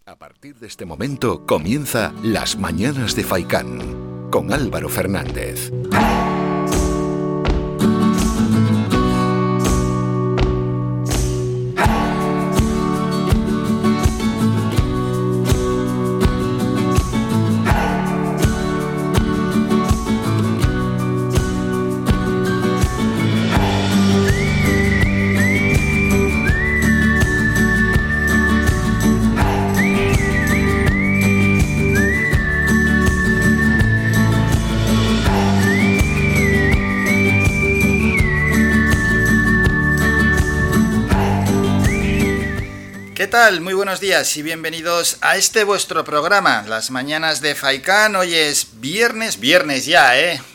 A partir de este momento comienza Las Mañanas de Faikán con Álvaro Fernández. ¿Qué tal? Muy buenos días y bienvenidos a este vuestro programa, Las Mañanas de Faikán. Hoy es viernes ya,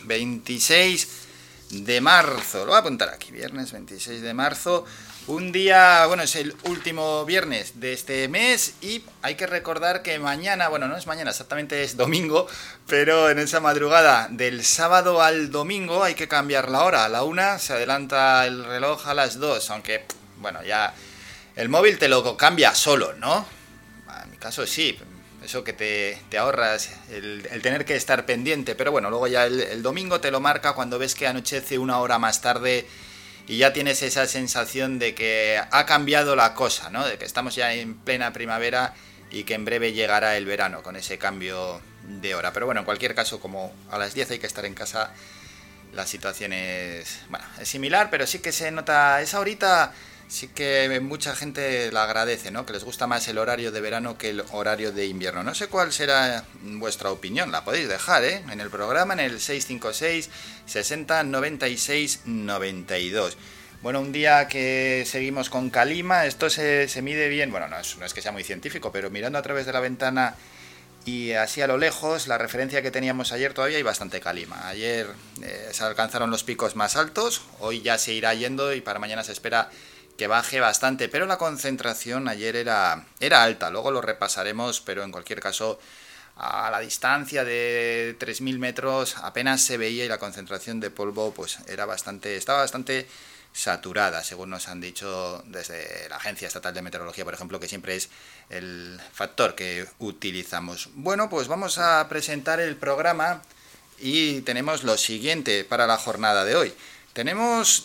26 de marzo. Lo voy a apuntar aquí, viernes 26 de marzo. Un día, bueno, es el último viernes de este mes y hay que recordar que mañana, bueno, no es mañana, exactamente es domingo, pero en esa madrugada del sábado al domingo hay que cambiar la hora. A la 1 se adelanta el reloj a las 2, aunque, bueno, ya... El móvil te lo cambia solo, ¿no? En mi caso sí, eso que te ahorras el tener que estar pendiente, pero bueno, luego ya el domingo te lo marca cuando ves que anochece una hora más tarde y ya tienes esa sensación de que ha cambiado la cosa, ¿no? De que estamos ya en plena primavera y que en breve llegará el verano con ese cambio de hora. Pero bueno, en cualquier caso, como a las 10 hay que estar en casa, la situación es, bueno, es similar, pero sí que se nota esa horita. Sí que mucha gente la agradece, ¿no? Que les gusta más el horario de verano que el horario de invierno. No sé cuál será vuestra opinión, la podéis dejar, en el programa, en el 656 60 96 92. Bueno, un día que seguimos con calima, esto se mide bien, bueno, no es que sea muy científico, pero mirando a través de la ventana y así a lo lejos, la referencia que teníamos ayer todavía hay bastante calima. Ayer se alcanzaron los picos más altos, hoy ya se irá yendo y para mañana se espera que baje bastante, pero la concentración ayer era alta, luego lo repasaremos, pero en cualquier caso a la distancia de 3.000 metros apenas se veía y la concentración de polvo pues estaba bastante saturada, según nos han dicho desde la Agencia Estatal de Meteorología, por ejemplo, que siempre es el factor que utilizamos. Bueno, pues vamos a presentar el programa y tenemos lo siguiente para la jornada de hoy. Tenemos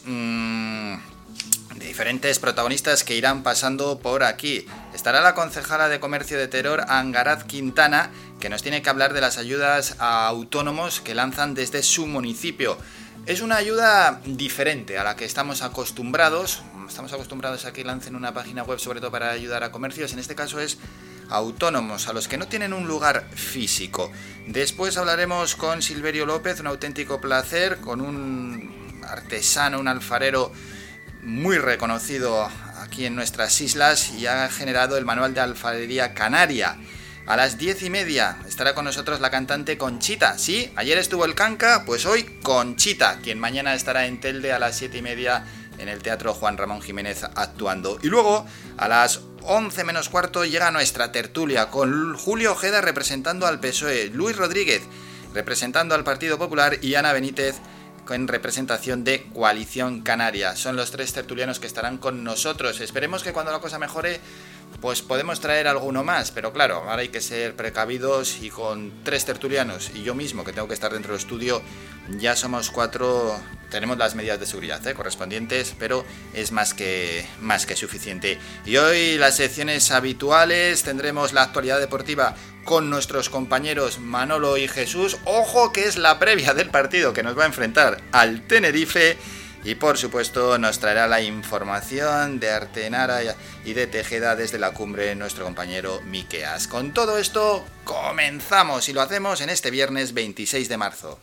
diferentes protagonistas que irán pasando por aquí. Estará la concejala de Comercio de Teror, Angaraz Quintana, que nos tiene que hablar de las ayudas a autónomos que lanzan desde su municipio. Es una ayuda diferente a la que estamos acostumbrados. Estamos acostumbrados a que lancen una página web sobre todo para ayudar a comercios. En este caso es autónomos, a los que no tienen un lugar físico. Después hablaremos con Silverio López, un auténtico placer, con un artesano, un alfarero muy reconocido aquí en nuestras islas y ha generado el manual de alfarería canaria. A las 10:30 estará con nosotros la cantante Conchita. Sí, ayer estuvo el Canca, pues hoy Conchita, quien mañana estará en Telde a las 7:30 en el Teatro Juan Ramón Jiménez actuando. Y luego a las 11 menos cuarto llega nuestra tertulia con Julio Ojeda representando al PSOE, Luis Rodríguez representando al Partido Popular y Ana Benítez en representación de Coalición Canaria. Son los tres tertulianos que estarán con nosotros. Esperemos que cuando la cosa mejore pues podemos traer alguno más, pero claro, ahora hay que ser precavidos y con tres tertulianos y yo mismo que tengo que estar dentro del estudio ya somos 4. Tenemos las medidas de seguridad correspondientes, pero es más que suficiente. Y hoy las secciones habituales, tendremos la actualidad deportiva con nuestros compañeros Manolo y Jesús. Ojo que es la previa del partido que nos va a enfrentar al Tenerife. Y por supuesto nos traerá la información de Artenara y de Tejeda desde la cumbre nuestro compañero Miqueas. Con todo esto comenzamos y lo hacemos en este viernes 26 de marzo.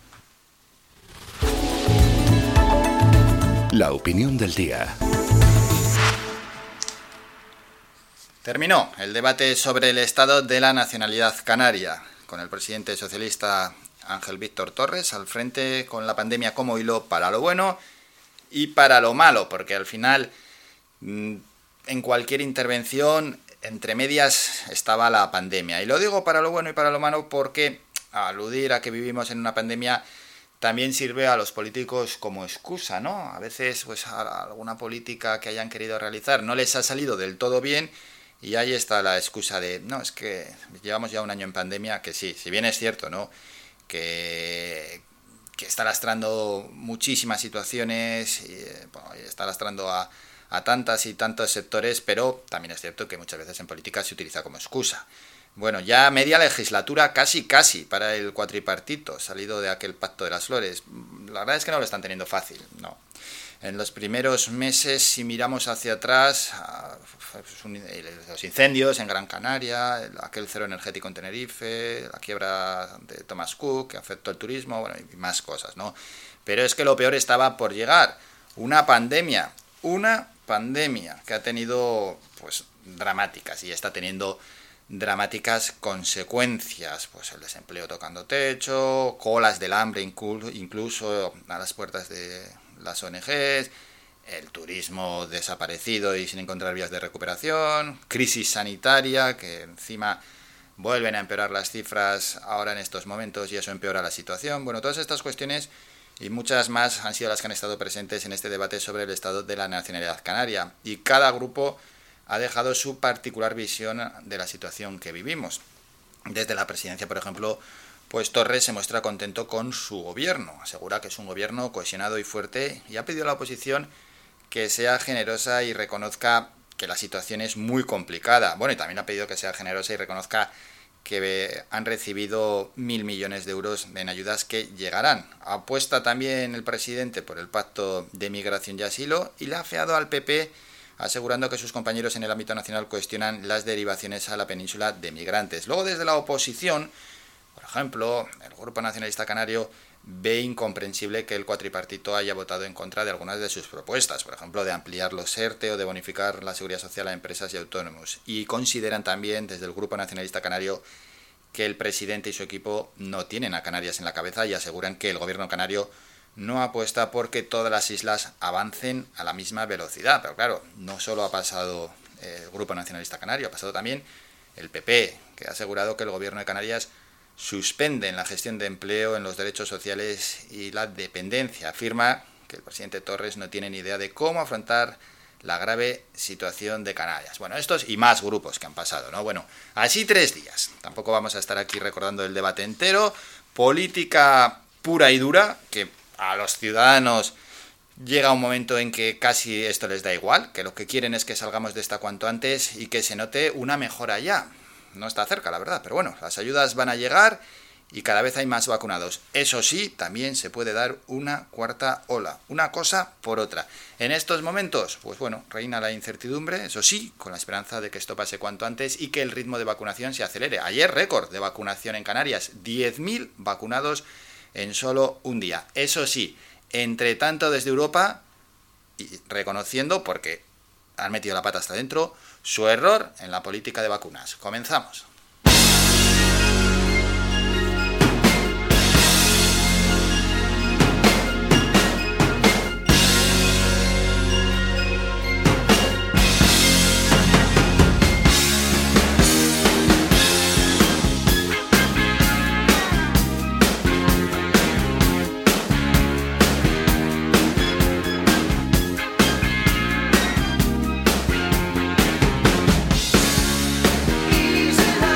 La opinión del día. Terminó el debate sobre el estado de la nacionalidad canaria, con el presidente socialista Ángel Víctor Torres al frente, con la pandemia como hilo para lo bueno y para lo malo, porque al final en cualquier intervención entre medias estaba la pandemia. Y lo digo para lo bueno y para lo malo porque aludir a que vivimos en una pandemia también sirve a los políticos como excusa, ¿no? A veces pues a alguna política que hayan querido realizar no les ha salido del todo bien Y ahí está la excusa de, no, es que llevamos ya un año en pandemia, que sí, si bien es cierto, ¿no? Que está lastrando muchísimas situaciones, y, bueno, está lastrando a tantas y tantos sectores, pero también es cierto que muchas veces en política se utiliza como excusa. Bueno, ya media legislatura casi para el cuatripartito, salido de aquel pacto de las flores. La verdad es que no lo están teniendo fácil, no. En los primeros meses, si miramos hacia atrás, los incendios en Gran Canaria, aquel cero energético en Tenerife, la quiebra de Thomas Cook, que afectó el turismo, bueno, y más cosas, ¿no? Pero es que lo peor estaba por llegar. Una pandemia que ha tenido, pues, dramáticas, y está teniendo dramáticas consecuencias, pues el desempleo tocando techo, colas del hambre incluso a las puertas de las ONGs, el turismo desaparecido y sin encontrar vías de recuperación, crisis sanitaria que encima vuelven a empeorar las cifras ahora en estos momentos y eso empeora la situación. Bueno, todas estas cuestiones y muchas más han sido las que han estado presentes en este debate sobre el estado de la nacionalidad canaria, y cada grupo ha dejado su particular visión de la situación que vivimos. Desde la presidencia, por ejemplo, pues Torres se muestra contento con su gobierno, asegura que es un gobierno cohesionado y fuerte, y ha pedido a la oposición que sea generosa y reconozca que la situación es muy complicada. Bueno, y también ha pedido que sea generosa y reconozca que han recibido 1.000 millones de euros en ayudas que llegarán. Apuesta también el presidente por el pacto de migración y asilo, y le ha afeado al PP asegurando que sus compañeros en el ámbito nacional cuestionan las derivaciones a la península de migrantes. Luego, desde la oposición, por ejemplo, el Grupo Nacionalista Canario ve incomprensible que el cuatripartito haya votado en contra de algunas de sus propuestas, por ejemplo, de ampliar los ERTE o de bonificar la seguridad social a empresas y autónomos. Y consideran también, desde el Grupo Nacionalista Canario, que el presidente y su equipo no tienen a Canarias en la cabeza, y aseguran que el gobierno canario no apuesta porque todas las islas avancen a la misma velocidad. Pero claro, no solo ha pasado el Grupo Nacionalista Canario, ha pasado también el PP, que ha asegurado que el gobierno de Canarias suspende en la gestión de empleo, en los derechos sociales y la dependencia. Afirma que el presidente Torres no tiene ni idea de cómo afrontar la grave situación de Canarias. Bueno, estos y más grupos que han pasado, ¿no? Bueno, así 3 días. Tampoco vamos a estar aquí recordando el debate entero. Política pura y dura, que a los ciudadanos llega un momento en que casi esto les da igual, que lo que quieren es que salgamos de esta cuanto antes y que se note una mejora ya. No está cerca, la verdad, pero bueno, las ayudas van a llegar y cada vez hay más vacunados. Eso sí, también se puede dar una cuarta ola, una cosa por otra. En estos momentos, pues bueno, reina la incertidumbre, eso sí, con la esperanza de que esto pase cuanto antes y que el ritmo de vacunación se acelere. Ayer récord de vacunación en Canarias, 10.000 vacunados en solo un día. Eso sí, entre tanto desde Europa, y reconociendo, porque han metido la pata hasta dentro, su error en la política de vacunas. Comenzamos. Easy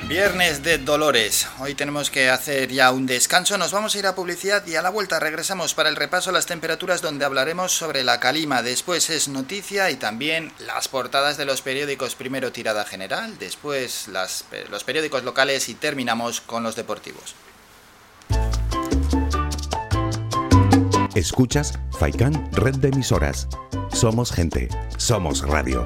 Viernes de Dolores. Hoy tenemos que hacer ya un descanso. Nos vamos a ir a publicidad y a la vuelta regresamos para el repaso a las temperaturas, donde hablaremos sobre la calima. Después es noticia y también las portadas de los periódicos. Primero tirada general, después los periódicos locales y terminamos con los deportivos. Escuchas Faikan Red de Emisoras. Somos gente, somos radio.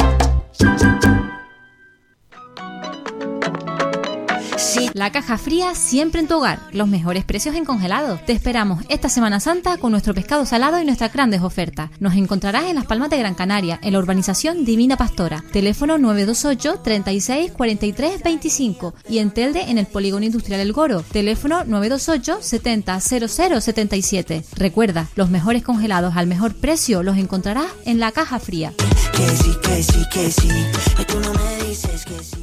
La Caja Fría siempre en tu hogar, los mejores precios en congelado. Te esperamos esta Semana Santa con nuestro pescado salado y nuestras grandes ofertas. Nos encontrarás en Las Palmas de Gran Canaria, en la urbanización Divina Pastora. Teléfono 928 36 43 25 y en Telde, en el Polígono Industrial El Goro. Teléfono 928 70 00 77. Recuerda, los mejores congelados al mejor precio los encontrarás en La Caja Fría. Que sí, tú no me dices que sí.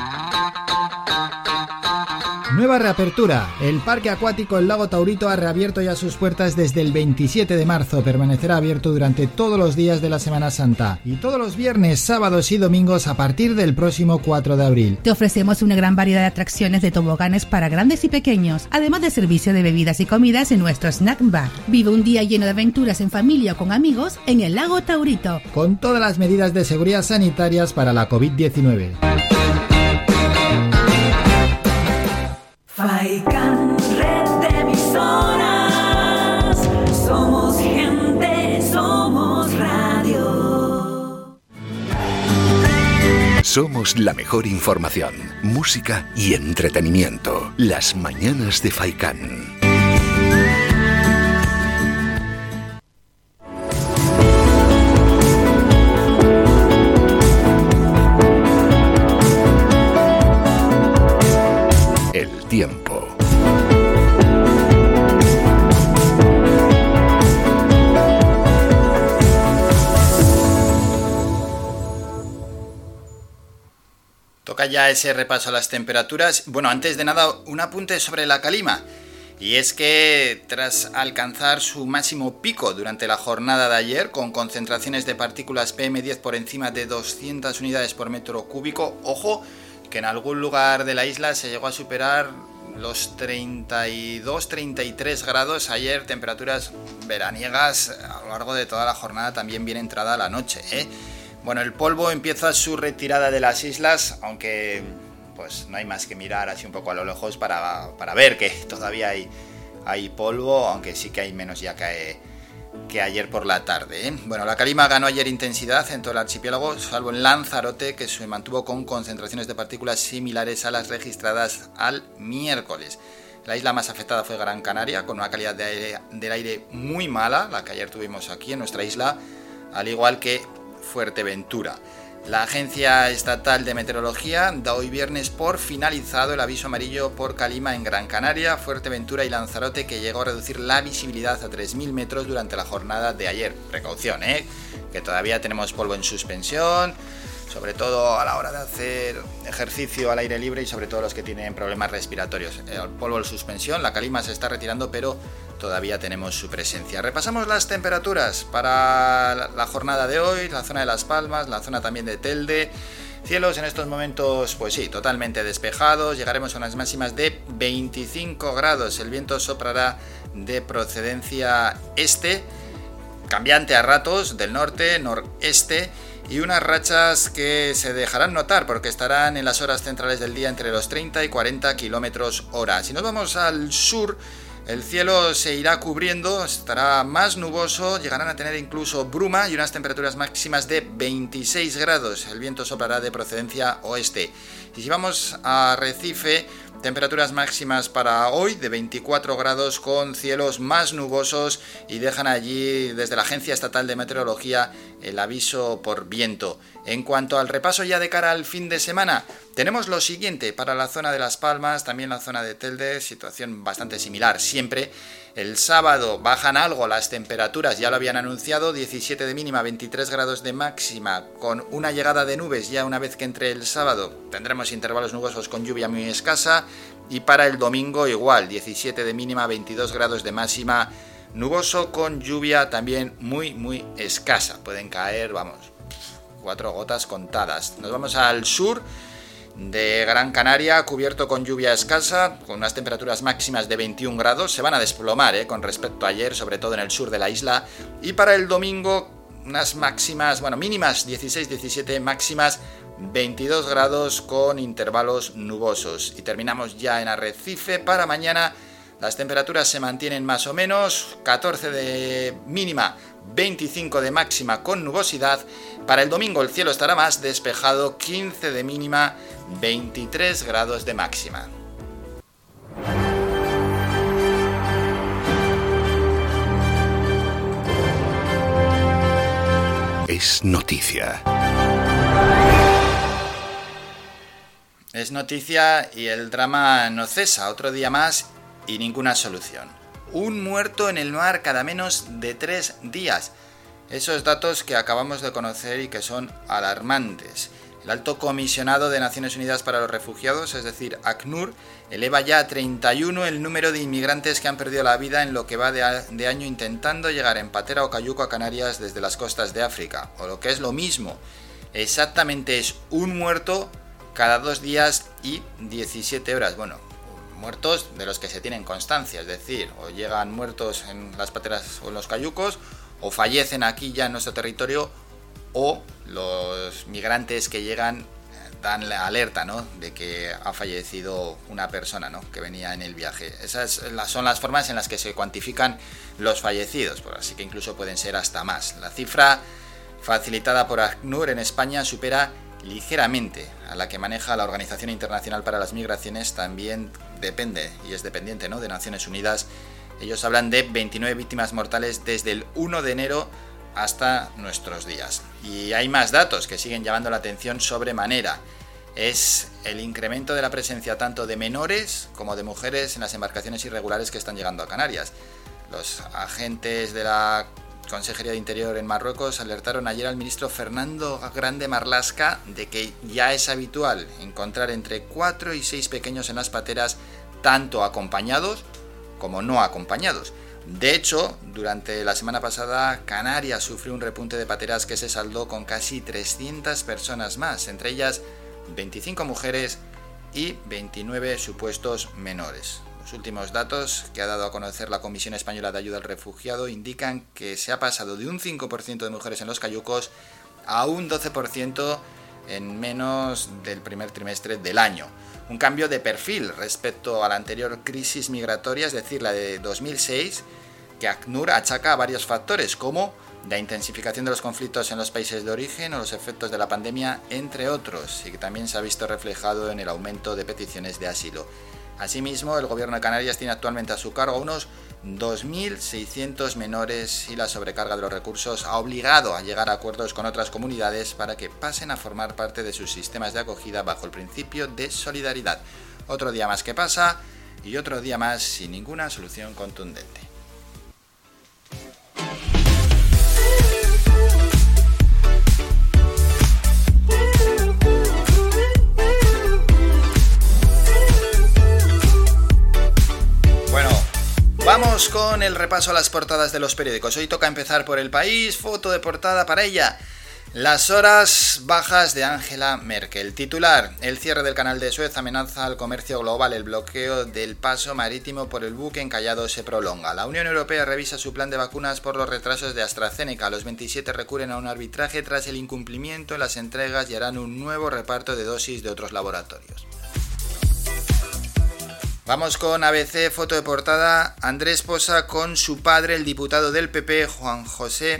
Nueva reapertura. El Parque Acuático El Lago Taurito ha reabierto ya sus puertas desde el 27 de marzo. Permanecerá abierto durante todos los días de la Semana Santa y todos los viernes, sábados y domingos a partir del próximo 4 de abril. Te ofrecemos una gran variedad de atracciones de toboganes para grandes y pequeños, además de servicio de bebidas y comidas en nuestro snack bar. Vive un día lleno de aventuras en familia o con amigos en El Lago Taurito, con todas las medidas de seguridad sanitarias para la COVID-19. Faikan, red de emisoras. Somos gente, somos radio. Somos la mejor información, música y entretenimiento. Las mañanas de Faikan. Tiempo. Toca ya ese repaso a las temperaturas. Bueno, antes de nada, un apunte sobre la calima. Y es que tras alcanzar su máximo pico durante la jornada de ayer, con concentraciones de partículas PM10 por encima de 200 unidades por metro cúbico, ojo, que en algún lugar de la isla se llegó a superar los 32-33 grados ayer, temperaturas veraniegas a lo largo de toda la jornada, también bien entrada la noche, ¿eh? Bueno, el polvo empieza su retirada de las islas, aunque pues no hay más que mirar así un poco a lo lejos para ver que todavía hay polvo, aunque sí que hay menos ya que ayer por la tarde, ¿eh? Bueno, la calima ganó ayer intensidad en todo el archipiélago, salvo en Lanzarote, que se mantuvo con concentraciones de partículas similares a las registradas al miércoles. La isla más afectada fue Gran Canaria, con una calidad del aire muy mala, la que ayer tuvimos aquí en nuestra isla, al igual que Fuerteventura. La Agencia Estatal de Meteorología da hoy viernes por finalizado el aviso amarillo por calima en Gran Canaria, Fuerteventura y Lanzarote, que llegó a reducir la visibilidad a 3.000 metros durante la jornada de ayer. Precaución, que todavía tenemos polvo en suspensión, sobre todo a la hora de hacer ejercicio al aire libre y sobre todo los que tienen problemas respiratorios. El polvo en suspensión, la calima se está retirando, pero todavía tenemos su presencia. Repasamos las temperaturas para la jornada de hoy, la zona de Las Palmas, la zona también de Telde. Cielos en estos momentos, pues sí, totalmente despejados. Llegaremos a unas máximas de 25 grados. El viento soprará de procedencia este, cambiante a ratos, del norte, noreste, y unas rachas que se dejarán notar porque estarán en las horas centrales del día entre los 30 y 40 kilómetros hora. Si nos vamos al sur, el cielo se irá cubriendo, estará más nuboso, llegarán a tener incluso bruma y unas temperaturas máximas de 26 grados. El viento soplará de procedencia oeste. Y si vamos a Recife, temperaturas máximas para hoy de 24 grados con cielos más nubosos, y dejan allí desde la Agencia Estatal de Meteorología el aviso por viento. En cuanto al repaso ya de cara al fin de semana, tenemos lo siguiente para la zona de Las Palmas, también la zona de Telde, situación bastante similar siempre. El sábado bajan algo las temperaturas, ya lo habían anunciado, 17 de mínima, 23 grados de máxima, con una llegada de nubes ya una vez que entre el sábado. Tendremos intervalos nubosos con lluvia muy escasa, y para el domingo igual, 17 de mínima, 22 grados de máxima, nuboso con lluvia también muy escasa. Pueden caer, 4 gotas contadas. Nos vamos al sur de Gran Canaria, cubierto con lluvia escasa, con unas temperaturas máximas de 21 grados. Se van a desplomar con respecto a ayer, sobre todo en el sur de la isla. Y para el domingo, unas máximas, mínimas 16-17, máximas 22 grados con intervalos nubosos. Y terminamos ya en Arrecife. Para mañana las temperaturas se mantienen más o menos, 14 de mínima, 25 de máxima con nubosidad. Para el domingo el cielo estará más despejado, 15 de mínima, 23 grados de máxima. Es noticia. Es noticia y el drama no cesa. Otro día más y ninguna solución. Un muerto en el mar cada menos de 3 días. Esos datos que acabamos de conocer y que son alarmantes. El Alto Comisionado de Naciones Unidas para los Refugiados, es decir, ACNUR, eleva ya a 31 el número de inmigrantes que han perdido la vida en lo que va de año intentando llegar en patera o cayuco a Canarias desde las costas de África. O lo que es lo mismo, exactamente es un muerto cada 2 días y 17 horas. Muertos de los que se tienen constancia, es decir, o llegan muertos en las pateras o en los cayucos, o fallecen aquí ya en nuestro territorio, o los migrantes que llegan dan la alerta, ¿no?, de que ha fallecido una persona, ¿no?, que venía en el viaje. Esas son las formas en las que se cuantifican los fallecidos, así que incluso pueden ser hasta más. La cifra facilitada por ACNUR en España supera ligeramente a la que maneja la Organización Internacional para las Migraciones. También depende y es dependiente, ¿no?, de Naciones Unidas. Ellos hablan de 29 víctimas mortales desde el 1 de enero hasta nuestros días. Y hay más datos que siguen llamando la atención sobremanera. Es el incremento de la presencia tanto de menores como de mujeres en las embarcaciones irregulares que están llegando a Canarias. Los agentes de la Consejería de Interior en Marruecos alertaron ayer al ministro Fernando Grande Marlaska de que ya es habitual encontrar entre 4 y 6 pequeños en las pateras, tanto acompañados como no acompañados. De hecho, durante la semana pasada, Canarias sufrió un repunte de pateras que se saldó con casi 300 personas más, entre ellas 25 mujeres y 29 supuestos menores. Los últimos datos que ha dado a conocer la Comisión Española de Ayuda al Refugiado indican que se ha pasado de un 5% de mujeres en los cayucos a un 12% en menos del primer trimestre del año. Un cambio de perfil respecto a la anterior crisis migratoria, es decir, la de 2006, que ACNUR achaca a varios factores, como la intensificación de los conflictos en los países de origen o los efectos de la pandemia, entre otros, y que también se ha visto reflejado en el aumento de peticiones de asilo. Asimismo, el Gobierno de Canarias tiene actualmente a su cargo unos 2.600 menores y la sobrecarga de los recursos ha obligado a llegar a acuerdos con otras comunidades para que pasen a formar parte de sus sistemas de acogida bajo el principio de solidaridad. Otro día más que pasa y otro día más sin ninguna solución contundente. Vamos con el repaso a las portadas de los periódicos. Hoy toca empezar por El País, foto de portada para ella. Las horas bajas de Angela Merkel. Titular: el cierre del canal de Suez amenaza al comercio global. El bloqueo del paso marítimo por el buque encallado se prolonga. La Unión Europea revisa su plan de vacunas por los retrasos de AstraZeneca. Los 27 recurren a un arbitraje tras el incumplimiento en las entregas y harán un nuevo reparto de dosis de otros laboratorios. Vamos con ABC, foto de portada. Andrés posa con su padre, el diputado del PP, Juan José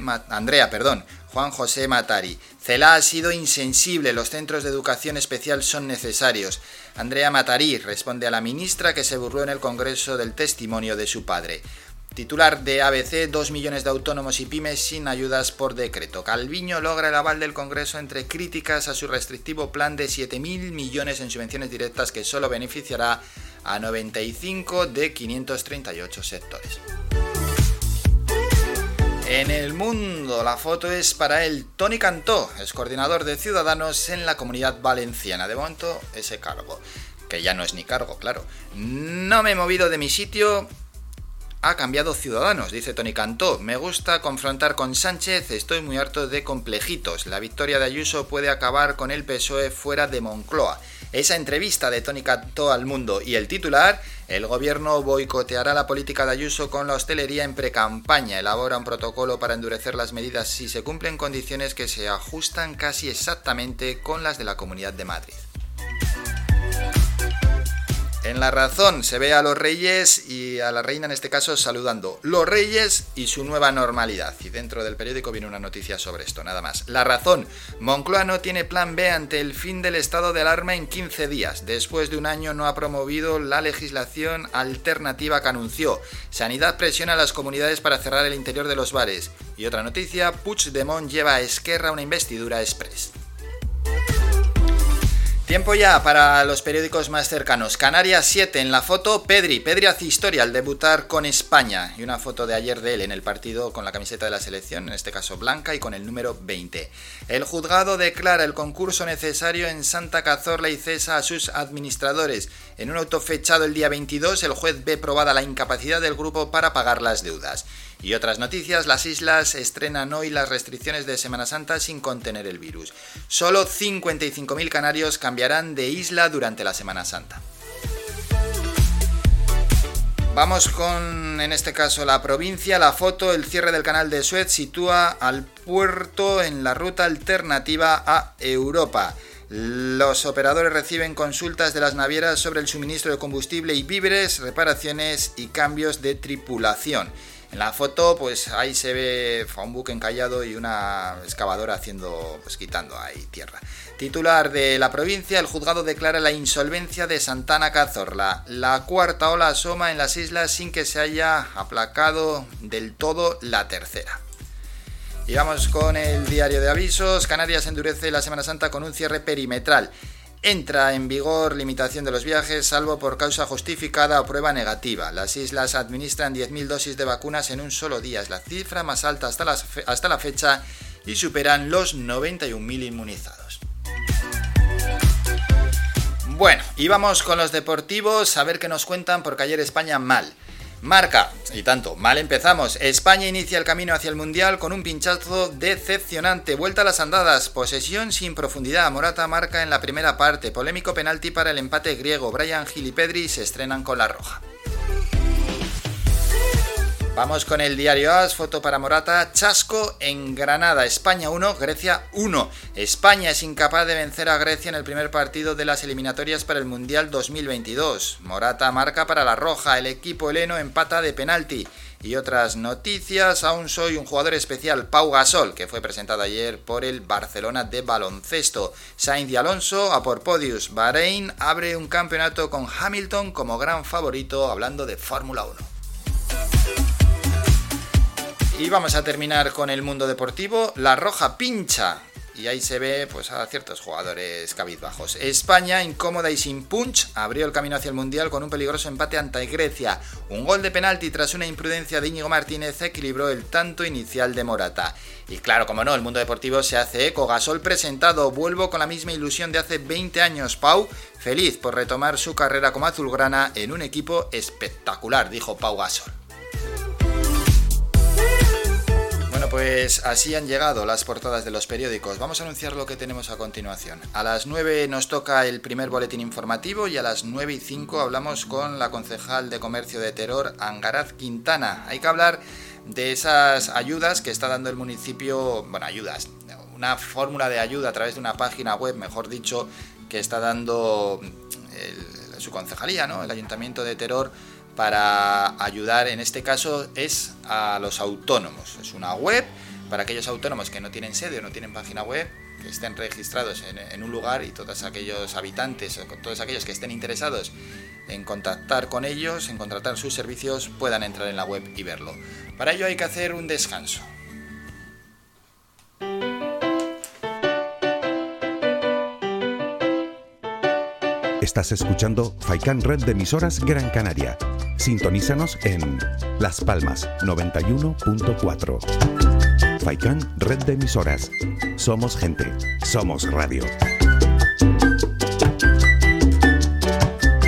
Matari. Celaá ha sido insensible, los centros de educación especial son necesarios. Andrea Matari responde a la ministra que se burló en el Congreso del testimonio de su padre. Titular de ABC: 2 millones de autónomos y pymes sin ayudas por decreto. Calviño logra el aval del Congreso entre críticas a su restrictivo plan de 7.000 millones en subvenciones directas que solo beneficiará a 95 de 538 sectores. En El Mundo, la foto es para el Toni Cantó, es coordinador de Ciudadanos en la Comunidad Valenciana. De momento, ese cargo, que ya no es ni cargo, claro. No me he movido de mi sitio. Ha cambiado Ciudadanos, dice Toni Cantó. Me gusta confrontar con Sánchez, estoy muy harto de complejitos. La victoria de Ayuso puede acabar con el PSOE fuera de Moncloa. esa entrevista de Toni Cantó al Mundo, y el titular: el gobierno boicoteará la política de Ayuso con la hostelería en precampaña, elabora un protocolo para endurecer las medidas si se cumplen condiciones que se ajustan casi exactamente con las de la Comunidad de Madrid. En La Razón se ve a los reyes y a la reina, en este caso, saludando. Los reyes y su nueva normalidad. Y dentro del periódico viene una noticia sobre esto, nada más. La Razón: Moncloa no tiene plan B ante el fin del estado de alarma en 15 días. Después de un año no ha promovido la legislación alternativa que anunció. Sanidad presiona a las comunidades para cerrar el interior de los bares. Y otra noticia: Puigdemont lleva a Esquerra a una investidura express. Tiempo ya para los periódicos más cercanos. Canarias 7, en la foto Pedri hace historia al debutar con España, y una foto de ayer de él en el partido con la camiseta de la selección, en este caso blanca y con el número 20. El juzgado declara el concurso necesario en Santa Cazorla y cesa a sus administradores. En un auto fechado el día 22, el juez ve probada la incapacidad del grupo para pagar las deudas. Y otras noticias: las islas estrenan hoy las restricciones de Semana Santa sin contener el virus. Solo 55.000 canarios cambiarán de isla durante la Semana Santa. Vamos con, en este caso, La Provincia. La foto: el cierre del canal de Suez sitúa al puerto en la ruta alternativa a Europa. Los operadores reciben consultas de las navieras sobre el suministro de combustible y víveres, reparaciones y cambios de tripulación. En la foto, pues ahí se ve a un buque encallado y una excavadora quitando ahí tierra. Titular de La Provincia: el juzgado declara la insolvencia de Santana Cazorla. La cuarta ola asoma en las islas sin que se haya aplacado del todo la tercera. Y vamos con el diario de avisos. Canarias endurece la Semana Santa con un cierre perimetral. Entra en vigor limitación de los viajes, salvo por causa justificada o prueba negativa. Las islas administran 10.000 dosis de vacunas en un solo día. Es la cifra más alta hasta la fecha y superan los 91.000 inmunizados. Bueno, y vamos con los deportivos, a ver qué nos cuentan, porque ayer España mal. Marca, y tanto, mal empezamos. España inicia el camino hacia el Mundial con un pinchazo decepcionante. Vuelta a las andadas, posesión sin profundidad. Morata marca en la primera parte. Polémico penalti para el empate griego. Bryan Gil y Pedri se estrenan con la roja. Vamos con el diario AS, foto para Morata: chasco en Granada, España 1, Grecia 1. España es incapaz de vencer a Grecia en el primer partido de las eliminatorias para el Mundial 2022. Morata marca para la roja, el equipo heleno empata de penalti. Y otras noticias: aún soy un jugador especial, Pau Gasol, que fue presentado ayer por el Barcelona de baloncesto. Sainz y Alonso a por podios. Bahrein abre un campeonato con Hamilton como gran favorito, hablando de Fórmula 1. Y vamos a terminar con el mundo deportivo. La roja pincha, y ahí se ve a ciertos jugadores cabizbajos. España, incómoda y sin punch, abrió el camino hacia el Mundial con un peligroso empate ante Grecia. Un gol de penalti tras una imprudencia de Íñigo Martínez equilibró el tanto inicial de Morata. Y claro, como no, el mundo deportivo se hace eco. Gasol presentado: vuelvo con la misma ilusión de hace 20 años. Pau, feliz por retomar su carrera como azulgrana en un equipo espectacular, dijo Pau Gasol. Bueno, pues así han llegado las portadas de los periódicos. Vamos a anunciar lo que tenemos a continuación. A las 9 nos toca el primer boletín informativo y a las 9:05 hablamos con la concejal de Comercio de Teror, Angaraz Quintana. Hay que hablar de esas ayudas que está dando el municipio, una fórmula de ayuda a través de una página web, mejor dicho, que está dando su concejalía, ¿no? El Ayuntamiento de Teror, para ayudar, en este caso es a los autónomos. Es una web para aquellos autónomos que no tienen sede o no tienen página web, que estén registrados en un lugar, y todos aquellos habitantes o todos aquellos que estén interesados en contactar con ellos, en contratar sus servicios, puedan entrar en la web y verlo. Para ello hay que hacer un descanso. Estás escuchando Faikan Red de Emisoras Gran Canaria. Sintonízanos en Las Palmas 91.4. Faikan Red de Emisoras. Somos gente, somos radio.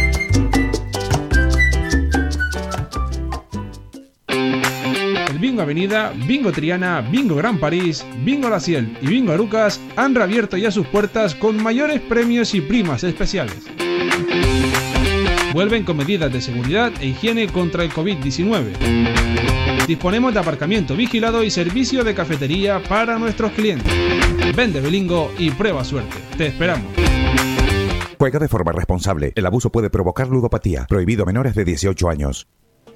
El bingo Avenida, Bingo Triana, Bingo Gran París, Bingo La Ciel y Bingo Arucas han reabierto ya sus puertas con mayores premios y primas especiales. Vuelven con medidas de seguridad e higiene contra el COVID-19. Disponemos de aparcamiento vigilado y servicio de cafetería para nuestros clientes. Vende Belingo y prueba suerte. Te esperamos. Juega de forma responsable. El abuso puede provocar ludopatía. Prohibido a menores de 18 años.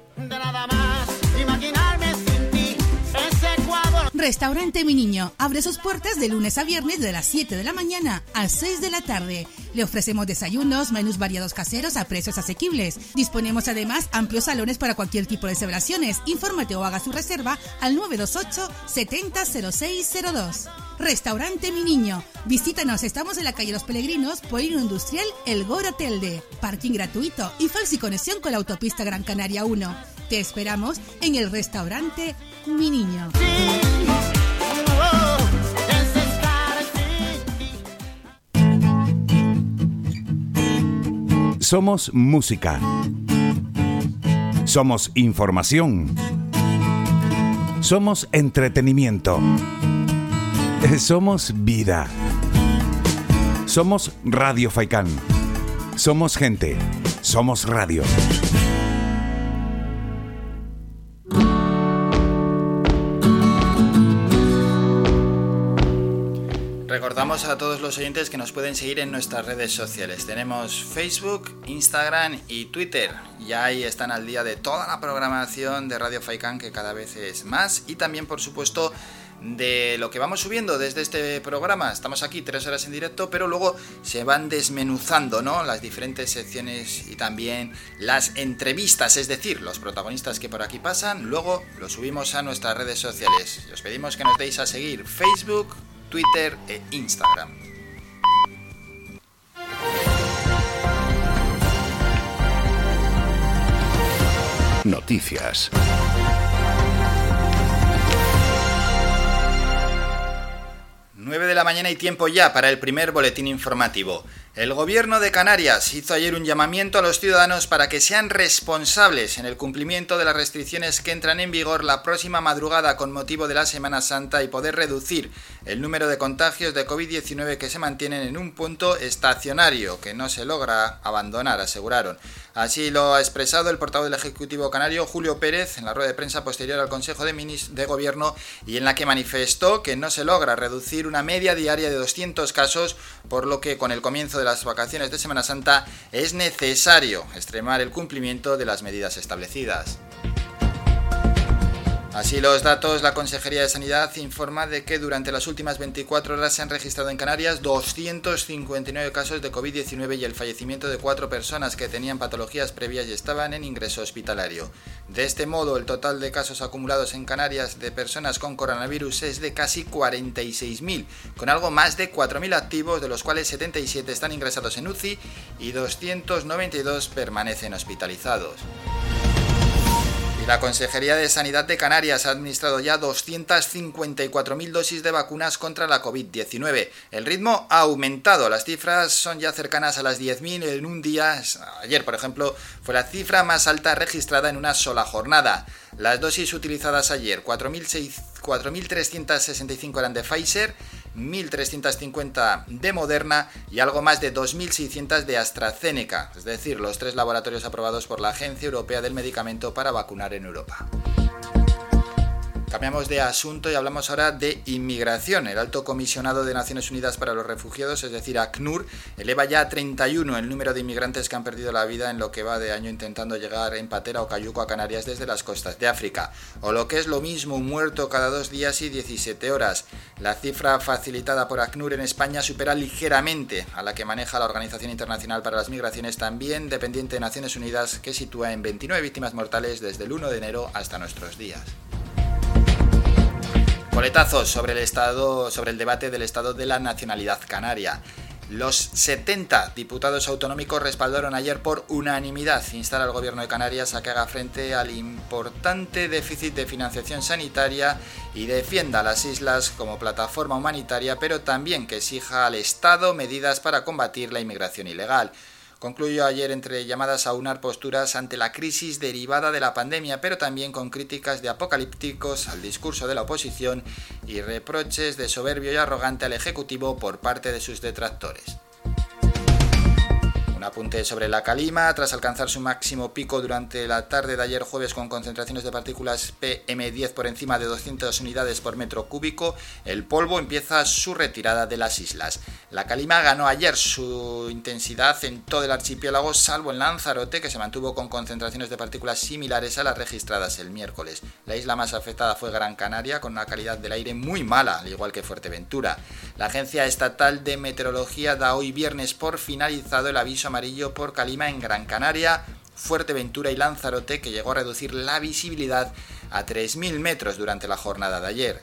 Restaurante Mi Niño abre sus puertas de lunes a viernes de las 7 de la mañana a 6 de la tarde. Le ofrecemos desayunos, menús variados caseros a precios asequibles. Disponemos además amplios salones para cualquier tipo de celebraciones. Infórmate o haga su reserva al 928 70 0602. Restaurante Mi Niño. Visítanos, estamos en la calle Los Peregrinos, Polígono Industrial El Goro Telde. Parking gratuito y fácil conexión con la autopista Gran Canaria 1. Te esperamos en el restaurante Mi Niño. Somos música. Somos información. Somos entretenimiento. Somos vida. Somos Radio Faikán. Somos gente. Somos radio. Recordamos a todos los oyentes que nos pueden seguir en nuestras redes sociales. Tenemos Facebook, Instagram y Twitter. Y ahí están al día de toda la programación de Radio Faikán, que cada vez es más. Y también, por supuesto, de lo que vamos subiendo desde este programa. Estamos aquí 3 horas en directo, pero luego se van desmenuzando, ¿no?, las diferentes secciones y también las entrevistas, es decir, los protagonistas que por aquí pasan. Luego lo subimos a nuestras redes sociales. Y os pedimos que nos deis a seguir Facebook, Twitter e Instagram. Noticias. 9 de la mañana y tiempo ya para el primer boletín informativo. El Gobierno de Canarias hizo ayer un llamamiento a los ciudadanos para que sean responsables en el cumplimiento de las restricciones que entran en vigor la próxima madrugada con motivo de la Semana Santa y poder reducir el número de contagios de COVID-19 que se mantienen en un punto estacionario que no se logra abandonar, aseguraron. Así lo ha expresado el portavoz del Ejecutivo canario, Julio Pérez, en la rueda de prensa posterior al Consejo de Gobierno, y en la que manifestó que no se logra reducir una media diaria de 200 casos, por lo que con el comienzo de las vacaciones de Semana Santa es necesario extremar el cumplimiento de las medidas establecidas. Así los datos, la Consejería de Sanidad informa de que durante las últimas 24 horas se han registrado en Canarias 259 casos de COVID-19 y el fallecimiento de 4 personas que tenían patologías previas y estaban en ingreso hospitalario. De este modo, el total de casos acumulados en Canarias de personas con coronavirus es de casi 46.000, con algo más de 4.000 activos, de los cuales 77 están ingresados en UCI y 292 permanecen hospitalizados. La Consejería de Sanidad de Canarias ha administrado ya 254.000 dosis de vacunas contra la COVID-19. El ritmo ha aumentado, las cifras son ya cercanas a las 10.000 en un día. Ayer, por ejemplo, fue la cifra más alta registrada en una sola jornada. Las dosis utilizadas ayer, 4.365 eran de Pfizer, 1.350 de Moderna y algo más de 2.600 de AstraZeneca, es decir, los 3 laboratorios aprobados por la Agencia Europea del Medicamento para vacunar en Europa. Cambiamos de asunto y hablamos ahora de inmigración. El Alto Comisionado de Naciones Unidas para los Refugiados, es decir, ACNUR, eleva ya a 31 el número de inmigrantes que han perdido la vida en lo que va de año intentando llegar en patera o cayuco a Canarias desde las costas de África. O lo que es lo mismo, un muerto cada 2 días y 17 horas. La cifra facilitada por ACNUR en España supera ligeramente a la que maneja la Organización Internacional para las Migraciones, también dependiente de Naciones Unidas, que sitúa en 29 víctimas mortales desde el 1 de enero hasta nuestros días. Coletazos sobre el debate del estado de la nacionalidad canaria. Los 70 diputados autonómicos respaldaron ayer por unanimidad instar al Gobierno de Canarias a que haga frente al importante déficit de financiación sanitaria y defienda a las islas como plataforma humanitaria, pero también que exija al Estado medidas para combatir la inmigración ilegal. concluyó ayer entre llamadas a unar posturas ante la crisis derivada de la pandemia, pero también con críticas de apocalípticos al discurso de la oposición y reproches de soberbio y arrogante al Ejecutivo por parte de sus detractores. Un apunte sobre la calima. Tras alcanzar su máximo pico durante la tarde de ayer jueves con concentraciones de partículas PM10 por encima de 200 unidades por metro cúbico, el polvo empieza su retirada de las islas. La calima ganó ayer su intensidad en todo el archipiélago, salvo en Lanzarote, que se mantuvo con concentraciones de partículas similares a las registradas el miércoles. La isla más afectada fue Gran Canaria, con una calidad del aire muy mala, al igual que Fuerteventura. La Agencia Estatal de Meteorología da hoy viernes por finalizado el aviso amarillo por calima en Gran Canaria, Fuerteventura y Lanzarote, que llegó a reducir la visibilidad a 3.000 metros durante la jornada de ayer.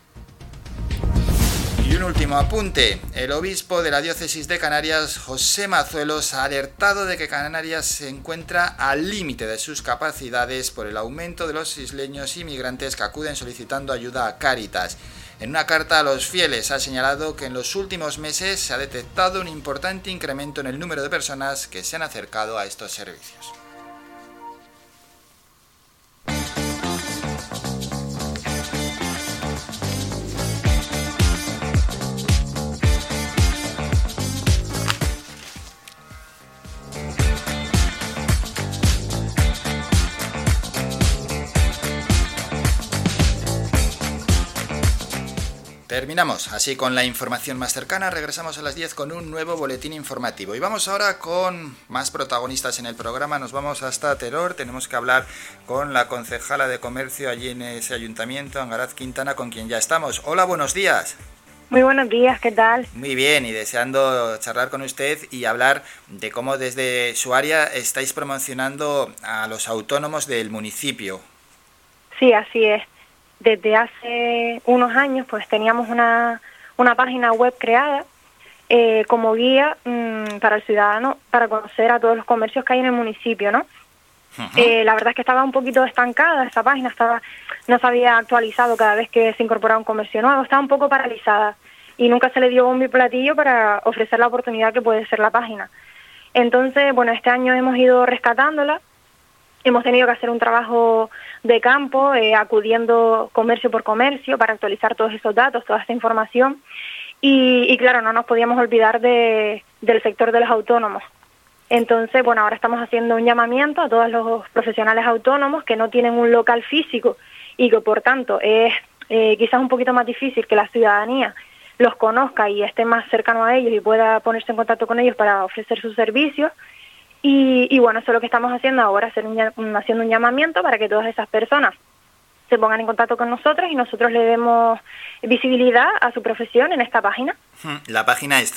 Y un último apunte. El obispo de la diócesis de Canarias, José Mazuelos, ha alertado de que Canarias se encuentra al límite de sus capacidades por el aumento de los isleños inmigrantes que acuden solicitando ayuda a Cáritas. En una carta a los fieles ha señalado que en los últimos meses se ha detectado un importante incremento en el número de personas que se han acercado a estos servicios. Terminamos así con la información más cercana. Regresamos a las 10 con un nuevo boletín informativo. Y vamos ahora con más protagonistas en el programa. Nos vamos hasta Teror. Tenemos que hablar con la concejala de comercio allí en ese ayuntamiento, Angaraz Quintana, con quien ya estamos. Hola, buenos días. Muy buenos días, ¿qué tal? Muy bien, y deseando charlar con usted y hablar de cómo desde su área estáis promocionando a los autónomos del municipio. Sí, así es. Desde hace unos años pues teníamos una página web creada como guía para el ciudadano, para conocer a todos los comercios que hay en el municipio, ¿no? La verdad es que estaba un poquito estancada esta página, no se había actualizado cada vez que se incorporaba un comercio nuevo, estaba un poco paralizada y nunca se le dio bombo y platillo para ofrecer la oportunidad que puede ser la página. Entonces, bueno, este año hemos ido rescatándola. Hemos tenido que hacer un trabajo de campo, acudiendo comercio por comercio para actualizar todos esos datos, toda esta información. Y claro, no nos podíamos olvidar del sector de los autónomos. Entonces, bueno, ahora estamos haciendo un llamamiento a todos los profesionales autónomos que no tienen un local físico y que, por tanto, es quizás un poquito más difícil que la ciudadanía los conozca y esté más cercano a ellos y pueda ponerse en contacto con ellos para ofrecer sus servicios. Y bueno, eso es lo que estamos haciendo ahora, haciendo un llamamiento para que todas esas personas se pongan en contacto con nosotros y nosotros le demos visibilidad a su profesión en esta página. La página es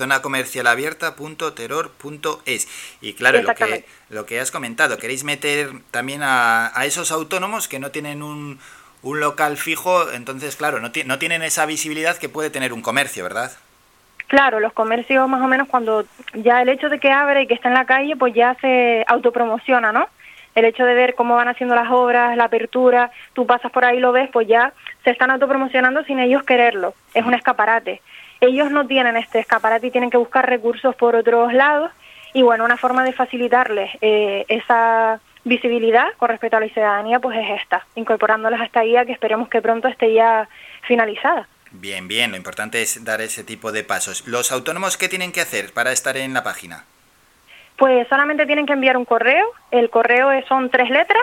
zonacomercialabierta.teror.es. Y claro, lo que has comentado, queréis meter también a esos autónomos que no tienen un local fijo, entonces claro, no tienen esa visibilidad que puede tener un comercio, ¿verdad? Claro, los comercios más o menos cuando ya el hecho de que abre y que está en la calle, pues ya se autopromociona, ¿no? El hecho de ver cómo van haciendo las obras, la apertura, tú pasas por ahí y lo ves, pues ya se están autopromocionando sin ellos quererlo. Es un escaparate. Ellos no tienen este escaparate y tienen que buscar recursos por otros lados. Y bueno, una forma de facilitarles esa visibilidad con respecto a la ciudadanía, pues es esta, incorporándolas a esta guía que esperemos que pronto esté ya finalizada. Bien, bien, lo importante es dar ese tipo de pasos. ¿Los autónomos qué tienen que hacer para estar en la página? Pues solamente tienen que enviar un correo. El correo son 3 letras,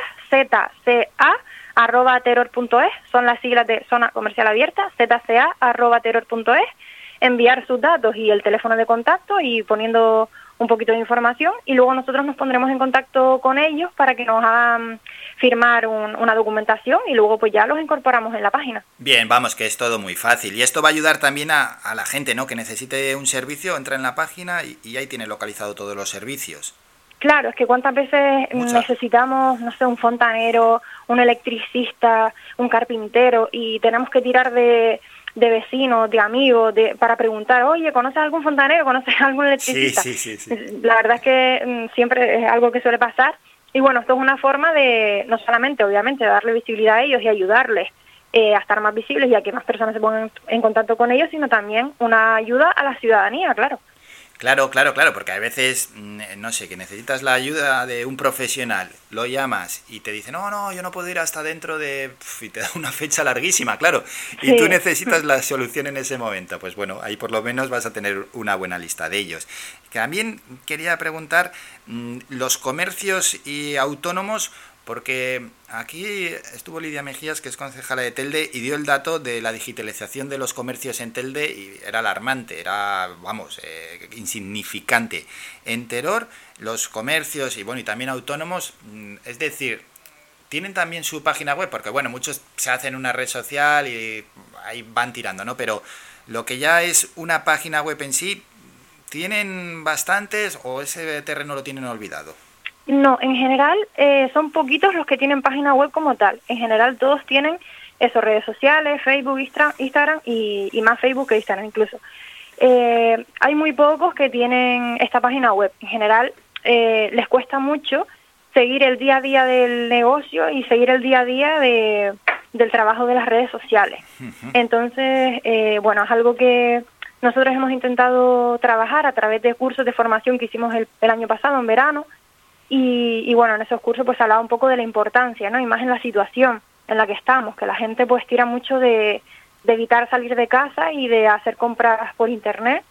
zca@teror.es, son las siglas de Zona Comercial Abierta, zca@teror.es, enviar sus datos y el teléfono de contacto y poniendo un poquito de información y luego nosotros nos pondremos en contacto con ellos para que nos hagan firmar una documentación y luego pues ya los incorporamos en la página. Bien, vamos, que es todo muy fácil. Y esto va a ayudar también a la gente, ¿no?, que necesite un servicio, entra en la página y ahí tiene localizado todos los servicios. Claro, es que cuántas veces necesitamos, no sé, un fontanero, un electricista, un carpintero y tenemos que tirar de vecinos, de amigos, para preguntar, oye, ¿conoces algún fontanero? ¿Conoces algún electricista? Sí. La verdad es que siempre es algo que suele pasar. Y bueno, esto es una forma de, no solamente, obviamente, darle visibilidad a ellos y ayudarles a estar más visibles y a que más personas se pongan en contacto con ellos, sino también una ayuda a la ciudadanía, claro. Claro, porque a veces, no sé, que necesitas la ayuda de un profesional, lo llamas y te dice, no, yo no puedo ir hasta dentro de... y te da una fecha larguísima, claro, y Sí. tú necesitas la solución en ese momento. Pues bueno, ahí por lo menos vas a tener una buena lista de ellos. También quería preguntar, los comercios y autónomos, porque aquí estuvo Lidia Mejías, que es concejala de Telde, y dio el dato de la digitalización de los comercios en Telde y era alarmante, era, insignificante. En Teror, los comercios y también autónomos, es decir, tienen también su página web, porque muchos se hacen una red social y ahí van tirando, ¿no? Pero lo que ya es una página web en sí, ¿tienen bastantes o ese terreno lo tienen olvidado? No, en general son poquitos los que tienen página web como tal. En general todos tienen redes sociales, Facebook, Instagram y más Facebook que Instagram incluso. Hay muy pocos que tienen esta página web. En general les cuesta mucho seguir el día a día del negocio y seguir el día a día del trabajo de las redes sociales. Entonces, es algo que nosotros hemos intentado trabajar a través de cursos de formación que hicimos el año pasado, en verano. Y en esos cursos pues hablaba un poco de la importancia, ¿no? Y más en la situación en la que estamos, que la gente pues tira mucho de evitar salir de casa y de hacer compras por internet.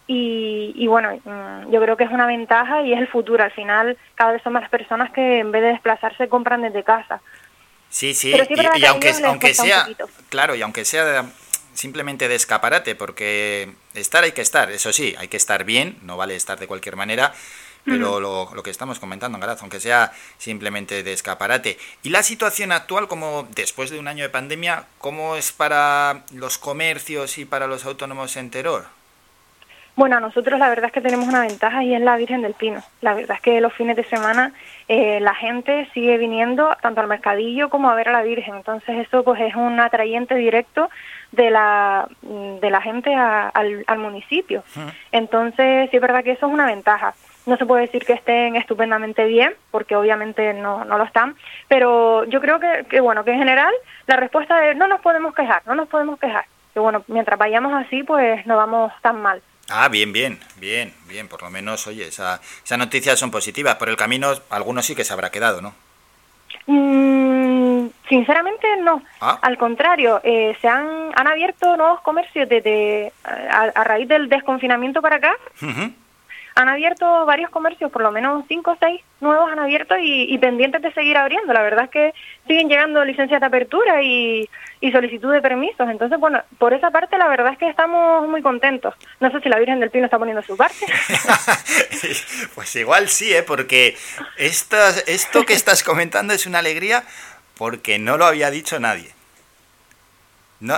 Yo creo que es una ventaja y es el futuro. Al final cada vez son más personas que en vez de desplazarse compran desde casa. Sí, Pero sí, y aunque sea, un poquito. claro, y aunque sea simplemente de escaparate, porque hay que estar, eso sí, hay que estar bien, no vale estar de cualquier manera. Pero lo que estamos comentando, Garaz, aunque sea simplemente de escaparate. ¿Y la situación actual, como después de un año de pandemia, cómo es para los comercios y para los autónomos en Teror? Bueno, nosotros la verdad es que tenemos una ventaja y es la Virgen del Pino. La verdad es que los fines de semana la gente sigue viniendo tanto al mercadillo como a ver a la Virgen. Entonces eso pues es un atrayente directo de la gente al municipio. Entonces sí es verdad que eso es una ventaja. No se puede decir que estén estupendamente bien, porque obviamente no lo están, pero yo creo que en general la respuesta es no nos podemos quejar. Que mientras vayamos así, pues no vamos tan mal. Ah, bien, por lo menos, oye, esas noticias son positivas. Por el camino, algunos sí que se habrá quedado, ¿no? Sinceramente no, al contrario, se han abierto nuevos comercios desde a raíz del desconfinamiento para acá. Han abierto varios comercios, por lo menos 5 o 6 nuevos han abierto y pendientes de seguir abriendo. La verdad es que siguen llegando licencias de apertura y solicitud de permisos. Entonces, por esa parte la verdad es que estamos muy contentos. No sé si la Virgen del Pino está poniendo su parte. Pues igual sí, porque esto que estás comentando es una alegría porque no lo había dicho nadie. No,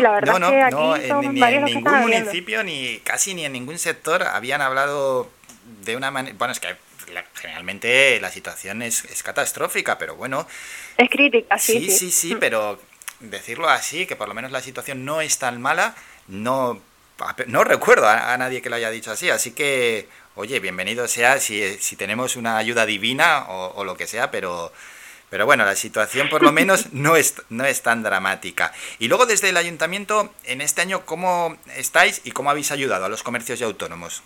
ni en ningún municipio, ni casi ni en ningún sector habían hablado de una manera... Bueno, es que generalmente la situación es catastrófica, pero bueno... Es crítica, sí. Sí, pero decirlo así, que por lo menos la situación no es tan mala, no recuerdo a nadie que lo haya dicho así, así que, oye, bienvenido sea si tenemos una ayuda divina o lo que sea, pero bueno, la situación por lo menos no es tan dramática. Y luego desde el ayuntamiento, en este año, ¿cómo estáis y cómo habéis ayudado a los comercios y autónomos?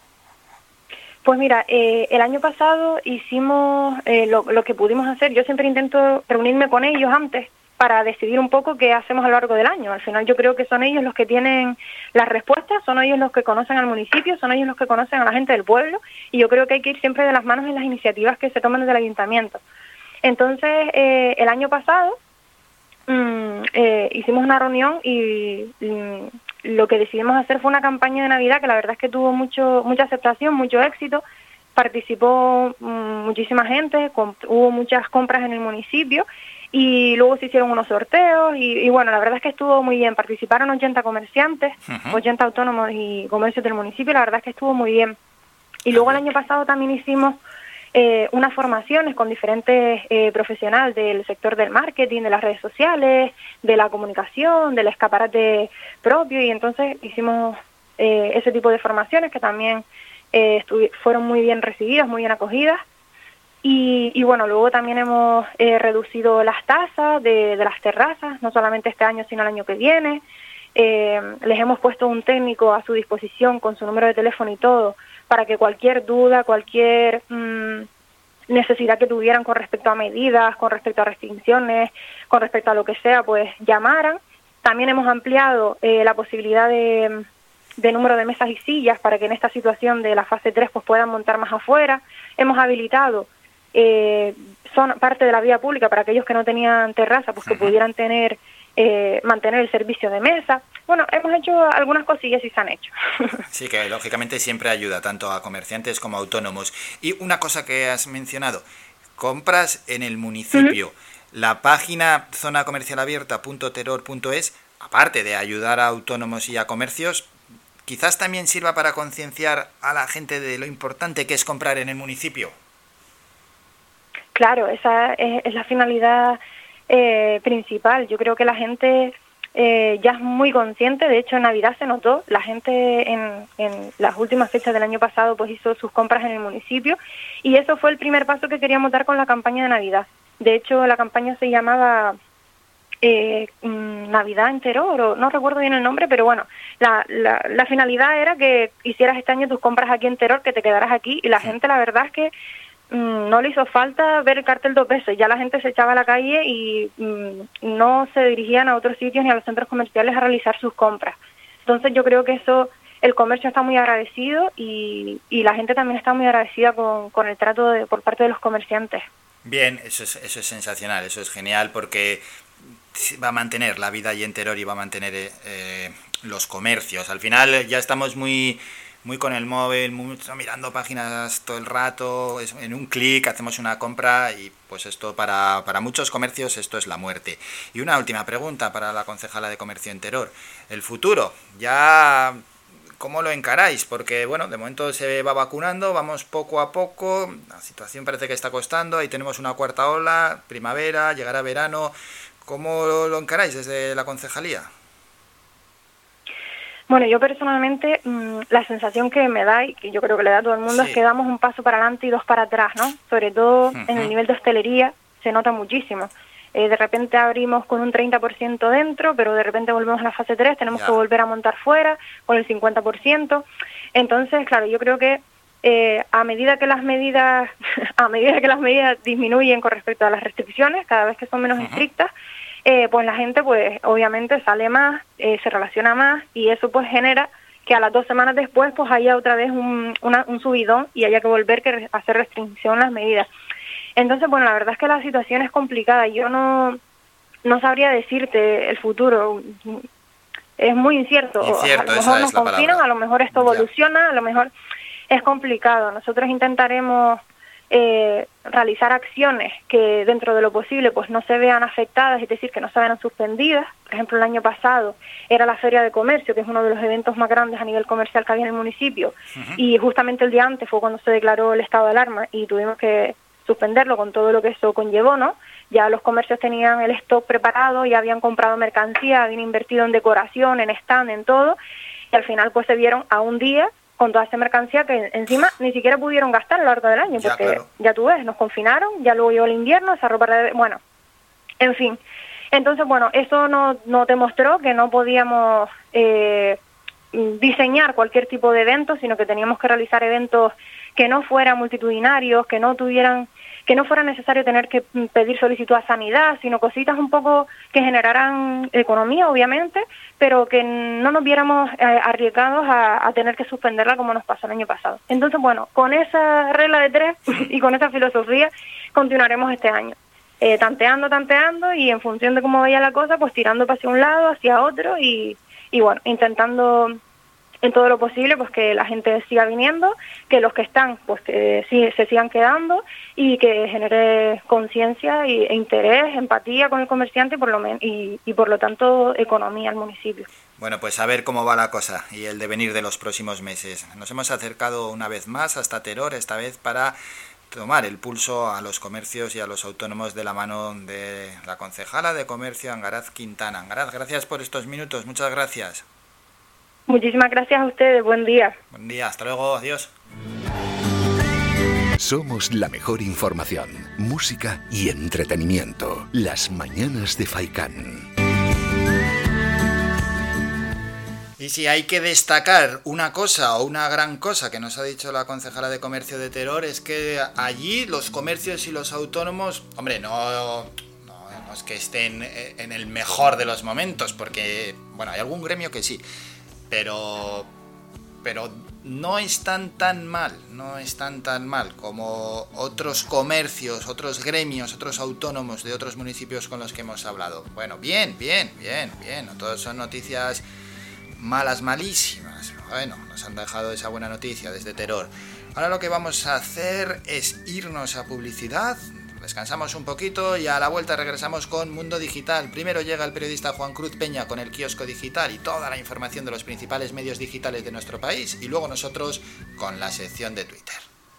Pues mira, el año pasado hicimos lo que pudimos hacer. Yo siempre intento reunirme con ellos antes para decidir un poco qué hacemos a lo largo del año. Al final yo creo que son ellos los que tienen las respuestas, son ellos los que conocen al municipio, son ellos los que conocen a la gente del pueblo, y yo creo que hay que ir siempre de las manos en las iniciativas que se toman desde el ayuntamiento. Entonces, el año pasado hicimos una reunión y lo que decidimos hacer fue una campaña de Navidad que la verdad es que tuvo mucha aceptación, mucho éxito. Participó muchísima gente, hubo muchas compras en el municipio y luego se hicieron unos sorteos y la verdad es que estuvo muy bien. Participaron 80 comerciantes, 80 autónomos y comercios del municipio, la verdad es que estuvo muy bien. Y luego el año pasado también hicimos unas formaciones con diferentes profesionales del sector del marketing, de las redes sociales, de la comunicación, del escaparate propio, y entonces hicimos ese tipo de formaciones que también fueron muy bien recibidas, muy bien acogidas. Y luego también hemos reducido las tasas de las terrazas, no solamente este año sino el año que viene. Les hemos puesto un técnico a su disposición con su número de teléfono y todo para que cualquier duda, cualquier necesidad que tuvieran con respecto a medidas, con respecto a restricciones, con respecto a lo que sea, pues llamaran. También hemos ampliado la posibilidad de número de mesas y sillas para que en esta situación de la fase 3 pues puedan montar más afuera. Hemos habilitado parte de la vía pública para aquellos que no tenían terraza, pues que pudieran mantener el servicio de mesa. Bueno, hemos hecho algunas cosillas y se han hecho. Sí, que lógicamente siempre ayuda tanto a comerciantes como a autónomos. Y una cosa que has mencionado, compras en el municipio. La página zonacomercialabierta.teror.es, aparte de ayudar a autónomos y a comercios, quizás también sirva para concienciar a la gente de lo importante que es comprar en el municipio. Claro, esa es la finalidad principal. Yo creo que la gente ya es muy consciente. De hecho, en Navidad se notó. La gente en las últimas fechas del año pasado pues hizo sus compras en el municipio, y eso fue el primer paso que queríamos dar con la campaña de Navidad. De hecho, la campaña se llamaba Navidad en Teror, o no recuerdo bien el nombre, pero bueno, la finalidad era que hicieras este año tus compras aquí en Teror, que te quedaras aquí, y la gente, la verdad es que no le hizo falta ver el cartel 2 veces. Ya la gente se echaba a la calle y no se dirigían a otros sitios ni a los centros comerciales a realizar sus compras. Entonces yo creo que eso, el comercio está muy agradecido y la gente también está muy agradecida con el trato por parte de los comerciantes. Bien, eso es sensacional, eso es genial, porque va a mantener la vida ahí en Teror y va a mantener los comercios. Al final ya estamos muy con el móvil, mucho mirando páginas todo el rato, en un clic hacemos una compra, y pues esto para muchos comercios esto es la muerte. Y una última pregunta para la concejala de Comercio en Teror. El futuro, ya ¿cómo lo encaráis? Porque bueno, de momento se va vacunando, vamos poco a poco, la situación parece que está costando, ahí tenemos una cuarta ola, primavera, llegará verano. ¿Cómo lo encaráis desde la concejalía? Bueno, yo personalmente la sensación que me da, y que yo creo que le da a todo el mundo, es que damos un paso para adelante y dos para atrás, ¿no? Sobre todo en el nivel de hostelería se nota muchísimo. De repente abrimos con un 30% dentro, pero de repente volvemos a la fase 3, tenemos que volver a montar fuera con el 50%. Entonces, claro, yo creo que a medida que las medidas disminuyen con respecto a las restricciones, cada vez que son menos estrictas, pues la gente pues obviamente sale más, se relaciona más, y eso pues genera que a las 2 semanas después pues haya otra vez un subidón y haya que volver a hacer restricción en las medidas. Entonces, bueno, la verdad es que la situación es complicada. Yo no sabría decirte el futuro. Es muy incierto. A lo mejor nos confinan, a lo mejor esto evoluciona, a lo mejor es complicado. Nosotros intentaremos realizar acciones que dentro de lo posible pues no se vean afectadas, es decir, que no se vean suspendidas. Por ejemplo, el año pasado era la Feria de Comercio, que es uno de los eventos más grandes a nivel comercial que había en el municipio, y justamente el día antes fue cuando se declaró el estado de alarma y tuvimos que suspenderlo con todo lo que eso conllevó, ¿no? Ya los comercios tenían el stock preparado, ya habían comprado mercancía, habían invertido en decoración, en stand, en todo, y al final pues se vieron a un día con toda esa mercancía que encima ni siquiera pudieron gastar a lo largo del año, porque ya tú ves, nos confinaron, ya luego llegó el invierno, esa ropa bueno, en fin. Entonces, bueno, eso nos demostró que no podíamos diseñar cualquier tipo de evento, sino que teníamos que realizar eventos que no fueran multitudinarios, que no fuera necesario tener que pedir solicitud a sanidad, sino cositas un poco que generaran economía, obviamente, pero que no nos viéramos arriesgados a tener que suspenderla como nos pasó el año pasado. Entonces, bueno, con esa regla de 3 y con esa filosofía continuaremos este año, tanteando, y en función de cómo vaya la cosa, pues tirando hacia un lado, hacia otro, y bueno, intentando en todo lo posible pues que la gente siga viniendo, que los que están pues que sí se sigan quedando, y que genere conciencia e interés, empatía con el comerciante y por lo tanto economía al municipio. Bueno, pues a ver cómo va la cosa y el devenir de los próximos meses. Nos hemos acercado una vez más hasta Teror, esta vez para tomar el pulso a los comercios y a los autónomos de la mano de la concejala de Comercio, Angaraz Quintana. Angaraz, gracias por estos minutos, muchas gracias. Muchísimas gracias a ustedes, buen día. Buen día, hasta luego, adiós. Somos la mejor información, música y entretenimiento. Las mañanas de Faikán. Y si hay que destacar una cosa o una gran cosa que nos ha dicho la concejala de Comercio de Teror, es que allí los comercios y los autónomos, hombre, no es que estén en el mejor de los momentos, porque, bueno, hay algún gremio que sí, pero no están tan mal como otros comercios, otros gremios, otros autónomos de otros municipios con los que hemos hablado. Bueno, bien, no todos son noticias malas, malísimas. Bueno, nos han dejado esa buena noticia desde Teror. Ahora lo que vamos a hacer es irnos a publicidad, descansamos un poquito y a la vuelta regresamos con Mundo Digital. Primero llega el periodista Juan Cruz Peña con el kiosco digital y toda la información de los principales medios digitales de nuestro país, y luego nosotros con la sección de Twitter.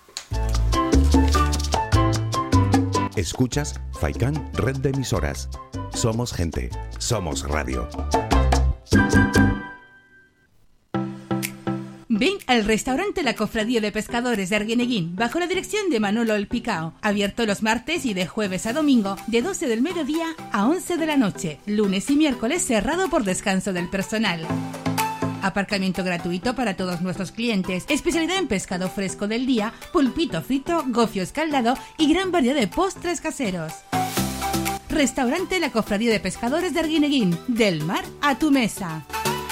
Escuchas Faikan Red de Emisoras. Somos gente, somos radio. Ven al restaurante La Cofradía de Pescadores de Arguineguín, bajo la dirección de Manolo El Picao. Abierto los martes y de jueves a domingo, de 12 del mediodía a 11 de la noche. Lunes y miércoles cerrado por descanso del personal. Aparcamiento gratuito para todos nuestros clientes. Especialidad en pescado fresco del día, pulpito frito, gofio escaldado y gran variedad de postres caseros. Restaurante La Cofradía de Pescadores de Arguineguín. Del mar a tu mesa.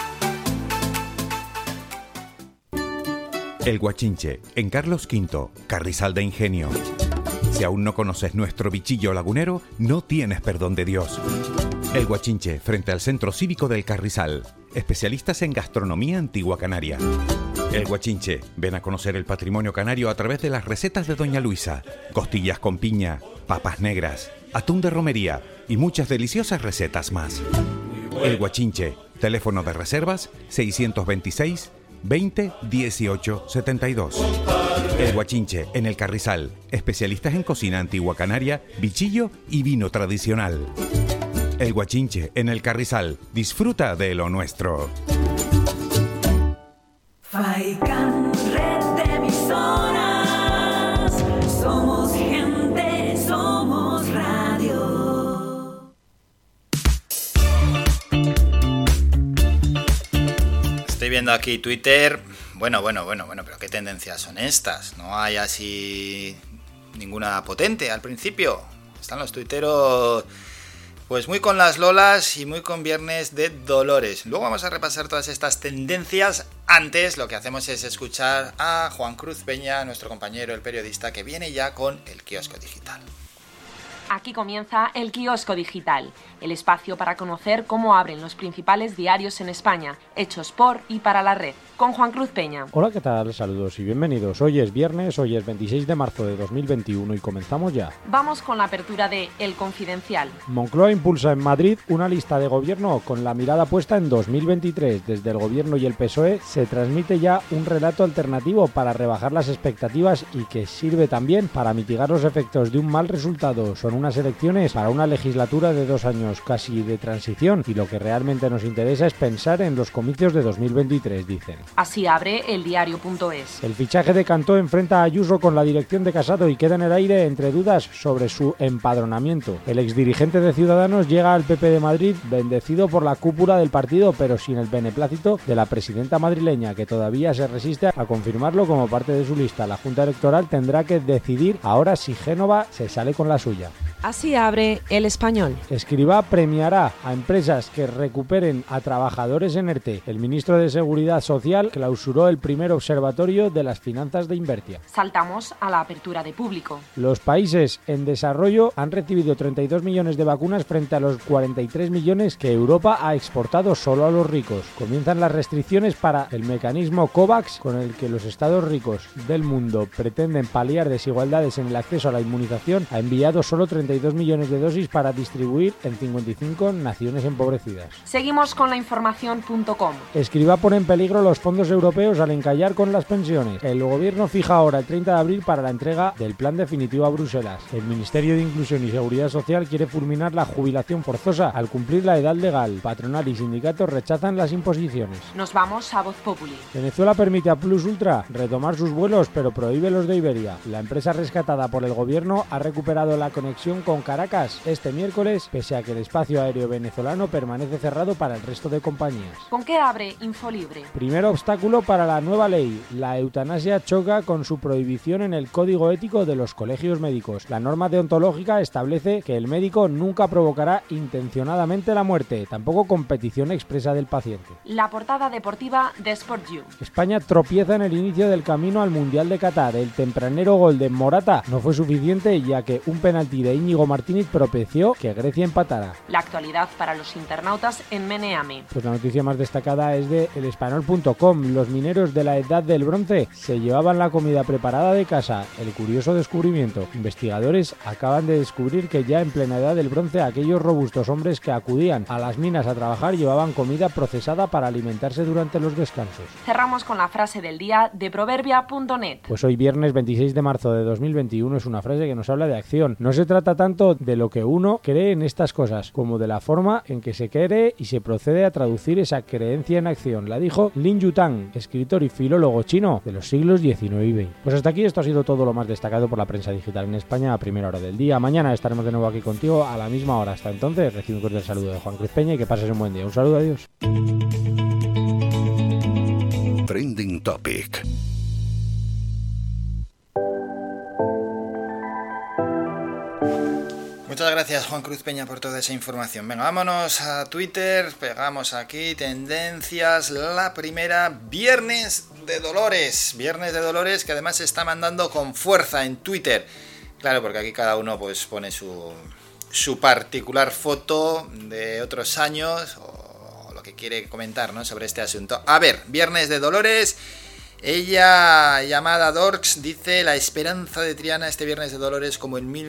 El Guachinche, en Carlos V, Carrizal de Ingenio. Si aún no conoces nuestro bichillo lagunero, no tienes perdón de Dios. El Guachinche, frente al Centro Cívico del Carrizal. Especialistas en gastronomía antigua canaria. El Guachinche, ven a conocer el patrimonio canario a través de las recetas de Doña Luisa. Costillas con piña, papas negras, atún de romería y muchas deliciosas recetas más. El Guachinche, teléfono de reservas 626 20 18 72. El Guachinche, en el Carrizal. Especialistas en cocina antigua canaria, bichillo y vino tradicional. El Guachinche, en el Carrizal. Disfruta de lo nuestro. Faikan, red de emisoras. Somos gente, somos radio. Estoy viendo aquí Twitter. Bueno, pero ¿qué tendencias son estas? No hay así ninguna potente al principio. Están los tuiteros pues muy con las lolas y muy con Viernes de Dolores. Luego vamos a repasar todas estas tendencias. Antes lo que hacemos es escuchar a Juan Cruz Peña, nuestro compañero, el periodista, que viene ya con el kiosco digital. Aquí comienza el kiosco digital, el espacio para conocer cómo abren los principales diarios en España, hechos por y para la red, con Juan Cruz Peña. Hola, ¿qué tal? Saludos y bienvenidos. Hoy es viernes, hoy es 26 de marzo de 2021 y comenzamos ya. Vamos con la apertura de El Confidencial. Moncloa impulsa en Madrid una lista de gobierno con la mirada puesta en 2023. Desde el gobierno y el PSOE se transmite ya un relato alternativo para rebajar las expectativas y que sirve también para mitigar los efectos de un mal resultado. Son unas elecciones para una legislatura de 2 años casi de transición y lo que realmente nos interesa es pensar en los comicios de 2023, dicen. Así abre el diario.es. El fichaje de Cantó enfrenta a Ayuso con la dirección de Casado y queda en el aire entre dudas sobre su empadronamiento. El exdirigente de Ciudadanos llega al PP de Madrid bendecido por la cúpula del partido pero sin el beneplácito de la presidenta madrileña, que todavía se resiste a confirmarlo como parte de su lista. La Junta Electoral tendrá que decidir ahora si Génova se sale con la suya. Así abre El Español. Escrivá premiará a empresas que recuperen a trabajadores en ERTE. El ministro de Seguridad Social clausuró el primer observatorio de las finanzas de Invertia. Saltamos a la apertura de Público. Los países en desarrollo han recibido 32 millones de vacunas frente a los 43 millones que Europa ha exportado solo a los ricos. Comienzan las restricciones para el mecanismo COVAX, con el que los estados ricos del mundo pretenden paliar desigualdades en el acceso a la inmunización. Ha enviado solo 32 millones de dosis para distribuir en 55 naciones empobrecidas. Seguimos con la información.com. Escrivá pone en peligro los fondos europeos al encallar con las pensiones. El gobierno fija ahora el 30 de abril para la entrega del plan definitivo a Bruselas. El Ministerio de Inclusión y Seguridad Social quiere fulminar la jubilación forzosa al cumplir la edad legal. Patronal y sindicatos rechazan las imposiciones. Nos vamos a Voz Populi. Venezuela permite a Plus Ultra retomar sus vuelos pero prohíbe los de Iberia. La empresa rescatada por el gobierno ha recuperado la conexión conexión con Caracas este miércoles, pese a que el espacio aéreo venezolano permanece cerrado para el resto de compañías. ¿Con qué abre Infolibre? Primer obstáculo para la nueva ley. La eutanasia choca con su prohibición en el Código Ético de los colegios médicos. La norma deontológica establece que el médico nunca provocará intencionadamente la muerte, tampoco con petición expresa del paciente. La portada deportiva de SportU. España tropieza en el inicio del camino al Mundial de Qatar. El tempranero gol de Morata no fue suficiente, ya que un penalti de Íñigo Martínez propició que Grecia empatara. La actualidad para los internautas en Meneame. Pues la noticia más destacada es de elespanol.com. Los mineros de la Edad del Bronce se llevaban la comida preparada de casa. El curioso descubrimiento. Investigadores acaban de descubrir que ya en plena Edad del Bronce aquellos robustos hombres que acudían a las minas a trabajar llevaban comida procesada para alimentarse durante los descansos. Cerramos con la frase del día de proverbia.net. Pues hoy viernes 26 de marzo de 2021 es una frase que nos habla de acción. No se trata tanto de lo que uno cree en estas cosas, como de la forma en que se cree y se procede a traducir esa creencia en acción. La dijo Lin Yutang, escritor y filólogo chino de los siglos XIX y XX. Pues hasta aquí esto ha sido todo lo más destacado por la prensa digital en España a primera hora del día. Mañana estaremos de nuevo aquí contigo a la misma hora. Hasta entonces, recibe un cordial saludo de Juan Cruz Peña y que pases un buen día. Un saludo, adiós. Trending Topic. Muchas gracias, Juan Cruz Peña, por toda esa información. Venga, vámonos a Twitter, pegamos aquí tendencias. La primera, Viernes de Dolores. Viernes de Dolores, que además se está mandando con fuerza en Twitter. Claro, porque aquí cada uno pues pone su particular foto de otros años o lo que quiere comentar, ¿no?, sobre este asunto. A ver, Viernes de Dolores. Ella, llamada Dorks, dice: la esperanza de Triana este Viernes de Dolores como en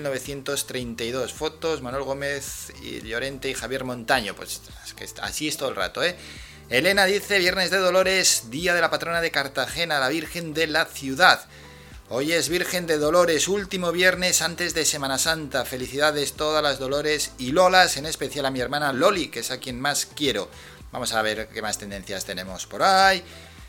1932. Fotos, Manuel Gómez y Llorente y Javier Montaño. Pues es que así es todo el rato, ¿eh? Elena dice: Viernes de Dolores, día de la patrona de Cartagena, la Virgen de la Ciudad. Hoy es Virgen de Dolores, último viernes antes de Semana Santa. Felicidades todas las Dolores y Lolas, en especial a mi hermana Loli, que es a quien más quiero. Vamos a ver qué más tendencias tenemos por ahí.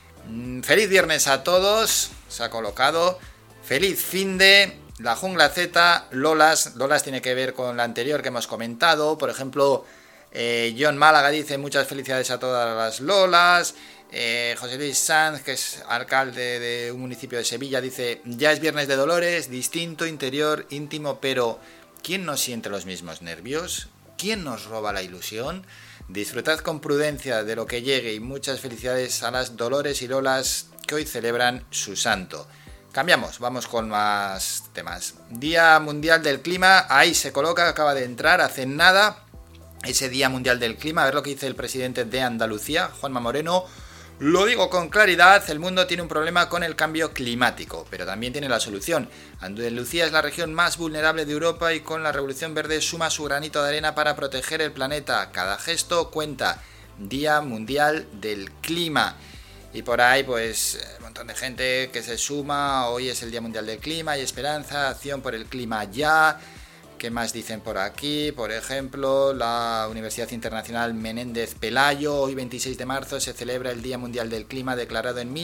Feliz viernes a todos, se ha colocado. Feliz finde, la Jungla Z, Lolas tiene que ver con la anterior que hemos comentado. Por ejemplo, John Málaga dice: muchas felicidades a todas las Lolas. José Luis Sanz, que es alcalde de un municipio de Sevilla, dice: ya es Viernes de Dolores, distinto, interior, íntimo, pero ¿quién no siente los mismos nervios? ¿Quién nos roba la ilusión? Disfrutad con prudencia de lo que llegue y muchas felicidades a las Dolores y Lolas que hoy celebran su santo. Cambiamos, vamos con más temas. Día Mundial del Clima, ahí se coloca, acaba de entrar hace nada ese Día Mundial del Clima. A ver lo que dice el presidente de Andalucía, Juanma Moreno. Lo digo con claridad, el mundo tiene un problema con el cambio climático, pero también tiene la solución. Andalucía es la región más vulnerable de Europa y con la Revolución Verde suma su granito de arena para proteger el planeta. Cada gesto cuenta. Día Mundial del Clima. Y por ahí, pues, un montón de gente que se suma. Hoy es el Día Mundial del Clima, hay esperanza, acción por el clima ya. ¿Qué más dicen por aquí? Por ejemplo, la Universidad Internacional Menéndez Pelayo. Hoy 26 de marzo se celebra el Día Mundial del Clima, declarado en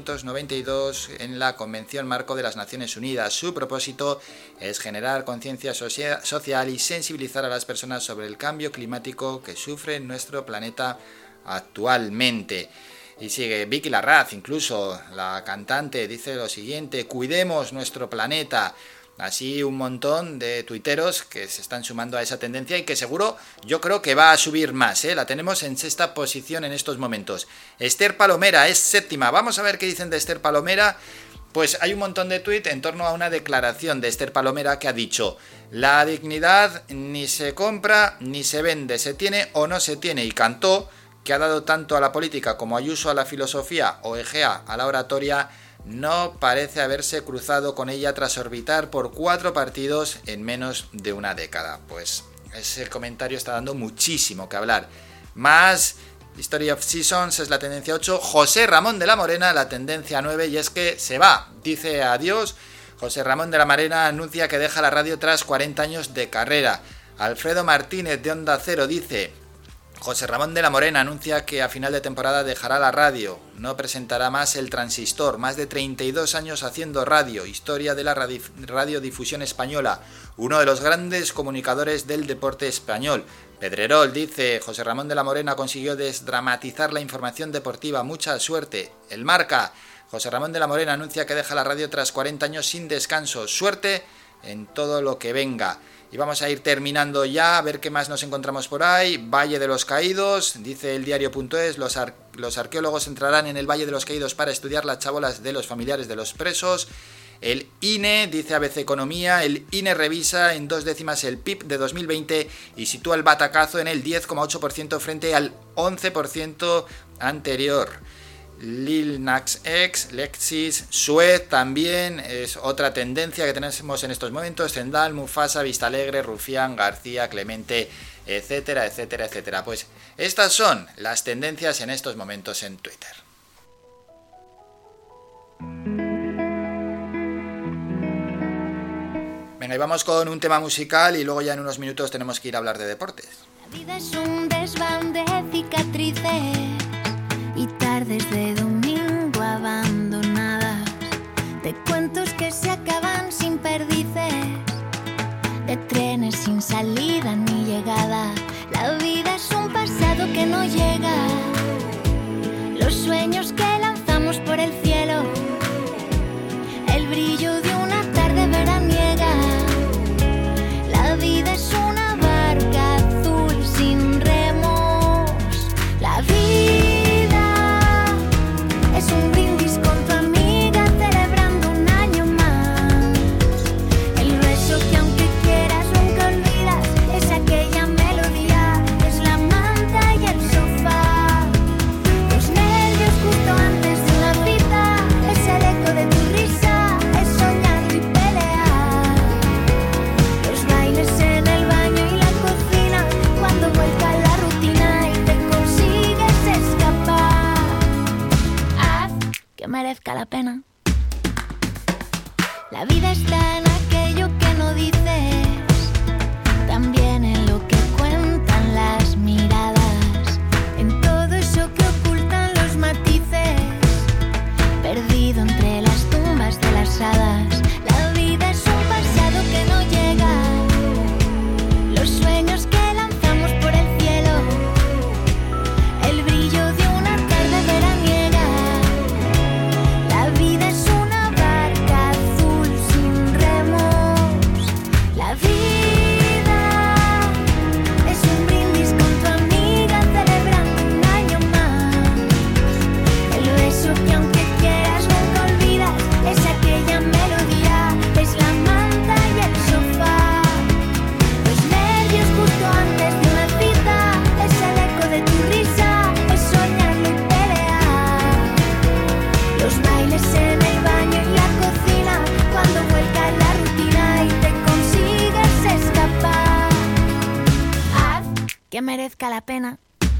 1992 en la Convención Marco de las Naciones Unidas. Su propósito es generar conciencia social y sensibilizar a las personas sobre el cambio climático que sufre nuestro planeta actualmente. Y sigue Vicky Larraz, incluso la cantante, dice lo siguiente: cuidemos nuestro planeta. Así un montón de tuiteros que se están sumando a esa tendencia y que seguro, yo creo que va a subir más, ¿eh? La tenemos en sexta posición en estos momentos. Esther Palomera es séptima. Vamos a ver qué dicen de Esther Palomera. Pues hay un montón de tuit en torno a una declaración de Esther Palomera que ha dicho: la dignidad ni se compra ni se vende, se tiene o no se tiene. Y cantó que ha dado tanto a la política como Ayuso a la filosofía o Egea a la oratoria. No parece haberse cruzado con ella tras orbitar por 4 partidos en menos de una década. Pues ese comentario está dando muchísimo que hablar. Más History of Seasons es la tendencia 8. José Ramón de la Morena, la tendencia 9. Y es que se va, dice adiós. José Ramón de la Morena anuncia que deja la radio tras 40 años de carrera. Alfredo Martínez de Onda Cero dice José Ramón de la Morena anuncia que a final de temporada dejará la radio, no presentará más el Transistor, más de 32 años haciendo radio, historia de la radiodifusión española, uno de los grandes comunicadores del deporte español. Pedrerol dice, José Ramón de la Morena consiguió desdramatizar la información deportiva, mucha suerte. El Marca, José Ramón de la Morena anuncia que deja la radio tras 40 años sin descanso, suerte en todo lo que venga. Y vamos a ir terminando ya, a ver qué más nos encontramos por ahí. Valle de los Caídos, dice el diario.es, los arqueólogos entrarán en el Valle de los Caídos para estudiar las chabolas de los familiares de los presos. El INE, dice ABC Economía, el INE revisa en 2 décimas el PIB de 2020 y sitúa el batacazo en el 10,8% frente al 11% anterior. Lil Nas X, Lexis, Suez también es otra tendencia que tenemos en estos momentos. Zendal, Mufasa, Vistalegre, Rufián, García, Clemente, etcétera, etcétera, etcétera. Pues estas son las tendencias en estos momentos en Twitter. Venga, y vamos con un tema musical y luego ya en unos minutos tenemos que ir a hablar de deportes. La vida es un desván de cicatrices y tardes de domingo abandonadas, de cuentos que se acaban sin perdices, de trenes sin salida ni llegada. La vida es un pasado que no llega, los sueños que lanzamos por el cielo, el brillo de una tarde veraniega. La vida es una barca azul sin remos. La vida es un brindis con tu amiga celebrando un año más. El beso que aunque quieras nunca olvidas es aquella melodía, es la manta y el sofá. Los nervios justo antes de una cita, es el eco de tu risa, es soñar y pelear. Los bailes en el baño y la cocina, cuando vuelca la rutina y te consigues escapar. Haz que merezca la pena. La vida está en aquello que no dices, también en lo que cuentan las miradas, en todo eso que ocultan los matices, perdido entre las tumbas de las hadas. La vida es un pasado que no llega, los sueños que lanzamos por el cielo, el brillo de una tarde veraniega. La vida es una barca azul sin remos. La vida es un brindis con tu amiga celebrando un año más. El beso que aunque quieras nunca olvidas es aquella melodía, es la manta y el sofá. Los nervios justo antes de una cita, es el eco de tu risa, es soñarlo y pelear. Los bailes en el baño y la cocina, cuando vuelca la rutina y te consigues escapar. Haz que merezca la pena.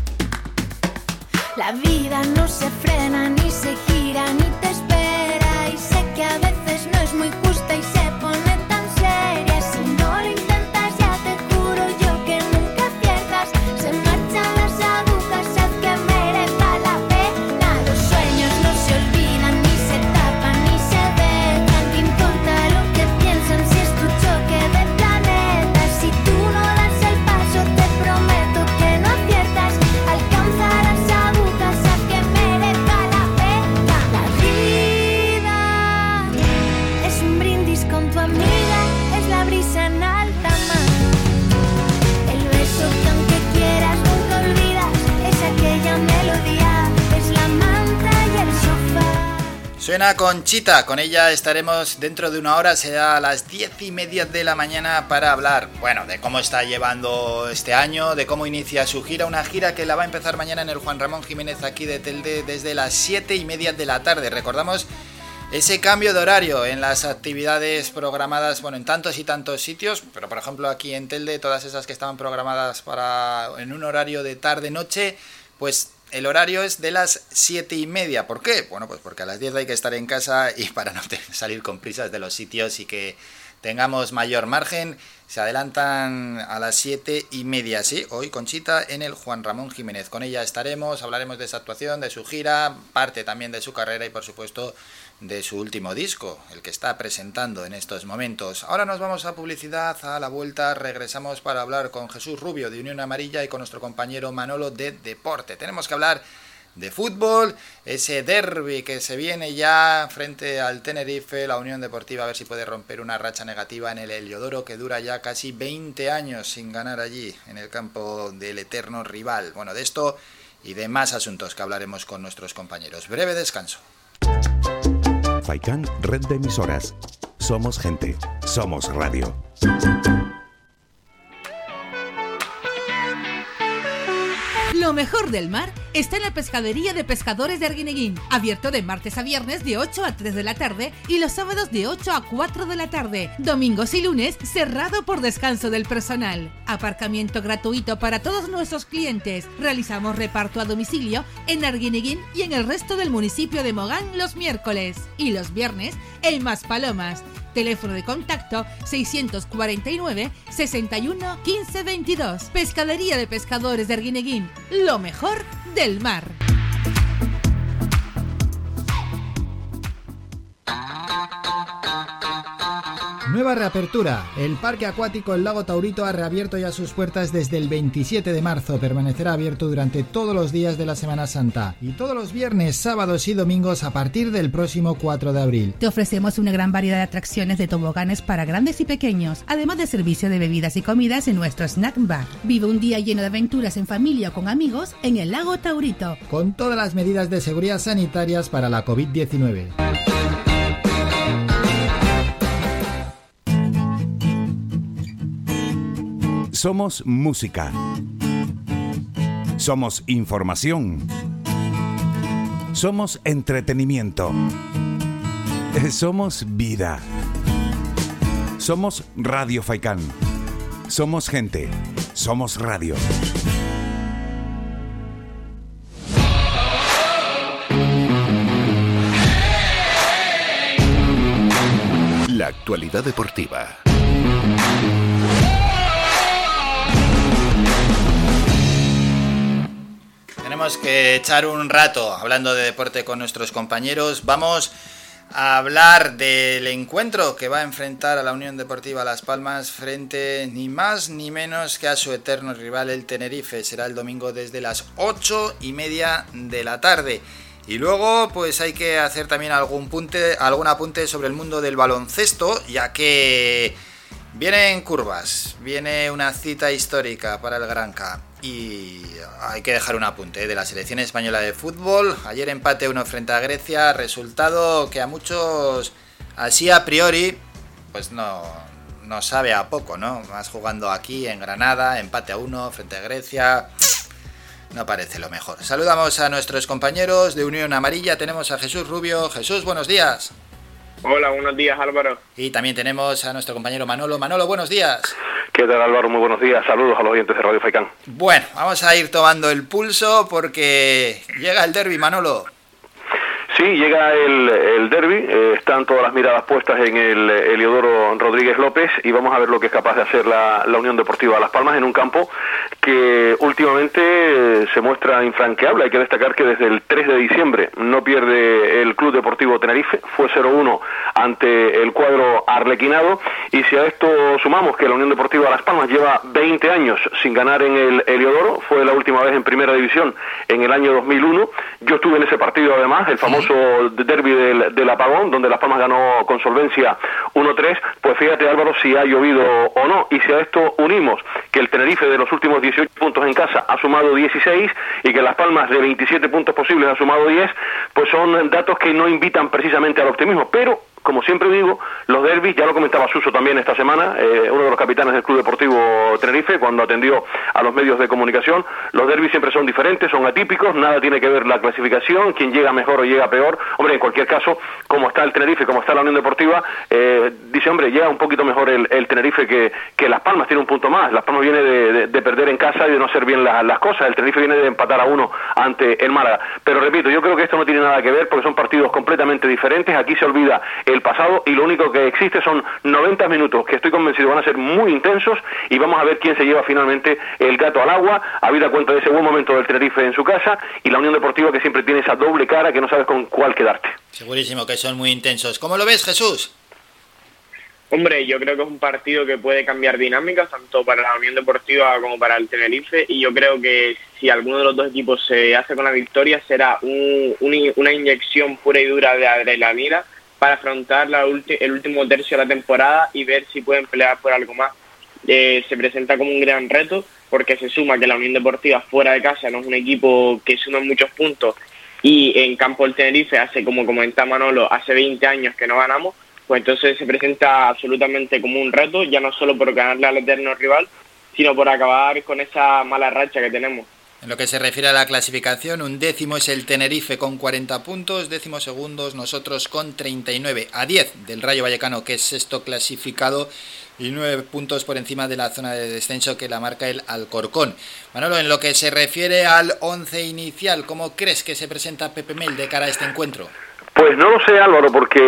La vida no se frena, ni se gira, ni te espera. Y sé que a veces no es muy justa y se pone tan seria. Si no lo intentas, ya te juro yo que nunca aciertas. Se marchan las agujas, haz que merezca la pena. Los sueños no se olvidan, ni se tapan, ni se dejan. ¿Qué importa lo que piensan si es tu choque de planetas? Si tú no das el paso, te prometo que no aciertas. Alcanzarás agujas, haz que merezca la pena. La vida es un brindis con tu amiga, es la brisa en alta mar. El beso que aunque quieras nunca olvidas, es aquella melodía, es la manta y el sofá. Suena Conchita, con ella estaremos dentro de una hora, será a las 10:30 de la mañana para hablar, bueno, de cómo está llevando este año, de cómo inicia su gira, una gira que la va a empezar mañana en el Juan Ramón Jiménez aquí de Telde desde las 7:30 de la tarde. Recordamos ese cambio de horario en las actividades programadas, bueno, en tantos y tantos sitios, pero por ejemplo aquí en Telde, todas esas que estaban programadas en un horario de tarde-noche, pues el horario es de las 7:30. ¿Por qué? Bueno, pues porque a las 10 hay que estar en casa y para no salir con prisas de los sitios y que tengamos mayor margen, se adelantan a las 7:30, sí, hoy Conchita en el Juan Ramón Jiménez. Con ella estaremos, hablaremos de esa actuación, de su gira, parte también de su carrera y por supuesto de su último disco, el que está presentando en estos momentos. Ahora nos vamos a publicidad, a la vuelta regresamos para hablar con Jesús Rubio de Unión Amarilla y con nuestro compañero Manolo de Deporte. Tenemos que hablar de fútbol, ese derbi que se viene ya frente al Tenerife, la Unión Deportiva, a ver si puede romper una racha negativa en el Heliodoro que dura ya casi 20 años sin ganar allí, en el campo del eterno rival. Bueno, de esto y de más asuntos que hablaremos con nuestros compañeros. Breve descanso. Faikan, red de emisoras. Somos gente, somos radio. Lo mejor del mar está en la pescadería de pescadores de Arguineguín, abierto de martes a viernes de 8 a 3 de la tarde y los sábados de 8 a 4 de la tarde. Domingos y lunes cerrado por descanso del personal. Aparcamiento gratuito para todos nuestros clientes. Realizamos reparto a domicilio en Arguineguín y en el resto del municipio de Mogán los miércoles. Y los viernes en Maspalomas. Teléfono de contacto 649 61 15 22. Pescadería de pescadores de Arguineguín. Lo mejor del mar. Nueva reapertura. El Parque Acuático El Lago Taurito ha reabierto ya sus puertas desde el 27 de marzo. Permanecerá abierto durante todos los días de la Semana Santa y todos los viernes, sábados y domingos a partir del próximo 4 de abril. Te ofrecemos una gran variedad de atracciones de toboganes para grandes y pequeños, además de servicio de bebidas y comidas en nuestro snack bar. Vive un día lleno de aventuras en familia o con amigos en el Lago Taurito. Con todas las medidas de seguridad sanitarias para la COVID-19. Somos música. Somos información. Somos entretenimiento. Somos vida. Somos Radio Faikan. Somos gente. Somos radio. La actualidad deportiva. Tenemos que echar un rato hablando de deporte con nuestros compañeros. Vamos a hablar del encuentro que va a enfrentar a la Unión Deportiva Las Palmas frente ni más ni menos que a su eterno rival el Tenerife. Será el domingo desde las 8:30 de la tarde. Y luego pues hay que hacer también algún apunte sobre el mundo del baloncesto, ya que vienen curvas, viene una cita histórica para el Granca. Y hay que dejar un apunte de la selección española de fútbol. Ayer empate 1 frente a Grecia, resultado que a muchos, así a priori, pues no sabe a poco, ¿no? Más jugando aquí en Granada, empate a 1 frente a Grecia, no parece lo mejor. Saludamos a nuestros compañeros de Unión Amarilla, tenemos a Jesús Rubio. Jesús, buenos días. Hola, buenos días, Álvaro. Y también tenemos a nuestro compañero Manolo. Manolo, buenos días. ¿Qué tal, Álvaro? Muy buenos días. Saludos a los oyentes de Radio Faikan. Bueno, vamos a ir tomando el pulso porque llega el derbi, Manolo. Sí, llega el derbi, están todas las miradas puestas en el Heliodoro Rodríguez López y vamos a ver lo que es capaz de hacer la Unión Deportiva Las Palmas en un campo que últimamente se muestra infranqueable. Hay que destacar que desde el 3 de diciembre no pierde el Club Deportivo Tenerife, fue 0-1 ante el cuadro arlequinado, y si a esto sumamos que la Unión Deportiva Las Palmas lleva 20 años sin ganar en el Heliodoro, fue la última vez en Primera División en el año 2001, yo estuve en ese partido además, el famoso derbi del apagón, donde Las Palmas ganó con solvencia 1-3, pues fíjate, Álvaro, si ha llovido o no, y si a esto unimos que el Tenerife de los últimos 18 puntos en casa ha sumado 16 y que Las Palmas de 27 puntos posibles ha sumado 10, pues son datos que no invitan precisamente al optimismo, pero como siempre digo, los derbis, ya lo comentaba Suso también esta semana, uno de los capitanes del Club Deportivo Tenerife, cuando atendió a los medios de comunicación, los derbis siempre son diferentes, son atípicos, nada tiene que ver la clasificación, quién llega mejor o llega peor. Hombre, en cualquier caso, como está el Tenerife, como está la Unión Deportiva, dice, hombre, llega un poquito mejor el Tenerife que Las Palmas, tiene un punto más. Las Palmas viene de perder en casa y de no hacer bien las cosas, el Tenerife viene de empatar a 1 ante el Málaga. Pero repito, yo creo que esto no tiene nada que ver porque son partidos completamente diferentes, aquí se olvida el pasado, y lo único que existe son 90 minutos que estoy convencido van a ser muy intensos, y vamos a ver quién se lleva finalmente el gato al agua, habida cuenta de ese buen momento del Tenerife en su casa y la Unión Deportiva, que siempre tiene esa doble cara que no sabes con cuál quedarte. Segurísimo que son muy intensos. ¿Cómo lo ves, Jesús? Hombre, yo creo que es un partido que puede cambiar dinámicas, tanto para la Unión Deportiva como para el Tenerife, y yo creo que si alguno de los dos equipos se hace con la victoria, será una inyección pura y dura de adrenalina para afrontar el último tercio de la temporada y ver si pueden pelear por algo más. Se presenta como un gran reto, porque se suma que la Unión Deportiva fuera de casa no es un equipo que suma muchos puntos, y en campo del Tenerife hace, como comentaba Manolo, hace 20 años que no ganamos. Pues entonces se presenta absolutamente como un reto, ya no solo por ganarle al eterno rival, sino por acabar con esa mala racha que tenemos. En lo que se refiere a la clasificación, 11º es el Tenerife con 40 puntos, 12º nosotros con 39, a 10 del Rayo Vallecano, que es sexto clasificado, y 9 puntos por encima de la zona de descenso que la marca el Alcorcón. Manolo, en lo que se refiere al 11 inicial, ¿cómo crees que se presenta Pepe Mel de cara a este encuentro? Pues no lo sé, Álvaro, porque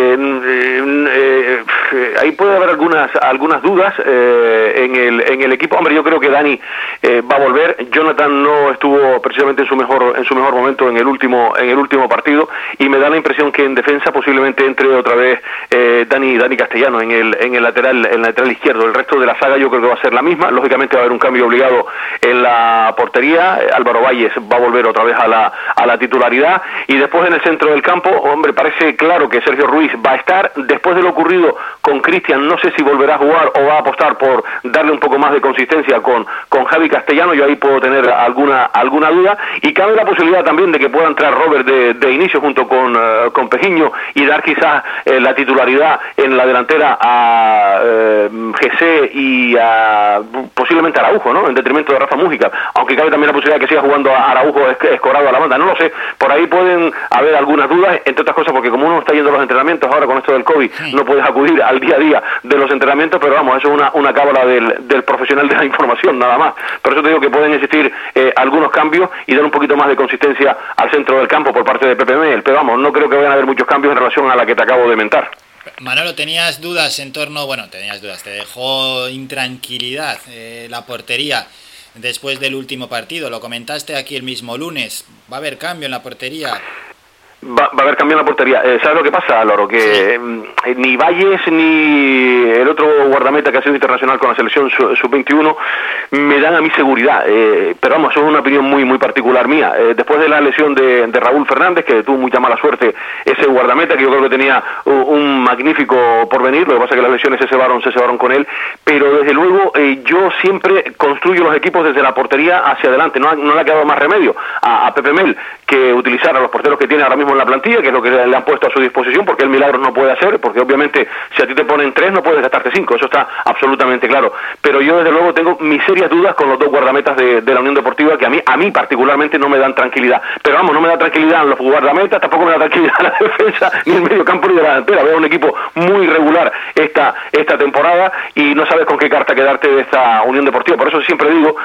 ahí puede haber algunas dudas en el equipo. Hombre, yo creo que Dani va a volver. Jonathan no estuvo precisamente en su mejor momento en el último partido, y me da la impresión que en defensa posiblemente entre otra vez Dani Castellano en el lateral izquierdo. El resto de la saga yo creo que va a ser la misma. Lógicamente va a haber un cambio obligado en la portería. Álvaro Valles va a volver otra vez a la titularidad, y después en el centro del campo, hombre, parece claro que Sergio Ruiz va a estar. Después de lo ocurrido con Cristian, no sé si volverá a jugar o va a apostar por darle un poco más de consistencia con Javi Castellano. Yo ahí puedo tener alguna duda, y cabe la posibilidad también de que pueda entrar Robert de inicio junto con Pejiño, y dar quizás la titularidad en la delantera a GC y a posiblemente a Araujo, ¿no?, en detrimento de Rafa Mújica, aunque cabe también la posibilidad de que siga jugando a Araujo escorado a la banda. No lo sé, por ahí pueden haber algunas dudas, entre otras cosas porque como uno está yendo a los entrenamientos ahora con esto del COVID, no puedes acudir al día a día de los entrenamientos, pero vamos, eso es una cábala del profesional de la información, nada más. Por eso te digo que pueden existir algunos cambios y dar un poquito más de consistencia al centro del campo por parte de Pepe Mel, pero vamos, no creo que vayan a haber muchos cambios en relación a la que te acabo de mentar. Manolo, tenías dudas en torno, te dejó intranquilidad la portería después del último partido, lo comentaste aquí el mismo lunes, ¿va a haber cambio en la portería? Va a haber cambio en la portería. ¿Sabes lo que pasa, Loro? Que ni Valles ni el otro guardameta que ha sido internacional con la selección sub-21 me dan a mí seguridad. Pero vamos, eso es una opinión muy particular mía. Después de la lesión de Raúl Fernández, que tuvo mucha mala suerte ese guardameta, que yo creo que tenía un magnífico porvenir, lo que pasa es que las lesiones se cebaron con él, pero desde luego yo siempre construyo los equipos desde la portería hacia adelante. No le ha quedado más remedio a Pepe Mel que utilizar a los porteros que tiene ahora mismo en la plantilla, que es lo que le han puesto a su disposición, porque el milagro no puede hacer, porque obviamente si a ti te ponen 3 no puedes gastarte 5, eso está absolutamente claro. Pero yo desde luego tengo mis serias dudas con los dos guardametas de la Unión Deportiva, que a mí particularmente no me dan tranquilidad. Pero vamos, no me da tranquilidad los guardametas, tampoco me da tranquilidad la defensa, ni el medio campo ni de la delantera. Veo un equipo muy regular esta temporada, y no sabes con qué carta quedarte de esta Unión Deportiva. Por eso siempre digo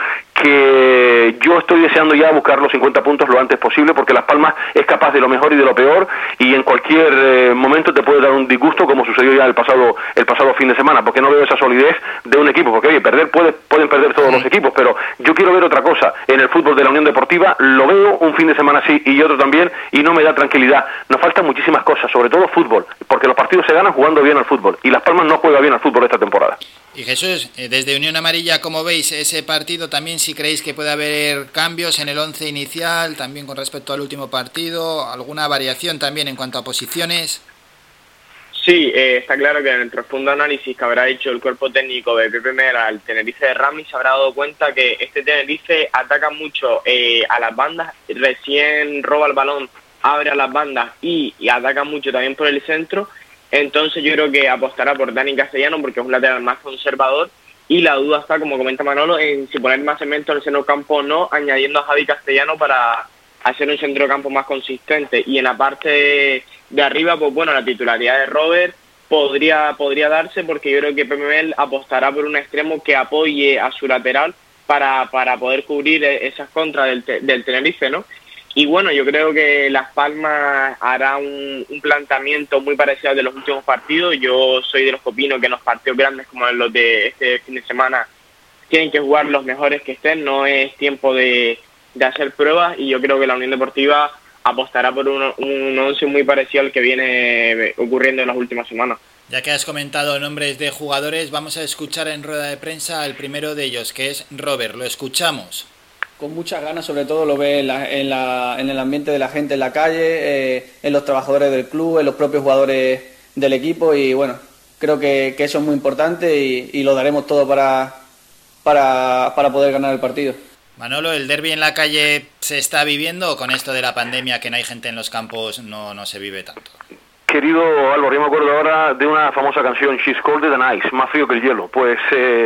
que yo estoy deseando ya buscar los 50 puntos lo antes posible, porque Las Palmas es capaz de lo mejor y de lo peor, y en cualquier momento te puede dar un disgusto, como sucedió ya el pasado fin de semana, porque no veo esa solidez de un equipo, porque oye, perder pueden perder todos los equipos, pero yo quiero ver otra cosa en el fútbol de la Unión Deportiva. Lo veo un fin de semana sí y otro también, y no me da tranquilidad. Nos faltan muchísimas cosas, sobre todo fútbol, porque los partidos se ganan jugando bien al fútbol, y Las Palmas no juega bien al fútbol esta temporada. Y Jesús, desde Unión Amarilla, ¿cómo veis ese partido? También, si creéis que puede haber cambios en el 11 inicial, también con respecto al último partido, alguna variación también en cuanto a posiciones. Sí, está claro que en el profundo análisis que habrá hecho el cuerpo técnico de Pepe Mel al Tenerife de Rami, se habrá dado cuenta que este Tenerife ataca mucho a las bandas, recién roba el balón, abre a las bandas y ataca mucho también por el centro. Entonces yo creo que apostará por Dani Castellano, porque es un lateral más conservador, y la duda está, como comenta Manolo, en si poner más cemento en el centrocampo o no, añadiendo a Javi Castellano para hacer un centrocampo más consistente. Y en la parte de arriba, pues bueno, la titularidad de Robert podría darse, porque yo creo que Pepe Mel apostará por un extremo que apoye a su lateral para poder cubrir esas contras del Tenerife, ¿no? Y bueno, yo creo que Las Palmas hará un planteamiento muy parecido al de los últimos partidos. Yo soy de los que opino que en los partidos grandes como los de este fin de semana tienen que jugar los mejores que estén, no es tiempo de hacer pruebas, y yo creo que la Unión Deportiva apostará por un once muy parecido al que viene ocurriendo en las últimas semanas. Ya que has comentado nombres de jugadores, vamos a escuchar en rueda de prensa al primero de ellos, que es Robert. Lo escuchamos. Con muchas ganas, sobre todo lo ve en el ambiente de la gente en la calle, en los trabajadores del club, en los propios jugadores del equipo, y bueno, creo que eso es muy importante y lo daremos todo para poder ganar el partido. Manolo, ¿el derbi en la calle se está viviendo, o con esto de la pandemia que no hay gente en los campos no se vive tanto? Querido Álvaro, yo me acuerdo ahora de una famosa canción, She's Colder Than Ice, más frío que el hielo. Pues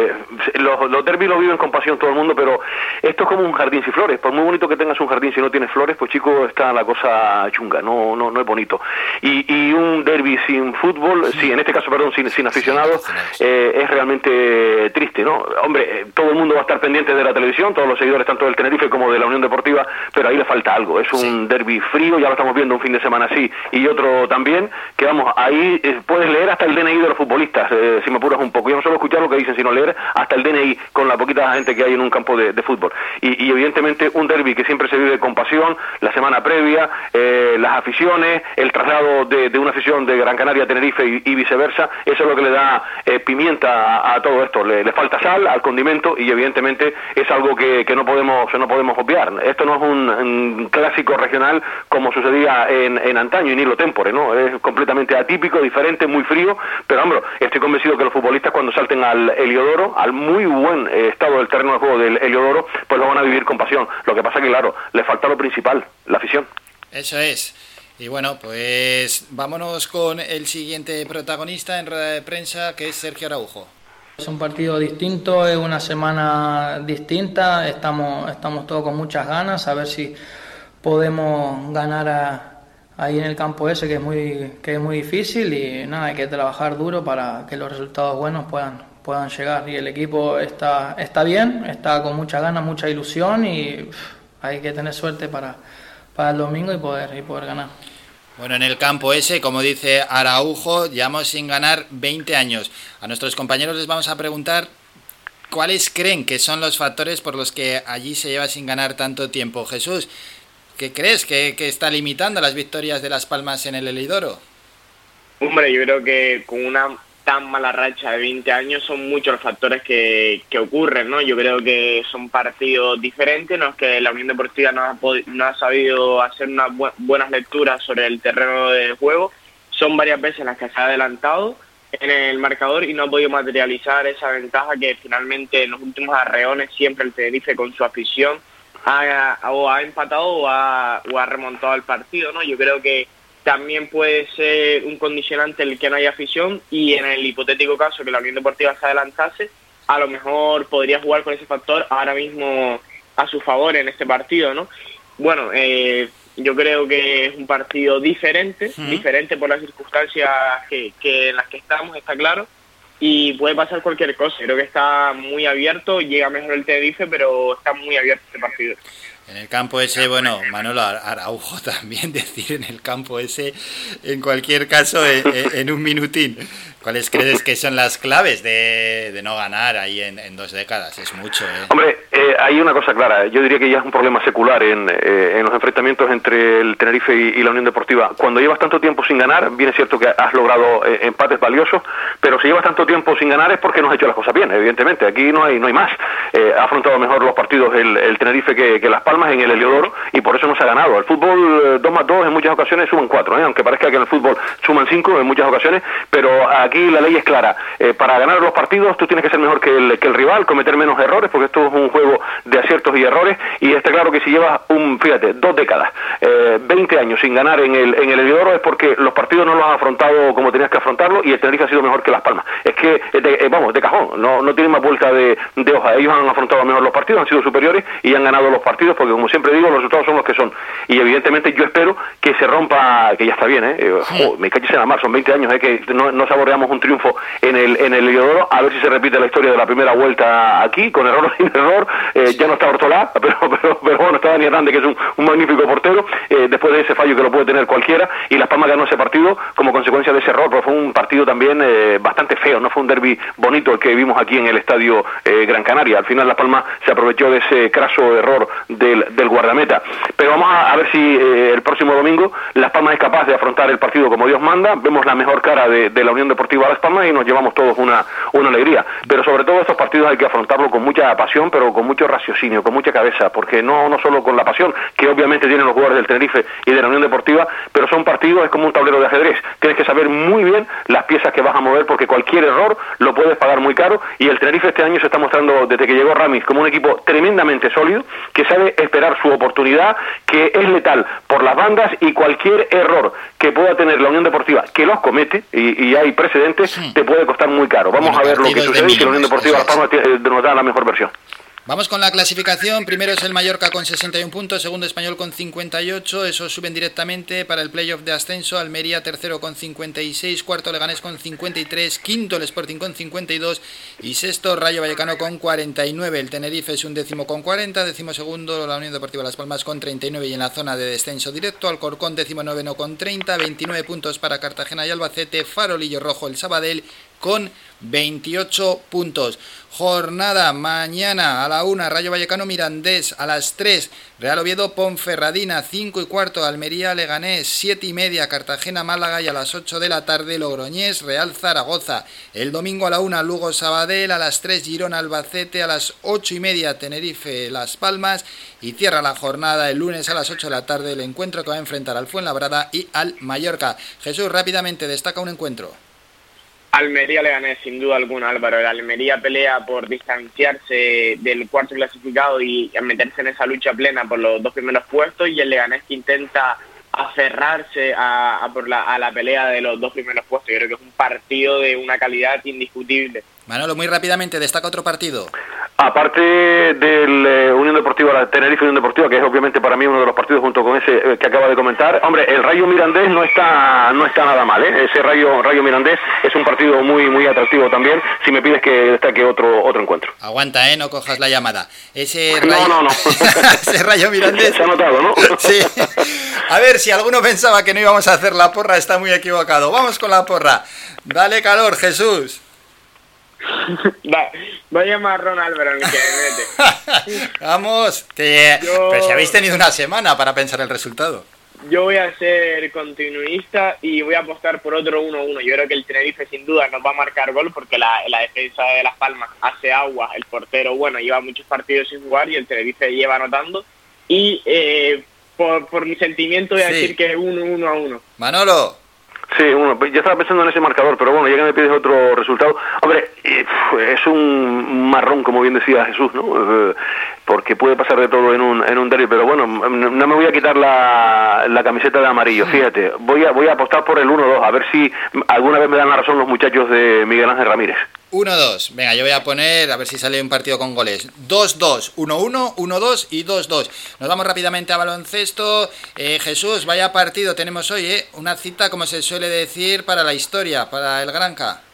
los derbis lo viven con pasión todo el mundo, pero esto es como un jardín sin flores. Por muy bonito que tengas un jardín, si no tienes flores, pues chico, está la cosa chunga, no es bonito. Y un derbi sin fútbol, sí, en este caso, perdón, sin aficionados, es realmente triste, ¿no? Hombre, todo el mundo va a estar pendiente de la televisión, todos los seguidores tanto del Tenerife como de la Unión Deportiva, pero ahí le falta algo. Es un derbi frío, ya lo estamos viendo un fin de semana así y otro también, que vamos, ahí puedes leer hasta el DNI de los futbolistas, si me apuras un poco. Yo no solo escuchar lo que dicen, sino leer hasta el DNI con la poquita gente que hay en un campo de fútbol. Y evidentemente un derbi que siempre se vive con pasión, la semana previa, las aficiones, el traslado de una afición de Gran Canaria a Tenerife y viceversa, eso es lo que le da pimienta a todo esto. Le falta sal al condimento, y evidentemente es algo que no podemos obviar. Esto no es un clásico regional como sucedía en antaño, y ni lo tempore, ¿no? Es completamente atípico, diferente, muy frío, pero hombre, estoy convencido que los futbolistas, cuando salten al Heliodoro, al muy buen estado del terreno de juego del Heliodoro, pues lo van a vivir con pasión. Lo que pasa que, claro, le falta lo principal, la afición. Eso es. Y bueno, pues vámonos con el siguiente protagonista en rueda de prensa, que es Sergio Araujo. Es un partido distinto, es una semana distinta, estamos todos con muchas ganas, a ver si podemos ganar ahí en el campo ese, que es muy difícil, y nada, hay que trabajar duro para que los resultados buenos puedan llegar. Y el equipo está bien, está con muchas ganas, mucha ilusión, y hay que tener suerte para el domingo y poder ganar. Bueno, en el campo ese, como dice Araujo, llevamos sin ganar 20 años. A nuestros compañeros les vamos a preguntar cuáles creen que son los factores por los que allí se lleva sin ganar tanto tiempo. Jesús, ¿qué crees que está limitando las victorias de Las Palmas en el Heliodoro? Hombre, yo creo que con una tan mala racha de 20 años son muchos los factores que ocurren, ¿no? Yo creo que son partidos diferentes, en los que la Unión Deportiva no ha sabido hacer unas buenas lecturas sobre el terreno de juego. Son varias veces en las que se ha adelantado en el marcador y no ha podido materializar esa ventaja que finalmente en los últimos arreones siempre el Tenerife, con su afición, ha empatado o ha remontado el partido, ¿no? Yo creo que también puede ser un condicionante el que no haya afición, y en el hipotético caso que la Unión Deportiva se adelantase, a lo mejor podría jugar con ese factor ahora mismo a su favor en este partido, ¿no? Bueno, yo creo que es un partido diferente por las circunstancias que en las que estamos, está claro, y puede pasar cualquier cosa. Creo que está muy abierto, llega mejor el Tenerife, pero está muy abierto este partido. En el campo ese, bueno, Manolo Araujo también, decir en el campo ese, en cualquier caso, en un minutín. ¿Cuáles crees que son las claves de no ganar ahí en 2 décadas? Es mucho, ¿eh? Hombre, hay una cosa clara. Yo diría que ya es un problema secular en los enfrentamientos entre el Tenerife y la Unión Deportiva. Cuando llevas tanto tiempo sin ganar, bien es cierto que has logrado empates valiosos, pero si llevas tanto tiempo sin ganar es porque no has hecho las cosas bien, evidentemente. Aquí no hay más. Ha afrontado mejor los partidos el Tenerife que Las Palmas en el Heliodoro, y por eso no se ha ganado. El fútbol 2 más 2 en muchas ocasiones suman 4, aunque parezca que en el fútbol suman 5 en muchas ocasiones, pero aquí la ley es clara. Para ganar los partidos tú tienes que ser mejor que el rival, cometer menos errores, porque esto es un juego de aciertos y errores, y está claro que si llevas 2 décadas, 20 años sin ganar en el Heliodoro, es porque los partidos no los has afrontado como tenías que afrontarlo, y el Tenerife ha sido mejor que Las Palmas. Es que, de cajón, no tienen más vuelta de hoja. Ellos han afrontado mejor los partidos, han sido superiores y han ganado los partidos, porque como siempre digo, los resultados son los que son. Y evidentemente yo espero que se rompa, que ya está bien, me calles en la mar, son 20 años, que no saboreamos un triunfo en el Heliodoro, a ver si se repite la historia de la primera vuelta aquí, con error o sin error. Ya no estaba Ortolá, pero bueno, está Dani Hernández, que es un magnífico portero, después de ese fallo que lo puede tener cualquiera, y Las Palmas ganó ese partido como consecuencia de ese error, pero fue un partido también bastante feo, no fue un derbi bonito el que vimos aquí en el estadio Gran Canaria. Al final Las Palmas se aprovechó de ese craso error del guardameta, pero vamos a ver si el próximo domingo Las Palmas es capaz de afrontar el partido como Dios manda, vemos la mejor cara de la Unión Deportiva Las Palmas y nos llevamos todos una alegría, pero sobre todo estos partidos hay que afrontarlo con mucha pasión, pero con mucho raciocinio, con mucha cabeza, porque no solo con la pasión que obviamente tienen los jugadores del Tenerife y de la Unión Deportiva, pero son partidos, es como un tablero de ajedrez, tienes que saber muy bien las piezas que vas a mover, porque cualquier error lo puedes pagar muy caro, y el Tenerife este año se está mostrando desde que llegó Ramis como un equipo tremendamente sólido, que sabe esperar su oportunidad, que es letal por las bandas, y cualquier error que pueda tener la Unión Deportiva, que los comete, y hay precedentes, te puede costar muy caro. Vamos a ver lo que sucede y que la Unión Deportiva Las Palmas nos da la mejor versión. Vamos con la clasificación. Primero es el Mallorca con 61 puntos, segundo Español con 58, esos suben directamente para el playoff de ascenso. Almería tercero con 56, cuarto Leganés con 53, quinto el Sporting con 52 y sexto Rayo Vallecano con 49. El Tenerife es un décimo con 40, décimo segundo la Unión Deportiva Las Palmas con 39 y en la zona de descenso directo Alcorcón décimo noveno con 30, 29 puntos para Cartagena y Albacete, Farolillo Rojo el Sabadell con 28 puntos. Jornada mañana a la 1, Rayo Vallecano Mirandés, a las 3, Real Oviedo Ponferradina, 5 y cuarto, Almería Leganés, 7 y media, Cartagena Málaga y a las 8 de la tarde, Logroñés Real Zaragoza. El domingo a la 1, Lugo Sabadell, a las 3, Girona Albacete, a las 8 y media, Tenerife Las Palmas y cierra la jornada el lunes a las 8 de la tarde el encuentro que va a enfrentar al Fuenlabrada y al Mallorca. Jesús, rápidamente, destaca un encuentro. Almería Leganés, sin duda alguna, Álvaro. El Almería pelea por distanciarse del cuarto clasificado y a meterse en esa lucha plena por los dos primeros puestos, y el Leganés que intenta aferrarse a la pelea de los dos primeros puestos. Yo creo que es un partido de una calidad indiscutible. Manolo, muy rápidamente, destaca otro partido. Aparte del Unión Deportiva, la Tenerife Unión Deportiva, que es obviamente para mí uno de los partidos junto con ese que acaba de comentar, hombre, el Rayo Mirandés no está nada mal, ¿eh? Ese Rayo Mirandés es un partido muy muy atractivo también, si me pides que destaque otro encuentro. Aguanta, no cojas la llamada. Ese Rayo... No. Ese Rayo Mirandés... Se ha notado, ¿no? Sí. A ver, si alguno pensaba que no íbamos a hacer la porra, está muy equivocado. Vamos con la porra. Dale calor, Jesús. Vaya marrón, Álvaro, en el que me mete. Vamos, pero si habéis tenido una semana para pensar el resultado. Yo voy a ser continuista y voy a apostar por otro 1-1. Yo creo que el Tenerife sin duda nos va a marcar gol, porque la defensa de Las Palmas hace agua. El portero, lleva muchos partidos sin jugar y el Tenerife lleva anotando. Y por mi sentimiento voy a decir que es 1-1. Manolo. Sí, ya estaba pensando en ese marcador, pero bueno, ya que me pides otro resultado, hombre, es un marrón, como bien decía Jesús, ¿no? Porque puede pasar de todo en un derbi, pero bueno, no me voy a quitar la camiseta de amarillo, fíjate, voy a apostar por el 1-2, a ver si alguna vez me dan la razón los muchachos de Miguel Ángel Ramírez. 1-2, venga, yo voy a poner, a ver si sale un partido con goles. 2-2, 1-1, 1-2 y 2-2. Nos vamos rápidamente a baloncesto. Jesús, vaya partido tenemos hoy, una cita, como se suele decir, para la historia, para el Granca.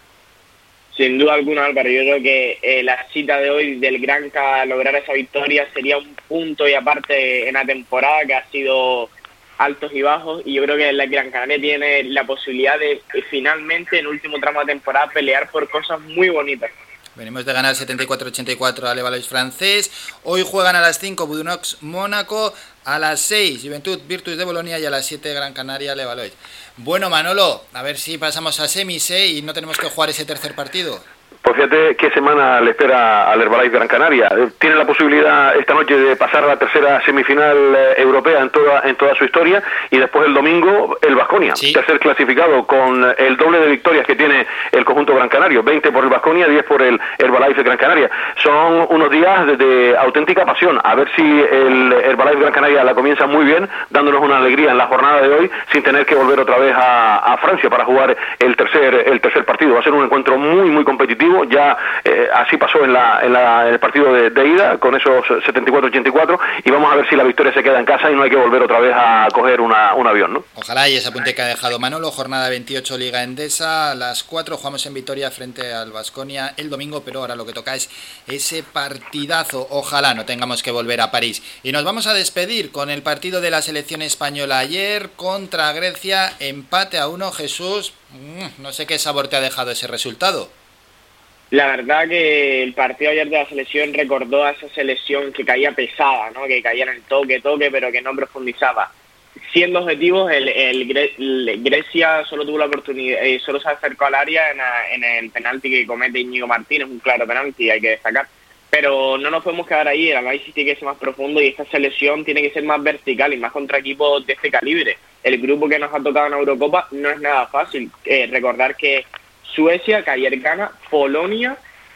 Sin duda alguna, Álvaro, yo creo que la cita de hoy del Granca, lograr esa victoria, sería un punto y aparte en la temporada que ha sido altos y bajos, y yo creo que la Gran Canaria tiene la posibilidad de finalmente en el último tramo de temporada pelear por cosas muy bonitas. Venimos de ganar 74-84 a Levallois francés. Hoy juegan a las 5 Budunox Mónaco, a las 6 Juventud Virtus de Bolonia y a las 7 Gran Canaria Levallois. Bueno, Manolo, a ver si pasamos a semis y no tenemos que jugar ese tercer partido. Pues fíjate qué semana le espera al Herbalife Gran Canaria. Tiene la posibilidad esta noche de pasar a la tercera semifinal europea en toda su historia, y después el domingo el Baskonia, tercer clasificado, con el doble de victorias que tiene el conjunto gran canario, 20 por el Baskonia, 10 por el Herbalife Gran Canaria. Son unos días de auténtica pasión, a ver si el Herbalife Gran Canaria la comienza muy bien, dándonos una alegría en la jornada de hoy, sin tener que volver otra vez a Francia para jugar el tercer partido. Va a ser un encuentro muy muy competitivo positivo. Ya así pasó en el partido de ida, con esos 74-84, y vamos a ver si la victoria se queda en casa y no hay que volver otra vez a coger un avión, ¿no? Ojalá, y ese apunte que ha dejado Manolo, jornada 28 Liga Endesa, a las 4 jugamos en Vitoria frente al Baskonia el domingo, pero ahora lo que toca es ese partidazo. Ojalá no tengamos que volver a París. Y nos vamos a despedir con el partido de la selección española ayer contra Grecia, empate a 1. Jesús, no sé qué sabor te ha dejado ese resultado. La verdad que el partido ayer de la selección recordó a esa selección que caía pesada, ¿no? Que caía en el toque, pero que no profundizaba. Siendo objetivos, Grecia solo tuvo la oportunidad, solo se acercó al área en el penalti que comete Íñigo Martínez, un claro penalti, hay que destacar. Pero no nos podemos quedar ahí, el análisis tiene que ser más profundo y esta selección tiene que ser más vertical y más contra equipos de este calibre. El grupo que nos ha tocado en Eurocopa no es nada fácil. Recordar que Suecia, que ayer gana, Polonia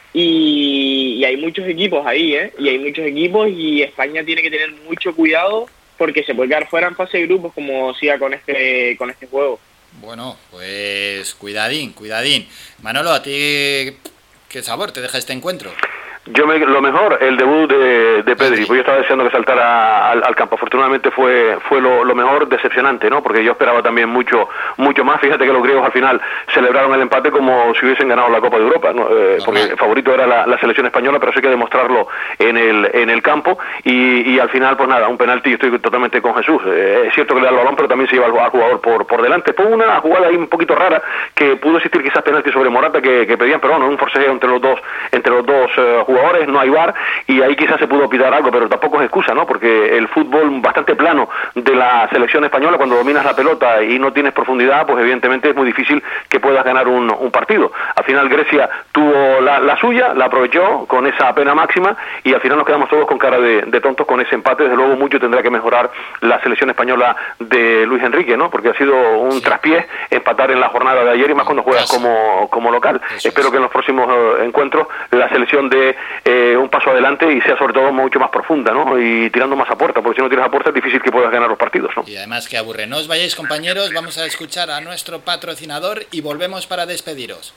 y hay muchos equipos ahí, y hay muchos equipos y España tiene que tener mucho cuidado porque se puede quedar fuera en fase de grupos como siga con este juego. Bueno, pues cuidadín. Manolo, ¿a ti qué sabor te deja este encuentro? Lo mejor, el debut de Pedri, pues yo estaba deseando que saltara al campo. Afortunadamente fue lo mejor, decepcionante, ¿no? Porque yo esperaba también mucho más. Fíjate que los griegos al final celebraron el empate como si hubiesen ganado la Copa de Europa, ¿no? Porque el favorito era la selección española, pero eso hay que demostrarlo en el campo. Y al final, pues nada, un penalti, estoy totalmente con Jesús. Es cierto que le da el balón, pero también se lleva al jugador por delante. Fue una jugada ahí un poquito rara, que pudo existir quizás penalti sobre Morata que pedían, pero bueno, un forcejeo entre los dos jugadores, no hay VAR, y ahí quizás se pudo pitar algo, pero tampoco es excusa, ¿no? Porque el fútbol bastante plano de la selección española, cuando dominas la pelota y no tienes profundidad, pues evidentemente es muy difícil que puedas ganar un partido. Al final Grecia tuvo la suya, la aprovechó con esa pena máxima, y al final nos quedamos todos con cara de tontos con ese empate. Desde luego mucho tendrá que mejorar la selección española de Luis Enrique, ¿no? Porque ha sido un traspiés empatar en la jornada de ayer, y más cuando juegas como local. Espero que en los próximos encuentros la selección dé un paso adelante y sea sobre todo mucho más profunda, ¿no? Y tirando más a puerta, porque si no tiras a puerta es difícil que puedas ganar los partidos, ¿no? Y además que aburre. No os vayáis, compañeros, vamos a escuchar a nuestro patrocinador y volvemos para despediros.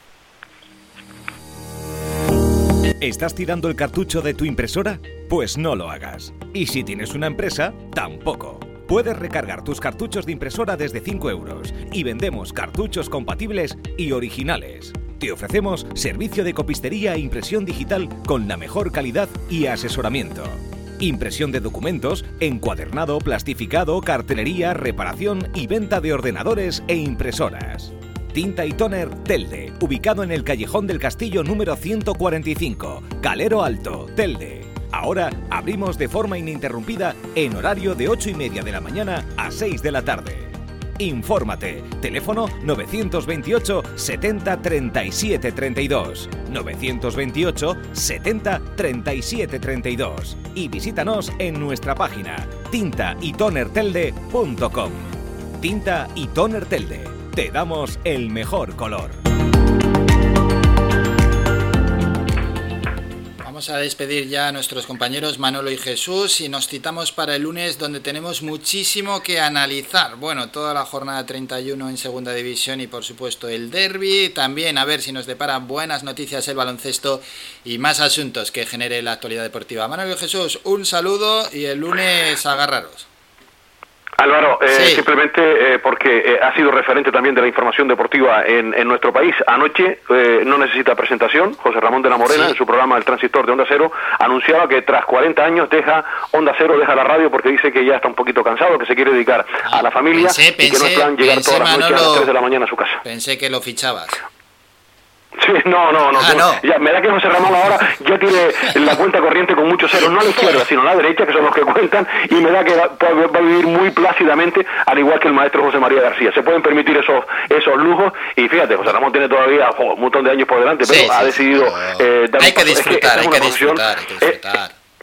¿Estás tirando el cartucho de tu impresora? Pues no lo hagas. Y si tienes una empresa, tampoco. Puedes recargar tus cartuchos de impresora desde 5 euros y vendemos cartuchos compatibles y originales. Te ofrecemos servicio de copistería e impresión digital con la mejor calidad y asesoramiento. Impresión de documentos, encuadernado, plastificado, cartelería, reparación y venta de ordenadores e impresoras. Tinta y Toner Telde, ubicado en el Callejón del Castillo número 145, Calero Alto, Telde. Ahora abrimos de forma ininterrumpida en horario de 8:30 de la mañana a 6 de la tarde. Infórmate, teléfono 928 70 37 32, 928 70 37 32, y visítanos en nuestra página tintaytonertelde.com. Tinta y Toner Telde, te damos el mejor color. Vamos a despedir ya a nuestros compañeros Manolo y Jesús y nos citamos para el lunes, donde tenemos muchísimo que analizar. Bueno, toda la jornada 31 en segunda división y por supuesto el derbi. También a ver si nos deparan buenas noticias el baloncesto y más asuntos que genere la actualidad deportiva. Manolo y Jesús, un saludo y el lunes agarraros. Álvaro, simplemente porque ha sido referente también de la información deportiva en nuestro país. Anoche, no necesita presentación, José Ramón de la Morena, en su programa El Transistor de Onda Cero, anunciaba que tras 40 años deja Onda Cero, deja la radio, porque dice que ya está un poquito cansado, que se quiere dedicar a la familia y que no es plan llegar todas las noches a las 3 de la mañana a su casa. Pensé que lo fichabas. Sí, no. Ya, me da que José Ramón ahora ya tiene la cuenta corriente con muchos ceros, no a la izquierda, sino a la derecha, que son los que cuentan, y me da que va a vivir muy plácidamente, al igual que el maestro José María García. Se pueden permitir esos lujos, y fíjate, José Ramón tiene todavía un montón de años por delante, pero ha decidido dar hay que disfrutar, hay que disfrutar.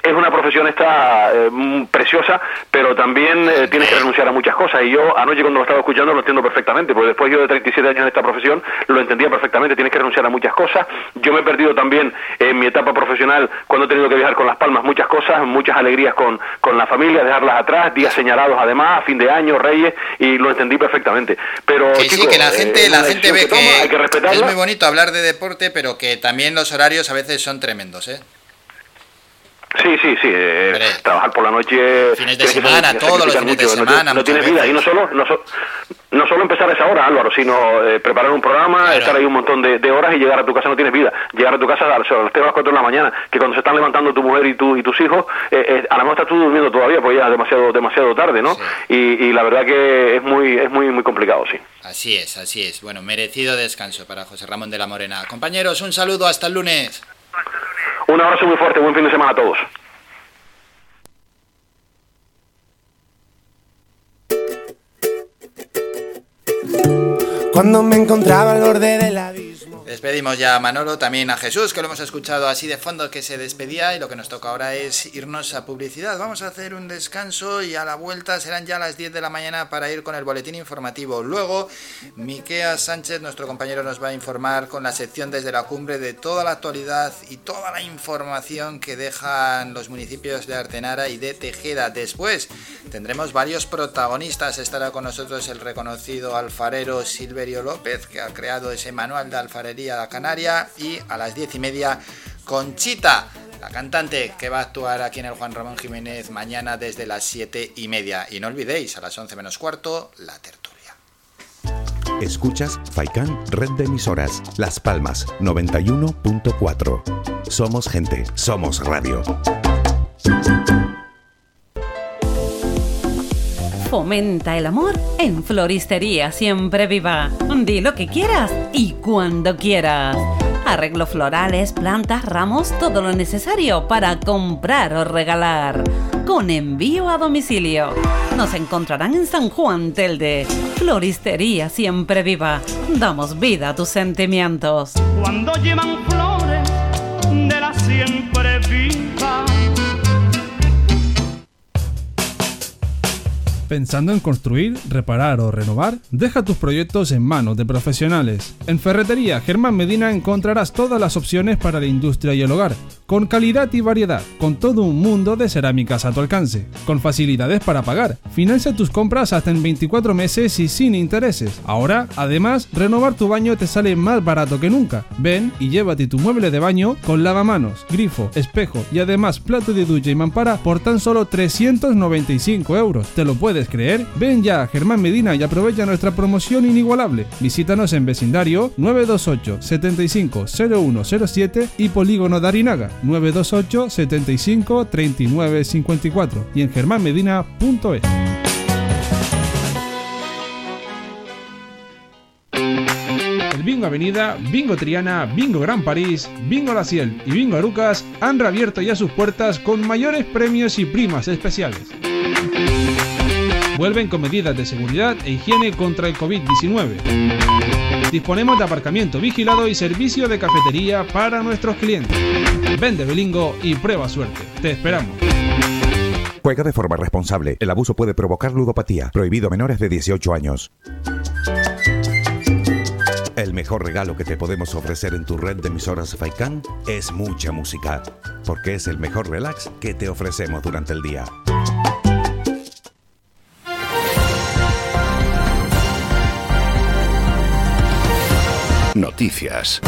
es una profesión preciosa, pero también tienes que renunciar a muchas cosas, y yo anoche cuando lo estaba escuchando lo entiendo perfectamente, porque después yo de 37 años en esta profesión lo entendía perfectamente. Tienes que renunciar a muchas cosas. Yo me he perdido también en mi etapa profesional, cuando he tenido que viajar con Las Palmas, muchas cosas, muchas alegrías con la familia, dejarlas atrás, días señalados además, fin de año, Reyes, y lo entendí perfectamente. Pero que chicos, sí, que la gente ve que hay que respetarla. Es muy bonito hablar de deporte, pero que también los horarios a veces son tremendos, ¿eh? Sí, trabajar por la noche, fines de semana, todos los fines de semana, no tienes vida, y no solo empezar a esa hora, Álvaro, sino preparar un programa, claro, estar ahí un montón de horas y llegar a tu casa. No tienes vida, llegar a tu casa a las 3 o las 4 de la mañana, que cuando se están levantando tu mujer y tus hijos, a lo mejor estás tú durmiendo todavía, pues ya es demasiado tarde, ¿no? Sí. Y la verdad que es muy complicado, sí. Así es. Bueno, merecido descanso para José Ramón de la Morena. Compañeros, un saludo, hasta el lunes. Un abrazo muy fuerte, buen fin de semana a todos. Cuando me encontraba al borde del abismo. Despedimos ya a Manolo, también a Jesús, que lo hemos escuchado así de fondo que se despedía, y lo que nos toca ahora es irnos a publicidad. Vamos a hacer un descanso y a la vuelta serán ya las 10 de la mañana para ir con el boletín informativo. Luego, Miquea Sánchez, nuestro compañero, nos va a informar con la sección Desde la Cumbre de toda la actualidad y toda la información que dejan los municipios de Artenara y de Tejeda. Después tendremos varios protagonistas. Estará con nosotros el reconocido alfarero Silverio López, que ha creado ese manual de alfarería canaria, y a las 10:30 Conchita, la cantante, que va a actuar aquí en el Juan Ramón Jiménez mañana desde las 7:30. Y no olvidéis, a las 11 menos cuarto, la tertulia. Escuchas Faikan, red de emisoras, Las Palmas 91.4. Somos gente, somos radio. Fomenta el amor en Floristería Siempre Viva. Di lo que quieras y cuando quieras. Arreglos florales, plantas, ramos, todo lo necesario para comprar o regalar. Con envío a domicilio. Nos encontrarán en San Juan Telde. Floristería Siempre Viva. Damos vida a tus sentimientos. Cuando llevan flores de la Siempre Viva. ¿Pensando en construir, reparar o renovar? Deja tus proyectos en manos de profesionales. En Ferretería Germán Medina encontrarás todas las opciones para la industria y el hogar, con calidad y variedad, con todo un mundo de cerámicas a tu alcance, con facilidades para pagar. Financia tus compras hasta en 24 meses y sin intereses. Ahora, además, renovar tu baño te sale más barato que nunca. Ven y llévate tu mueble de baño con lavamanos, grifo, espejo y además plato de ducha y mampara por tan solo 395 euros. ¿Te lo puedes creer? Ven ya a Germán Medina y aprovecha nuestra promoción inigualable. Visítanos en vecindario 928 75 0107 y Polígono de Arinaga 928 75 39 54 y en germanmedina.es. El Bingo Avenida, Bingo Triana, Bingo Gran París, Bingo La Ciel y Bingo Arucas han reabierto ya sus puertas con mayores premios y primas especiales. Vuelven con medidas de seguridad e higiene contra el COVID-19. Disponemos de aparcamiento vigilado y servicio de cafetería para nuestros clientes. Vende Belingo y prueba suerte. Te esperamos. Juega de forma responsable. El abuso puede provocar ludopatía. Prohibido a menores de 18 años. El mejor regalo que te podemos ofrecer en tu red de emisoras Faikan es mucha música, porque es el mejor relax que te ofrecemos durante el día. Noticias.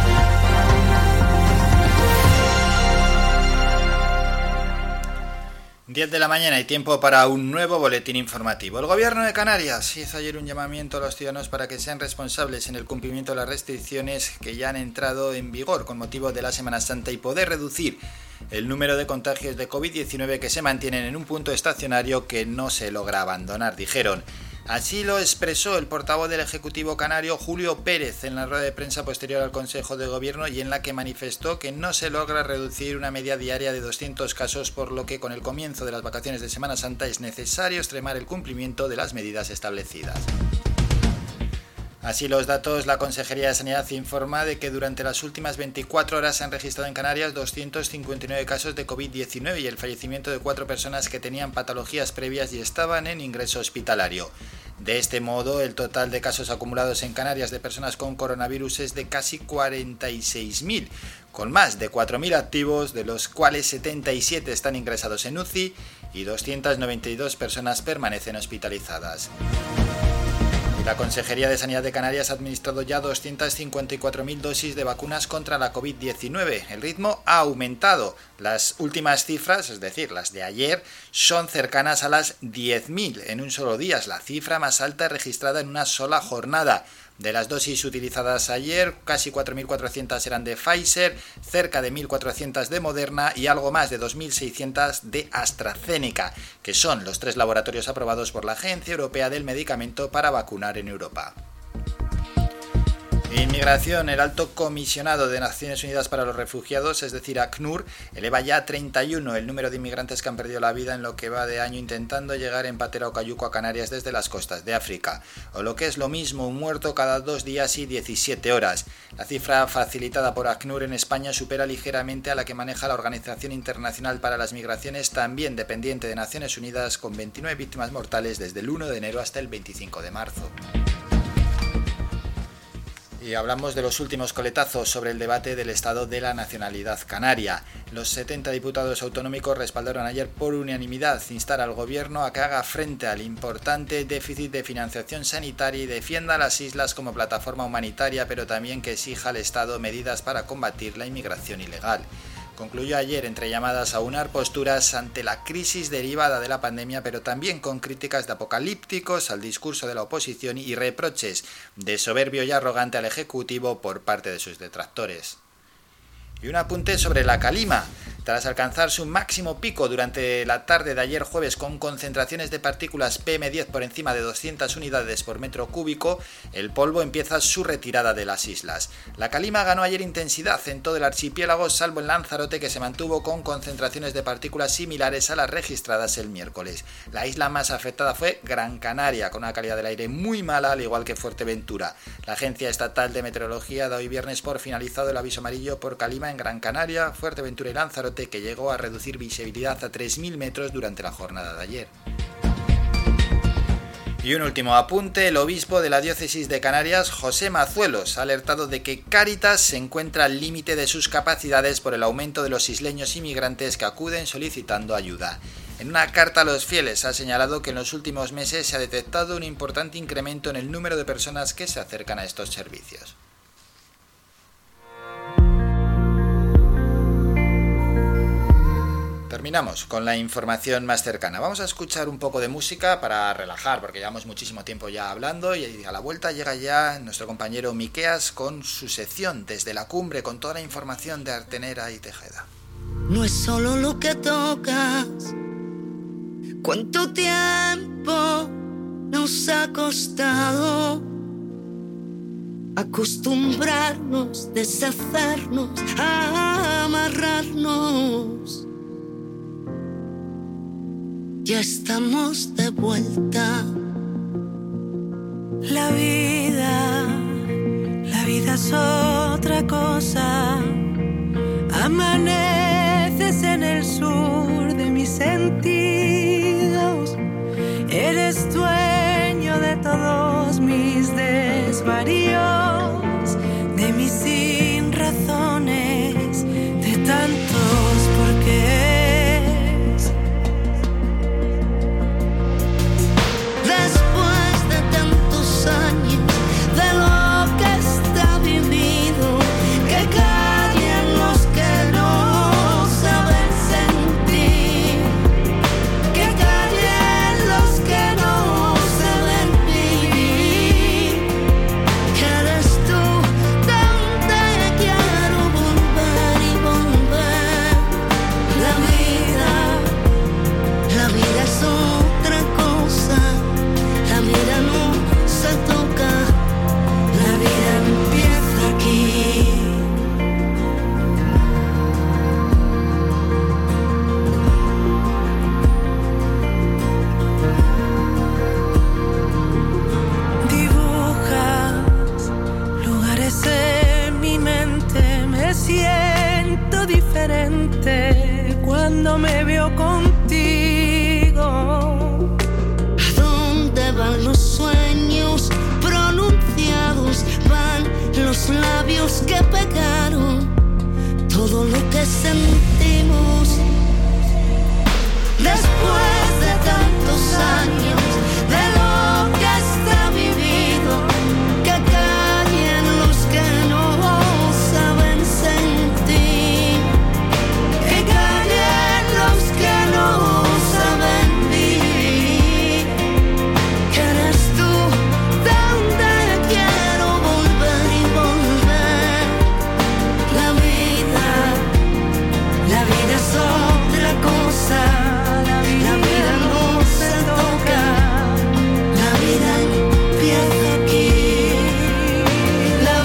Diez de la mañana y tiempo para un nuevo boletín informativo. El Gobierno de Canarias hizo ayer un llamamiento a los ciudadanos para que sean responsables en el cumplimiento de las restricciones que ya han entrado en vigor con motivo de la Semana Santa y poder reducir el número de contagios de COVID-19 que se mantienen en un punto estacionario que no se logra abandonar, dijeron. Así lo expresó el portavoz del Ejecutivo canario, Julio Pérez, en la rueda de prensa posterior al Consejo de Gobierno, y en la que manifestó que no se logra reducir una media diaria de 200 casos, por lo que con el comienzo de las vacaciones de Semana Santa es necesario extremar el cumplimiento de las medidas establecidas. Así los datos, la Consejería de Sanidad informa de que durante las últimas 24 horas se han registrado en Canarias 259 casos de COVID-19 y el fallecimiento de 4 personas que tenían patologías previas y estaban en ingreso hospitalario. De este modo, el total de casos acumulados en Canarias de personas con coronavirus es de casi 46.000, con más de 4.000 activos, de los cuales 77 están ingresados en UCI y 292 personas permanecen hospitalizadas. La Consejería de Sanidad de Canarias ha administrado ya 254.000 dosis de vacunas contra la COVID-19. El ritmo ha aumentado. Las últimas cifras, es decir, las de ayer, son cercanas a las 10.000 en un solo día. Es la cifra más alta registrada en una sola jornada. De las dosis utilizadas ayer, casi 4.400 eran de Pfizer, cerca de 1.400 de Moderna y algo más de 2.600 de AstraZeneca, que son los 3 laboratorios aprobados por la Agencia Europea del Medicamento para vacunar en Europa. Inmigración, el alto comisionado de Naciones Unidas para los Refugiados, es decir, ACNUR, eleva ya a 31 el número de inmigrantes que han perdido la vida en lo que va de año intentando llegar en patera o cayuco a Canarias desde las costas de África, o lo que es lo mismo, un muerto cada 2 días y 17 horas. La cifra facilitada por ACNUR en España supera ligeramente a la que maneja la Organización Internacional para las Migraciones, también dependiente de Naciones Unidas, con 29 víctimas mortales desde el 1 de enero hasta el 25 de marzo. Y hablamos de los últimos coletazos sobre el debate del estado de la nacionalidad canaria. Los 70 diputados autonómicos respaldaron ayer por unanimidad instar al gobierno a que haga frente al importante déficit de financiación sanitaria y defienda a las islas como plataforma humanitaria, pero también que exija al Estado medidas para combatir la inmigración ilegal. Concluyó ayer entre llamadas a unar posturas ante la crisis derivada de la pandemia, pero también con críticas de apocalípticos al discurso de la oposición y reproches de soberbio y arrogante al Ejecutivo por parte de sus detractores. Y un apunte sobre la calima. Tras alcanzar su máximo pico durante la tarde de ayer jueves con concentraciones de partículas PM10 por encima de 200 unidades por metro cúbico, el polvo empieza su retirada de las islas. La calima ganó ayer intensidad en todo el archipiélago, salvo en Lanzarote, que se mantuvo con concentraciones de partículas similares a las registradas el miércoles. La isla más afectada fue Gran Canaria, con una calidad del aire muy mala, al igual que Fuerteventura. La Agencia Estatal de Meteorología da hoy viernes por finalizado el aviso amarillo por calima en Gran Canaria, Fuerteventura y Lanzarote, que llegó a reducir visibilidad a 3.000 metros durante la jornada de ayer. Y un último apunte, el obispo de la diócesis de Canarias, José Mazuelos, ha alertado de que Cáritas se encuentra al límite de sus capacidades por el aumento de los isleños inmigrantes que acuden solicitando ayuda. En una carta a los fieles ha señalado que en los últimos meses se ha detectado un importante incremento en el número de personas que se acercan a estos servicios. Terminamos con la información más cercana. Vamos a escuchar un poco de música para relajar, porque llevamos muchísimo tiempo ya hablando y a la vuelta llega ya nuestro compañero Miqueas con su sección Desde la Cumbre, con toda la información de Artenera y Tejeda. No es solo lo que tocas, cuánto tiempo nos ha costado acostumbrarnos, deshacernos, amarrarnos. Ya estamos de vuelta. La vida es otra cosa. Amaneces en el sur de mis sentidos. Eres dueño de todos mis desvaríos, de mis sinrazones, de tantos porqués. De lo que está vivido, que callen los que no cuando me vio contigo. ¿A dónde van los sueños pronunciados? Van los labios que pegaron todo lo que sentimos. Después de tantos años de lo que está vivido, que callen los que no saben sentir, que callen los que no saben vivir, que eres tú donde quiero volver y volver. La vida es otra cosa. La vida no se toca, la vida empieza aquí. La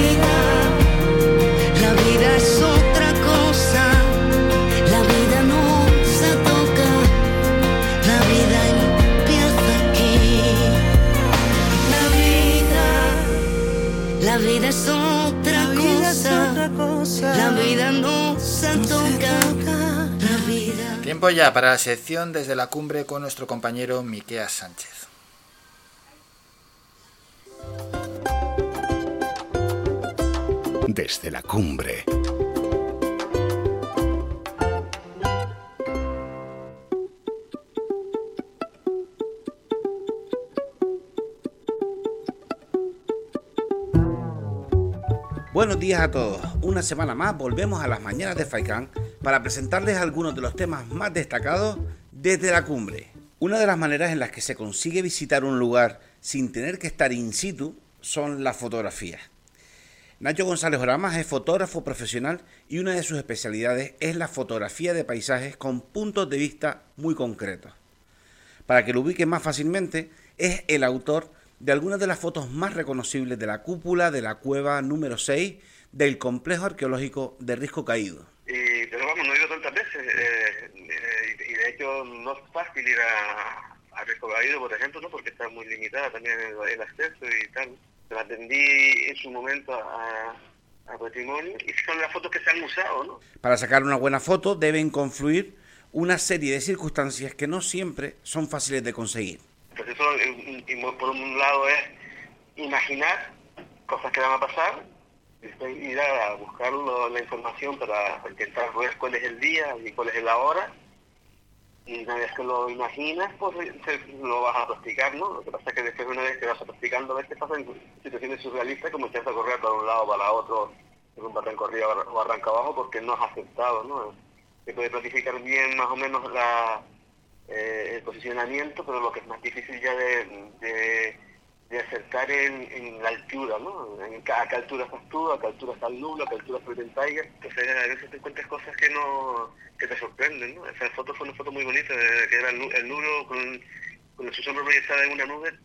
vida es otra cosa, la vida no se toca, la vida empieza aquí. La vida es otra cosa, la vida no se toca. Tiempo ya para la sección Desde la Cumbre con nuestro compañero Miqueas Sánchez. Desde la Cumbre. Buenos días a todos. Una semana más volvemos a las mañanas de Faikán para presentarles algunos de los temas más destacados desde la cumbre. Una de las maneras en las que se consigue visitar un lugar sin tener que estar in situ son las fotografías. Nacho González Oramas es fotógrafo profesional y una de sus especialidades es la fotografía de paisajes con puntos de vista muy concretos. Para que lo ubiquen más fácilmente, es el autor de algunas de las fotos más reconocibles de la cúpula de la cueva número 6 del complejo arqueológico de Risco Caído. Pero vamos, no he ido tantas veces y de hecho no es fácil ir a Risco Caído, por ejemplo, ¿no? Porque está muy limitada también el acceso y tal. Pero atendí en su momento a patrimonio y son las fotos que se han usado, ¿no? Para sacar una buena foto deben confluir una serie de circunstancias que no siempre son fáciles de conseguir. Pues eso, por un lado, es imaginar cosas que van a pasar, después ir a buscar la información para intentar ver cuál es el día y cuál es la hora, y una vez que lo imaginas, pues lo vas a practicar, ¿no? Lo que pasa es que después, una vez que vas practicando, a veces pasan situaciones surrealistas, como empiezas a correr para un lado, para otro, en un barranco arriba o barranco abajo, porque no has aceptado, ¿no? Se puede planificar bien más o menos el posicionamiento, pero lo que es más difícil ya de acertar en la altura, ¿no? A qué altura estás tú, a qué altura está el nulo, a qué altura está el Tiger. Entonces a veces te encuentras cosas que te sorprenden, ¿no? Esa foto fue una foto muy bonita, que era el nulo con su sombra proyectada en una nube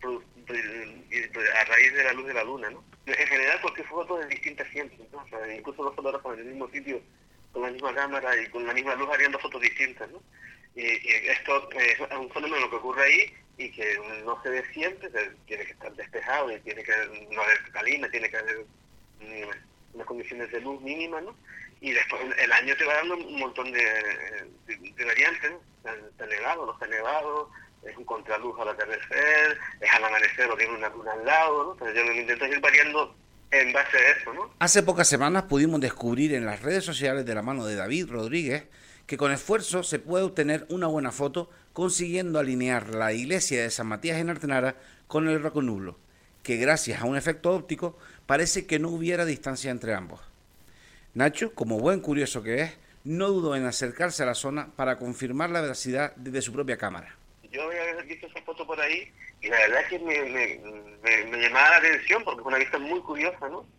a raíz de la luz de la luna, ¿no? En general cualquier foto es distinta siempre, ¿no? O sea, incluso los fotógrafos en el mismo sitio, con la misma cámara y con la misma luz harían dos fotos distintas, ¿no? Y esto es un fenómeno que ocurre ahí y que no se ve siempre, tiene que estar despejado y tiene que no haber calima, tiene que haber unas condiciones de luz mínimas, ¿no? Y después el año te va dando un montón de variantes, ¿no? Está nevado, no está nevado, es un contraluz al atardecer, es al amanecer o tiene una luna al lado, ¿no? Entonces yo lo intento ir variando en base a eso, ¿no? Hace pocas semanas pudimos descubrir en las redes sociales de la mano de David Rodríguez que con esfuerzo se puede obtener una buena foto consiguiendo alinear la iglesia de San Matías en Artenara con el Roco Nublo, que gracias a un efecto óptico parece que no hubiera distancia entre ambos. Nacho, como buen curioso que es, no dudó en acercarse a la zona para confirmar la veracidad desde su propia cámara. Yo había visto esa foto por ahí y la verdad es que me llamaba la atención porque fue una vista muy curiosa, ¿no?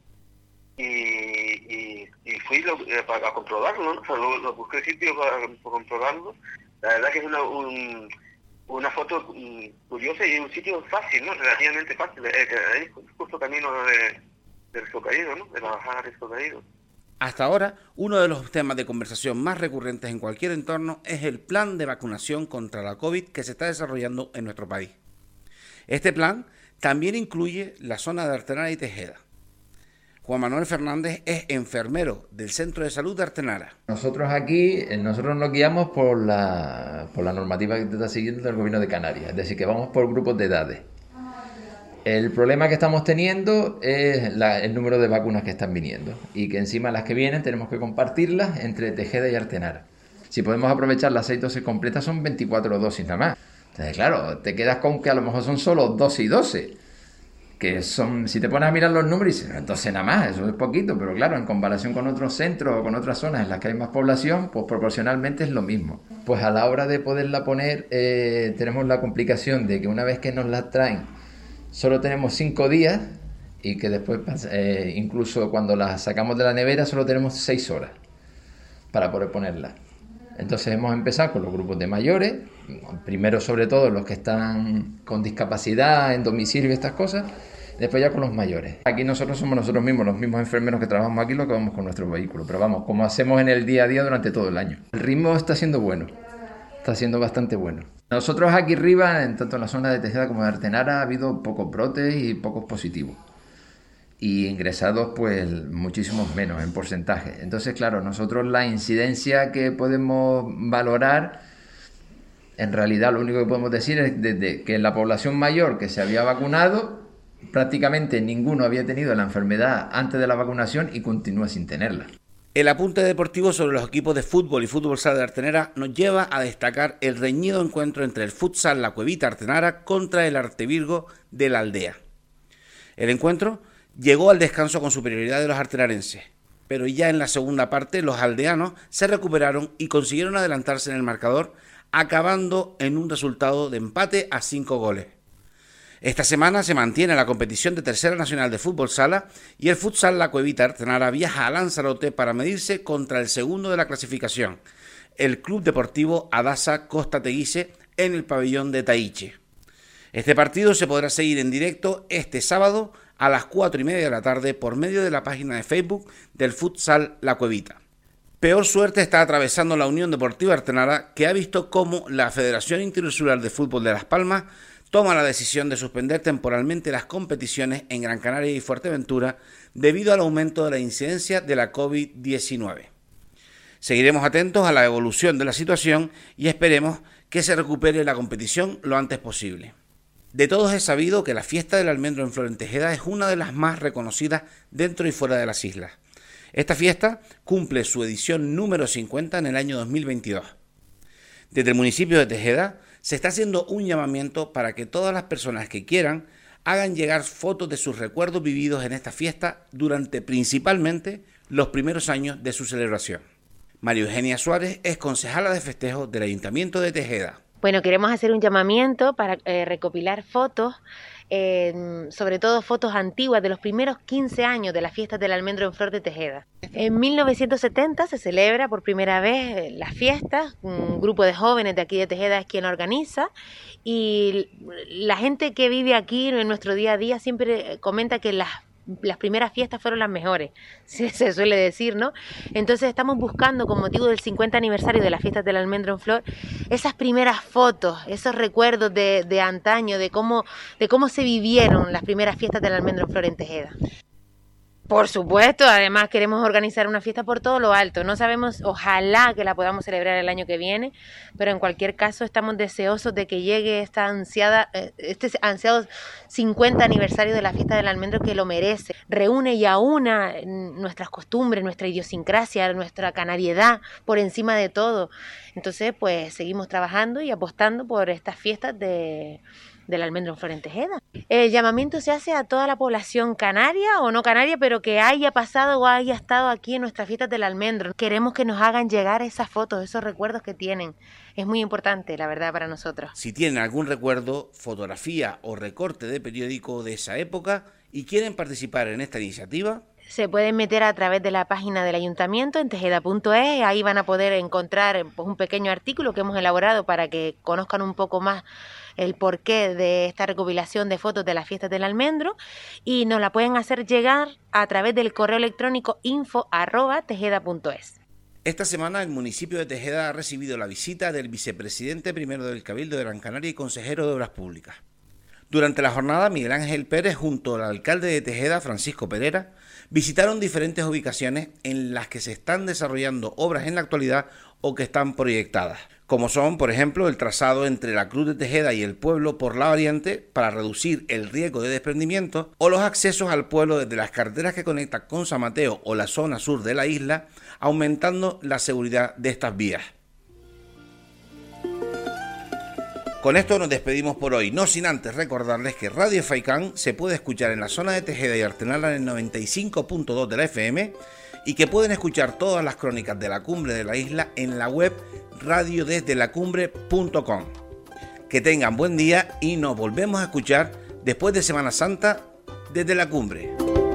Y fui a comprobarlo, ¿no? O sea, lo busqué el sitio para comprobarlo. La verdad que es una foto curiosa y un sitio fácil, ¿no? Relativamente fácil. Ahí justo camino de Risco Caído, ¿no? De la bajada de Risco Caído. Hasta ahora, uno de los temas de conversación más recurrentes en cualquier entorno es el plan de vacunación contra la COVID que se está desarrollando en nuestro país. Este plan también incluye la zona de Artenara y Tejeda. Juan Manuel Fernández es enfermero del Centro de Salud de Artenara. Nosotros aquí, nosotros nos guiamos por la normativa que está siguiendo el Gobierno de Canarias, es decir, que vamos por grupos de edades. El problema que estamos teniendo es el número de vacunas que están viniendo y que encima las que vienen tenemos que compartirlas entre Tejeda y Artenara. Si podemos aprovechar las 6 dosis completas son 24 dosis nada más. Entonces, claro, te quedas con que a lo mejor son solo 12 y 12. Que son, si te pones a mirar los números, dices, entonces nada más, eso es poquito, pero claro, en comparación con otros centros o con otras zonas en las que hay más población, pues proporcionalmente es lo mismo. Pues a la hora de poderla poner, tenemos la complicación de que una vez que nos la traen, solo tenemos 5 días y que después, incluso cuando la sacamos de la nevera, solo tenemos 6 horas para poder ponerla. Entonces hemos empezado con los grupos de mayores, primero sobre todo los que están con discapacidad en domicilio y estas cosas, después ya con los mayores. Aquí nosotros somos nosotros mismos, los mismos enfermeros que trabajamos aquí, los que vamos con nuestro vehículo, pero vamos, como hacemos en el día a día durante todo el año. El ritmo está siendo bueno, está siendo bastante bueno. Nosotros aquí arriba, tanto en la zona de Tejeda como de Artenara, ha habido pocos brotes y pocos positivos. Y ingresados pues muchísimos menos en porcentaje. Entonces, claro, nosotros la incidencia que podemos valorar, en realidad lo único que podemos decir es desde que en la población mayor que se había vacunado, prácticamente ninguno había tenido la enfermedad antes de la vacunación y continúa sin tenerla. El apunte deportivo sobre los equipos de fútbol y fútbol sala de Artenara nos lleva a destacar el reñido encuentro entre el futsal La Cuevita Artenara contra el Artevirgo de la Aldea. El encuentro llegó al descanso con superioridad de los artenarenses, pero ya en la segunda parte los aldeanos se recuperaron y consiguieron adelantarse en el marcador, acabando en un resultado de empate a 5 goles. Esta semana se mantiene la competición de Tercera Nacional de Fútbol Sala y el futsal La Cuevita Artenara viaja a Lanzarote para medirse contra el segundo de la clasificación, el Club Deportivo Adasa Costa Teguise, en el pabellón de Taiche. Este partido se podrá seguir en directo este sábado a las 4:30 de la tarde por medio de la página de Facebook del futsal La Cuevita. Peor suerte está atravesando la Unión Deportiva Artenara, que ha visto cómo la Federación Interinsular de Fútbol de Las Palmas toma la decisión de suspender temporalmente las competiciones en Gran Canaria y Fuerteventura debido al aumento de la incidencia de la COVID-19. Seguiremos atentos a la evolución de la situación y esperemos que se recupere la competición lo antes posible. De todos es sabido que la fiesta del almendro en Flor en Tejeda es una de las más reconocidas dentro y fuera de las islas. Esta fiesta cumple su edición número 50 en el año 2022. Desde el municipio de Tejeda se está haciendo un llamamiento para que todas las personas que quieran hagan llegar fotos de sus recuerdos vividos en esta fiesta durante principalmente los primeros años de su celebración. María Eugenia Suárez es concejala de festejos del Ayuntamiento de Tejeda. Bueno, queremos hacer un llamamiento para recopilar fotos, sobre todo fotos antiguas de los primeros 15 años de las fiestas del almendro en Flor de Tejeda. En 1970 se celebra por primera vez la fiesta, un grupo de jóvenes de aquí de Tejeda es quien organiza y la gente que vive aquí en nuestro día a día siempre comenta que las primeras fiestas fueron las mejores, se suele decir, ¿no? Entonces estamos buscando, con motivo del 50 aniversario de las fiestas del almendro en Flor, esas primeras fotos, esos recuerdos de antaño, de cómo se vivieron las primeras fiestas del almendro en Flor en Tejeda. Por supuesto, además queremos organizar una fiesta por todo lo alto. No sabemos, ojalá que la podamos celebrar el año que viene, pero en cualquier caso estamos deseosos de que llegue este ansiado 50 aniversario de la fiesta del almendro, que lo merece. Reúne y aúna nuestras costumbres, nuestra idiosincrasia, nuestra canariedad por encima de todo. Entonces, pues seguimos trabajando y apostando por estas fiestas del almendro en Flor en Tejeda. El llamamiento se hace a toda la población canaria o no canaria, pero que haya pasado o haya estado aquí en nuestras fiestas del almendro. Queremos que nos hagan llegar esas fotos, esos recuerdos que tienen. Es muy importante, la verdad, para nosotros. Si tienen algún recuerdo, fotografía o recorte de periódico de esa época y quieren participar en esta iniciativa, se pueden meter a través de la página del ayuntamiento en tejeda.es, ahí van a poder encontrar pues, un pequeño artículo que hemos elaborado para que conozcan un poco más el porqué de esta recopilación de fotos de las fiestas del almendro y nos la pueden hacer llegar a través del correo electrónico info@tejeda.es. Esta semana el municipio de Tejeda ha recibido la visita del vicepresidente primero del Cabildo de Gran Canaria y consejero de Obras Públicas. Durante la jornada, Miguel Ángel Pérez, junto al alcalde de Tejeda, Francisco Pereira, visitaron diferentes ubicaciones en las que se están desarrollando obras en la actualidad o que están proyectadas, como son, por ejemplo, el trazado entre la Cruz de Tejeda y el pueblo por la variante para reducir el riesgo de desprendimiento, o los accesos al pueblo desde las carreteras que conectan con San Mateo o la zona sur de la isla, aumentando la seguridad de estas vías. Con esto nos despedimos por hoy, no sin antes recordarles que Radio Faikán se puede escuchar en la zona de Tejeda y Artenala en el 95.2 de la FM y que pueden escuchar todas las crónicas de la cumbre de la isla en la web radiodesdelacumbre.com. Que tengan buen día y nos volvemos a escuchar después de Semana Santa desde la cumbre.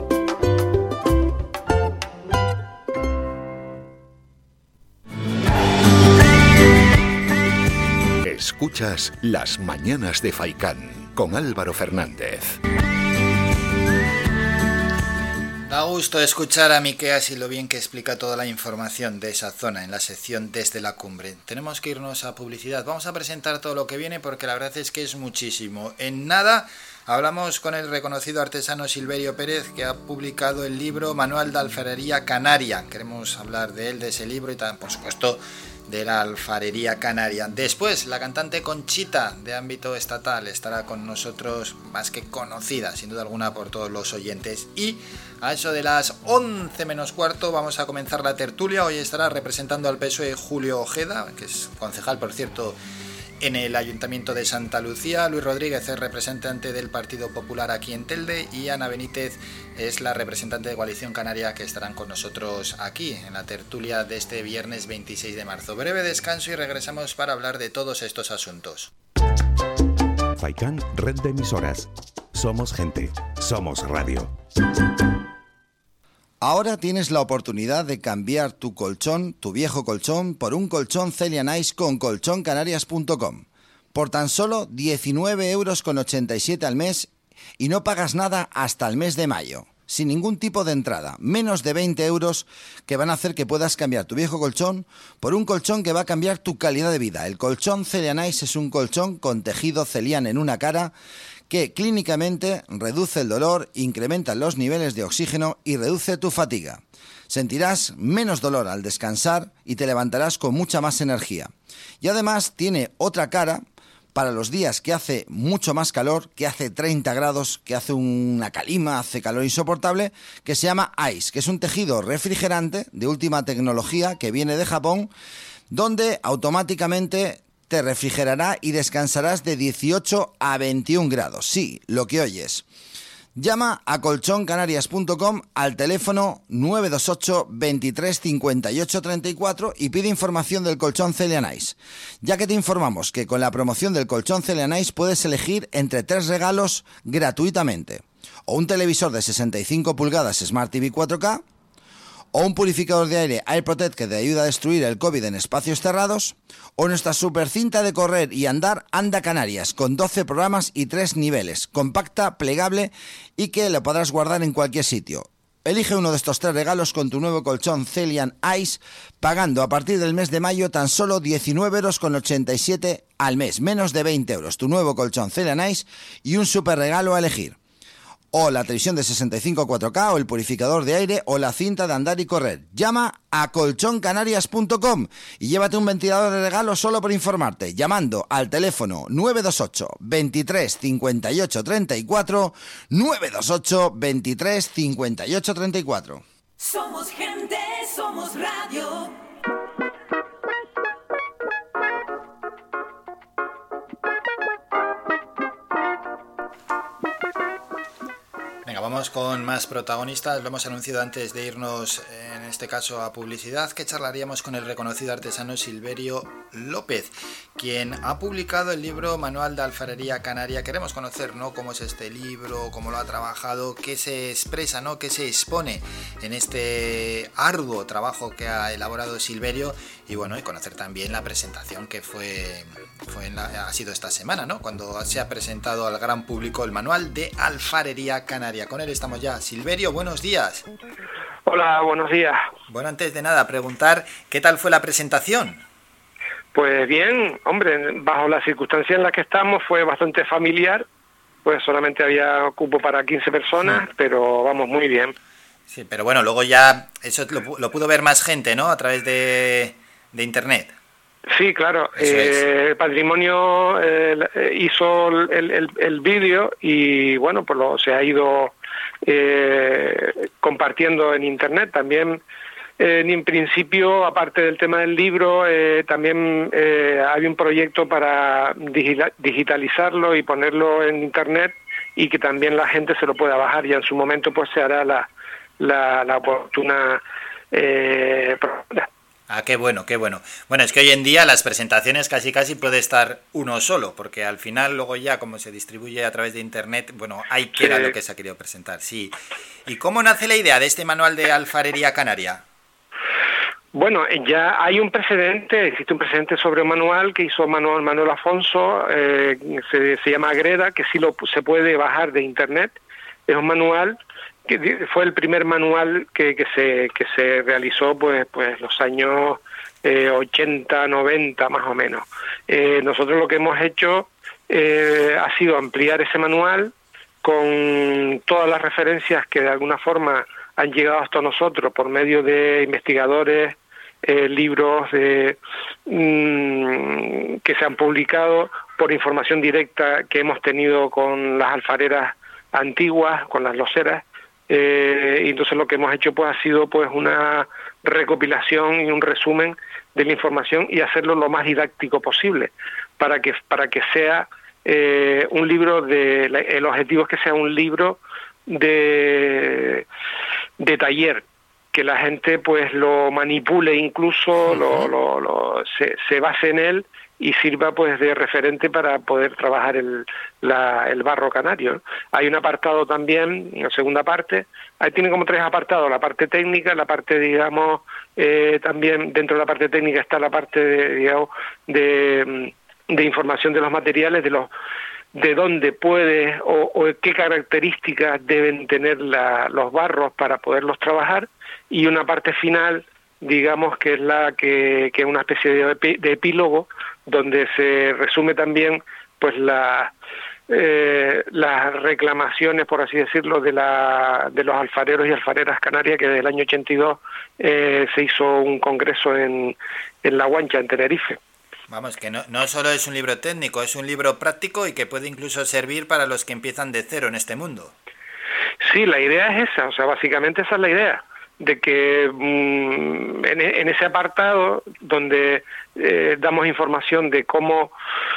Escuchas Las Mañanas de Faikán con Álvaro Fernández. Da gusto escuchar a Miqueas y lo bien que explica toda la información de esa zona en la sección Desde la Cumbre. Tenemos que irnos a publicidad. Vamos a presentar todo lo que viene porque la verdad es que es muchísimo. En nada hablamos con el reconocido artesano Silverio Pérez, que ha publicado el libro Manual de Alfarería Canaria. Queremos hablar de él, de ese libro y también, por supuesto, de la alfarería canaria. Después, la cantante Conchita, de ámbito estatal, estará con nosotros, más que conocida, sin duda alguna, por todos los oyentes. Y a eso de las 11 menos cuarto vamos a comenzar la tertulia. Hoy estará representando al PSOE Julio Ojeda, que es concejal, por cierto, en el Ayuntamiento de Santa Lucía. Luis Rodríguez es representante del Partido Popular aquí en Telde y Ana Benítez es la representante de Coalición Canaria, que estarán con nosotros aquí en la tertulia de este viernes 26 de marzo. Breve descanso y regresamos para hablar de todos estos asuntos. Faikán, red de emisoras. Somos gente, somos radio. Ahora tienes la oportunidad de cambiar tu colchón, tu viejo colchón, por un colchón Celia Nice con colchoncanarias.com. Por tan solo 19,87 € al mes y no pagas nada hasta el mes de mayo. Sin ningún tipo de entrada, menos de 20 € que van a hacer que puedas cambiar tu viejo colchón por un colchón que va a cambiar tu calidad de vida. El colchón Celia Nice es un colchón con tejido Celian en una cara que clínicamente reduce el dolor, incrementa los niveles de oxígeno y reduce tu fatiga. Sentirás menos dolor al descansar y te levantarás con mucha más energía. Y además tiene otra cara para los días que hace mucho más calor, que hace 30 grados, que hace una calima, hace calor insoportable, que se llama Ice, que es un tejido refrigerante de última tecnología que viene de Japón, donde automáticamente te refrigerará y descansarás de 18 a 21 grados. Sí, lo que oyes. Llama a colchoncanarias.com al teléfono 928 23 58 34 y pide información del colchón Celia Nice. Ya que te informamos que con la promoción del colchón Celia Nice puedes elegir entre 3 regalos gratuitamente. O un televisor de 65 pulgadas Smart TV 4K, o un purificador de aire AirProtect que te ayuda a destruir el COVID en espacios cerrados, o nuestra super cinta de correr y andar Anda Canarias, con 12 programas y 3 niveles, compacta, plegable y que lo podrás guardar en cualquier sitio. Elige uno de estos 3 regalos con tu nuevo colchón Celian Ice, pagando a partir del mes de mayo tan solo 19,87 € al mes, menos de 20 €. Tu nuevo colchón Celian Ice y un super regalo a elegir. O la televisión de 65 4K, o el purificador de aire, o la cinta de andar y correr. Llama a colchoncanarias.com y llévate un ventilador de regalo solo por informarte, llamando al teléfono 928 23 58 34, 928 23 58 34. Somos gente, somos radio. Venga, vamos con más protagonistas. Lo hemos anunciado antes de irnos, en este caso, a publicidad, que charlaríamos con el reconocido artesano Silverio López, quien ha publicado el libro Manual de Alfarería Canaria. Queremos conocer, ¿no?, cómo es este libro, cómo lo ha trabajado, qué se expresa, ¿no?, qué se expone en este arduo trabajo que ha elaborado Silverio, y bueno, y conocer también la presentación que ha sido esta semana, ¿no?, cuando se ha presentado al gran público el Manual de Alfarería Canaria. Con él estamos ya. Silverio, buenos días. Hola, buenos días. Bueno, antes de nada, preguntar, ¿qué tal fue la presentación? Pues bien, hombre, bajo las circunstancias en las que estamos fue bastante familiar pues solamente había cupo para 15 personas, pero vamos, muy bien. Sí, pero bueno, luego ya eso lo pudo ver más gente, ¿no? A través de internet. Sí, claro. Patrimonio hizo el vídeo y bueno, pues se ha ido compartiendo en internet. También en principio, aparte del tema del libro, también hay un proyecto para digitalizarlo y ponerlo en internet y que también la gente se lo pueda bajar, y en su momento pues se hará la oportuna Ah, qué bueno, qué bueno. Bueno, es que hoy en día las presentaciones casi puede estar uno solo, porque al final luego ya como se distribuye a través de internet, bueno, hay que era lo que se ha querido presentar, sí. ¿Y cómo nace la idea de este manual de alfarería canaria? Bueno, ya hay un precedente, existe un precedente sobre un manual que hizo Manuel Afonso, se llama Agreda, que sí se puede bajar de internet. Es un manual que fue el primer manual que se realizó pues los años 80, 90 más o menos. Nosotros lo que hemos hecho ha sido ampliar ese manual con todas las referencias que de alguna forma han llegado hasta nosotros por medio de investigadores, libros que se han publicado, por información directa que hemos tenido con las alfareras antiguas, con las loseras. Y entonces lo que hemos hecho pues ha sido pues una recopilación y un resumen de la información y hacerlo lo más didáctico posible para que sea un libro el objetivo es que sea un libro de taller, que la gente pues lo manipule, incluso se base en él y sirva pues de referente para poder trabajar el barro canario. Hay un apartado también, en la segunda parte, ahí tiene como 3 apartados: la parte técnica, la parte, digamos, también dentro de la parte técnica está la parte de información de los materiales, de dónde puede o qué características deben tener los barros para poderlos trabajar, y una parte final, digamos, que es que es una especie de epílogo, donde se resume también pues las reclamaciones, por así decirlo, de los alfareros y alfareras canarias, que desde el año 82 se hizo un congreso en La Guancha, en Tenerife. Vamos, que no solo es un libro técnico, es un libro práctico y que puede incluso servir para los que empiezan de cero en este mundo. Sí, la idea es esa, o sea, básicamente esa es la idea, de que en ese apartado donde damos información de cómo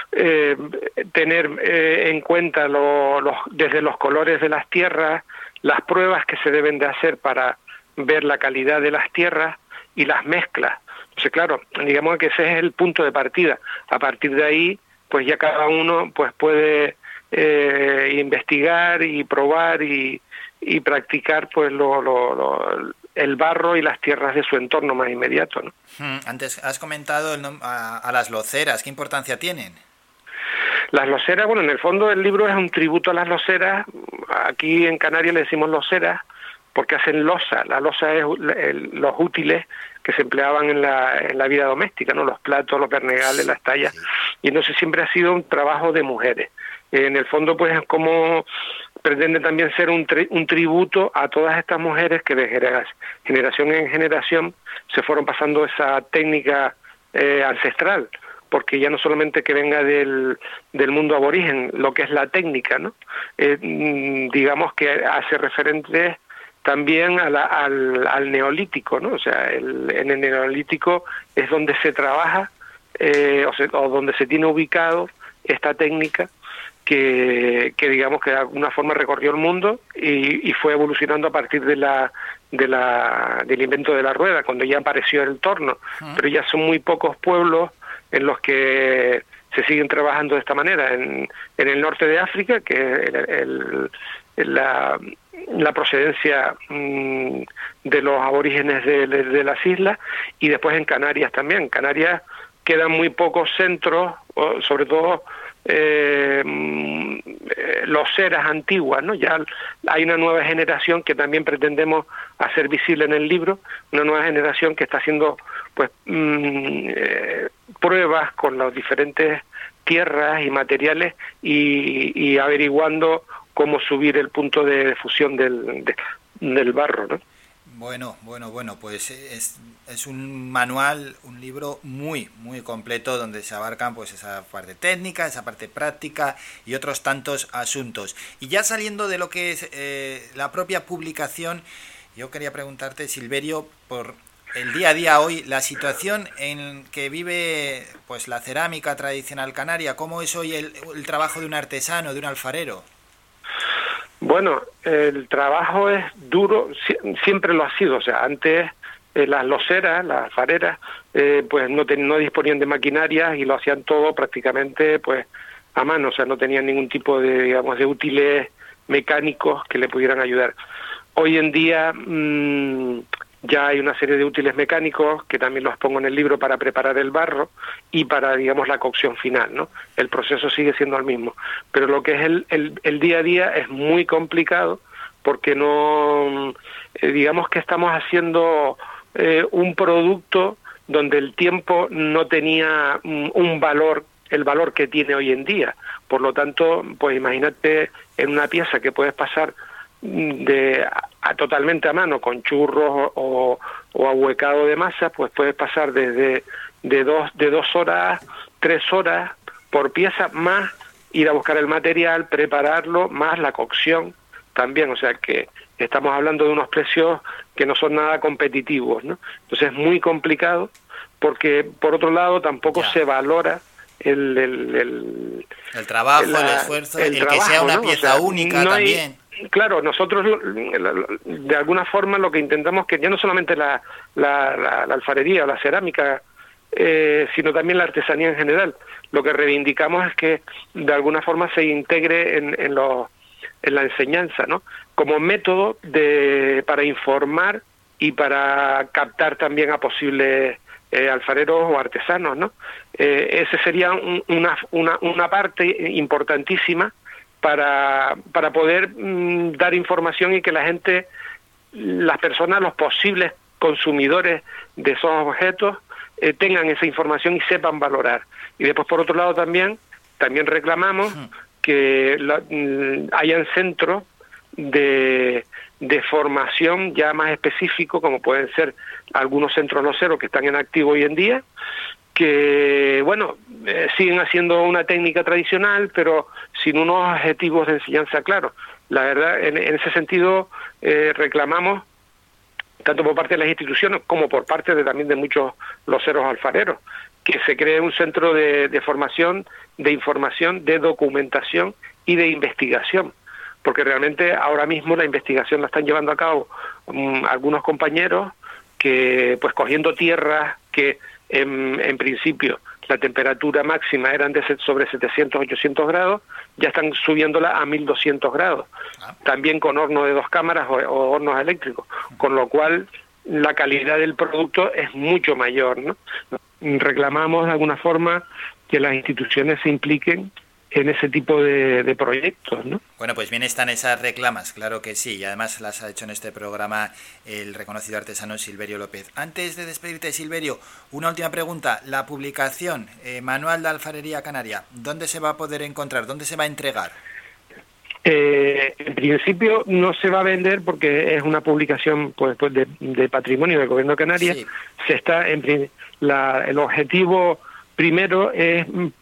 tener en cuenta desde los colores de las tierras, las pruebas que se deben de hacer para ver la calidad de las tierras y las mezclas. Entonces, claro, digamos que ese es el punto de partida. A partir de ahí, pues ya cada uno pues puede investigar y probar y practicar pues el barro y las tierras de su entorno más inmediato, ¿no? Antes has comentado a las loceras, ¿qué importancia tienen? Las loceras, bueno, en el fondo el libro es un tributo a las loceras. Aquí en Canarias le decimos loceras porque hacen losa. La losa es los útiles que se empleaban en la vida doméstica, ¿no? Los platos, los pernegales, las tallas. Y entonces siempre ha sido un trabajo de mujeres. En el fondo, pues, es como pretende también ser un tributo a todas estas mujeres que de generación en generación se fueron pasando esa técnica ancestral, porque ya no solamente que venga del mundo aborigen, lo que es la técnica, ¿no? Digamos que hace referente también al neolítico, ¿no? O sea, en el neolítico es donde se trabaja o donde se tiene ubicado esta técnica que digamos que de alguna forma recorrió el mundo y fue evolucionando a partir del invento de la rueda, cuando ya apareció el torno. Pero ya son muy pocos pueblos en los que se siguen trabajando de esta manera. En el norte de África, que la procedencia de los aborígenes de las islas, y después en Canarias también. En Canarias quedan muy pocos centros, sobre todo loseras antiguas, ¿no? Ya hay una nueva generación que también pretendemos hacer visible en el libro, una nueva generación que está haciendo pues pruebas con los diferentes tierras y materiales y averiguando cómo subir el punto de fusión del barro, ¿no? Bueno, pues es un manual, un libro muy completo donde se abarcan pues esa parte técnica, esa parte práctica y otros tantos asuntos. Y ya saliendo de lo que es la propia publicación, yo quería preguntarte, Silverio, por el día a día hoy, la situación en que vive pues la cerámica tradicional canaria, ¿cómo es hoy el trabajo de un artesano, de un alfarero? Bueno, el trabajo es duro, siempre lo ha sido. O sea, antes las loseras, las alfareras, pues no disponían de maquinarias y lo hacían todo prácticamente pues a mano. O sea, no tenían ningún tipo de, digamos, de útiles mecánicos que le pudieran ayudar. Hoy en día ya hay una serie de útiles mecánicos que también los pongo en el libro para preparar el barro y para, digamos, la cocción final, ¿no? El proceso sigue siendo el mismo, pero lo que es el día a día es muy complicado porque no, digamos que estamos haciendo un producto donde el tiempo no tenía un valor, el valor que tiene hoy en día. Por lo tanto, pues imagínate en una pieza que puedes pasar totalmente a mano con churros o ahuecado de masa, pues puedes pasar desde de 2 horas, 3 horas por pieza, más ir a buscar el material, prepararlo, más la cocción también. O sea que estamos hablando de unos precios que no son nada competitivos, ¿no? Entonces es muy complicado porque por otro lado tampoco se valora el trabajo, el esfuerzo, el trabajo, que sea una pieza, ¿no? Única no también. Claro, nosotros de alguna forma lo que intentamos que ya no solamente la alfarería o la cerámica, sino también la artesanía en general, lo que reivindicamos es que de alguna forma se integre en la enseñanza, ¿no? Como método para informar y para captar también a posibles alfareros o artesanos, ¿no? Ese sería una parte importantísima para poder dar información y que la gente, las personas, los posibles consumidores de esos objetos tengan esa información y sepan valorar. Y después, por otro lado, también reclamamos que hayan centros de formación ya más específicos, como pueden ser algunos centros loseros que están en activo hoy en día, que, bueno, siguen haciendo una técnica tradicional, pero sin unos objetivos de enseñanza claros. La verdad, en ese sentido, reclamamos, tanto por parte de las instituciones como por parte también de muchos loseros alfareros, que se cree un centro de formación, de información, de documentación y de investigación, porque realmente ahora mismo la investigación la están llevando a cabo algunos compañeros que, pues cogiendo tierras que en principio la temperatura máxima eran sobre 700, 800 grados, ya están subiéndola a 1200 grados, también con horno de 2 cámaras o hornos eléctricos, con lo cual la calidad del producto es mucho mayor, ¿no? Reclamamos de alguna forma que las instituciones se impliquen en ese tipo de proyectos, ¿no? Bueno, pues bien están esas reclamas, claro que sí, y además las ha hecho en este programa el reconocido artesano Silverio López. Antes de despedirte, Silverio, una última pregunta. La publicación, Manual de Alfarería Canaria, ¿dónde se va a poder encontrar? ¿Dónde se va a entregar? En principio no se va a vender porque es una publicación pues de patrimonio del Gobierno de Canarias. Sí. El objetivo primero es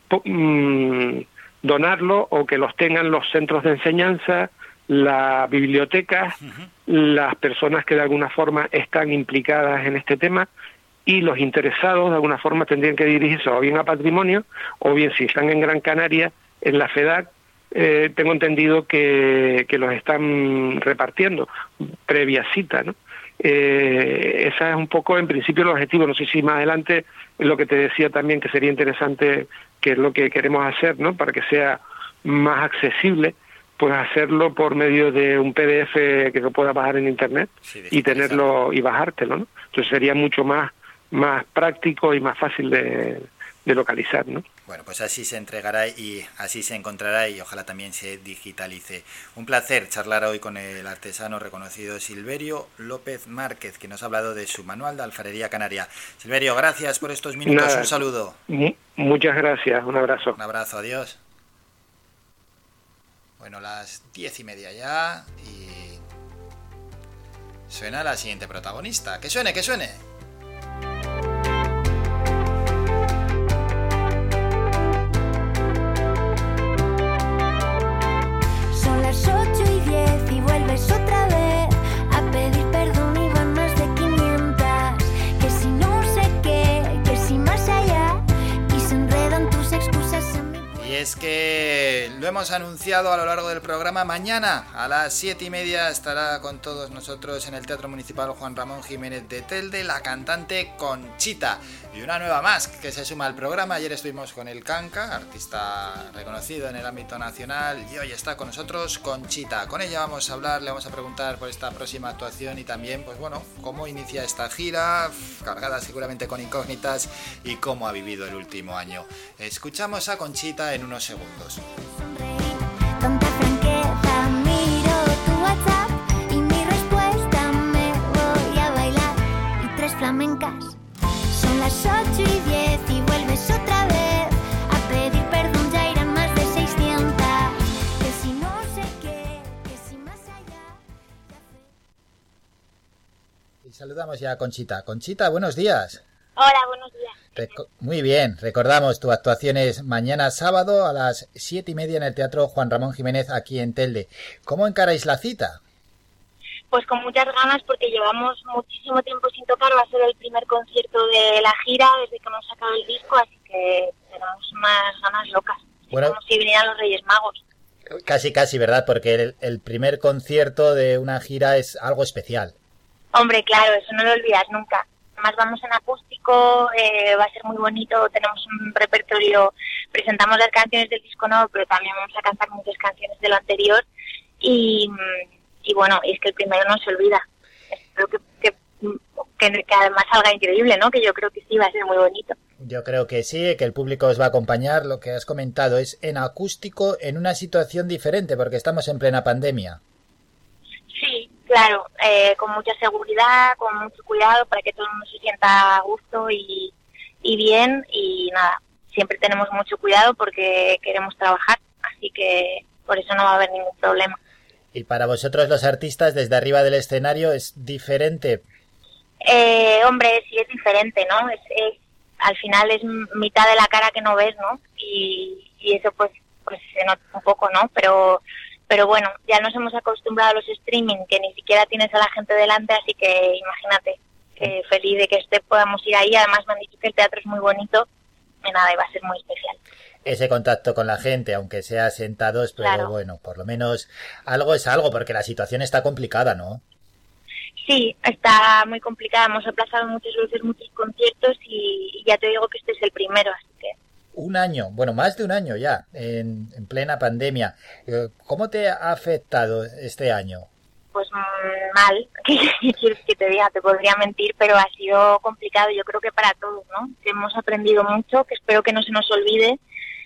donarlo o que los tengan los centros de enseñanza, las bibliotecas, las personas que de alguna forma están implicadas en este tema, y los interesados de alguna forma tendrían que dirigirse o bien a Patrimonio o bien, si están en Gran Canaria, en la FEDAC. Tengo entendido que los están repartiendo previa cita, ¿no? Esa es un poco en principio el objetivo. No sé si más adelante lo que te decía también que sería interesante, que es lo que queremos hacer, ¿no? Para que sea más accesible, pues hacerlo por medio de un PDF que lo pueda bajar en internet y tenerlo y bajártelo, ¿no? Entonces sería mucho más práctico y más fácil de localizar, ¿no? Bueno, pues así se entregará y así se encontrará y ojalá también se digitalice. Un placer charlar hoy con el artesano reconocido Silverio López Márquez, que nos ha hablado de su manual de alfarería canaria. Silverio, gracias por estos minutos. Nada. Un saludo. Muchas gracias, un abrazo. Un abrazo, adiós. Bueno, las 10:30 ya y suena la siguiente protagonista. ¡Que suene, que suene! Son las 8:10 y vuelves otra vez a pedir perdón y van más de 500. Que si no sé qué, que si más allá, y se enredan tus excusas en mi... Y es que lo hemos anunciado a lo largo del programa. Mañana a las 7:30 estará con todos nosotros en el Teatro Municipal Juan Ramón Jiménez de Telde la cantante Conchita. Y una nueva más que se suma al programa. Ayer estuvimos con el Canca, artista reconocido en el ámbito nacional, y hoy está con nosotros Conchita. Con ella vamos a hablar, le vamos a preguntar por esta próxima actuación y también, pues bueno, cómo inicia esta gira, cargada seguramente con incógnitas, y cómo ha vivido el último año. Escuchamos a Conchita en unos segundos. Tanta franqueza, miro tu WhatsApp y mi respuesta me voy a bailar y 3 flamencas. Son las 8:10 y vuelves otra vez a pedir perdón, ya irán más de 600. Que si no sé qué, que si más allá. Y saludamos ya a Conchita. Conchita, buenos días. Hola, buenos días. Muy bien, recordamos, tu actuación es mañana sábado a las 7:30 en el Teatro Juan Ramón Jiménez aquí en Telde. ¿Cómo encaráis la cita? Pues con muchas ganas porque llevamos muchísimo tiempo sin tocar, va a ser el primer concierto de la gira desde que hemos sacado el disco, así que tenemos unas ganas locas. Bueno, como si vinieran los Reyes Magos. casi, ¿verdad? Porque el primer concierto de una gira es algo especial. Hombre, claro, eso no lo olvidas nunca. Además vamos en acústico, va a ser muy bonito, tenemos un repertorio, presentamos las canciones del disco nuevo, pero también vamos a cantar muchas canciones de lo anterior y bueno, es que el primero no se olvida. Espero que además salga increíble, ¿no? Que yo creo que sí, va a ser muy bonito. Yo creo que sí, que el público os va a acompañar. Lo que has comentado es en acústico, en una situación diferente, porque estamos en plena pandemia. Sí, claro, con mucha seguridad, con mucho cuidado para que todo el mundo se sienta a gusto y bien, y nada, siempre tenemos mucho cuidado porque queremos trabajar, así que por eso no va a haber ningún problema. Y para vosotros los artistas, desde arriba del escenario, ¿es diferente? Hombre, sí es diferente, ¿no? Al final es mitad de la cara que no ves, ¿no? Y eso pues se nota un poco, ¿no? Pero bueno, ya nos hemos acostumbrado a los streaming, que ni siquiera tienes a la gente delante, así que imagínate, que feliz de que podamos ir ahí. Además me han dicho que el teatro es muy bonito, y nada, y va a ser muy especial. Ese contacto con la gente, aunque sea sentados, pero claro, bueno, por lo menos algo es algo, porque la situación está complicada, ¿no? Sí, está muy complicada, hemos aplazado muchas veces muchos conciertos y ya te digo que este es el primero, así que... Un año, bueno, más de un año ya, en plena pandemia. ¿Cómo te ha afectado este año? Pues mal, ¿qué quieres que te diga? Te podría mentir, pero ha sido complicado, yo creo que para todos, ¿no? Que hemos aprendido mucho, que espero que no se nos olvide,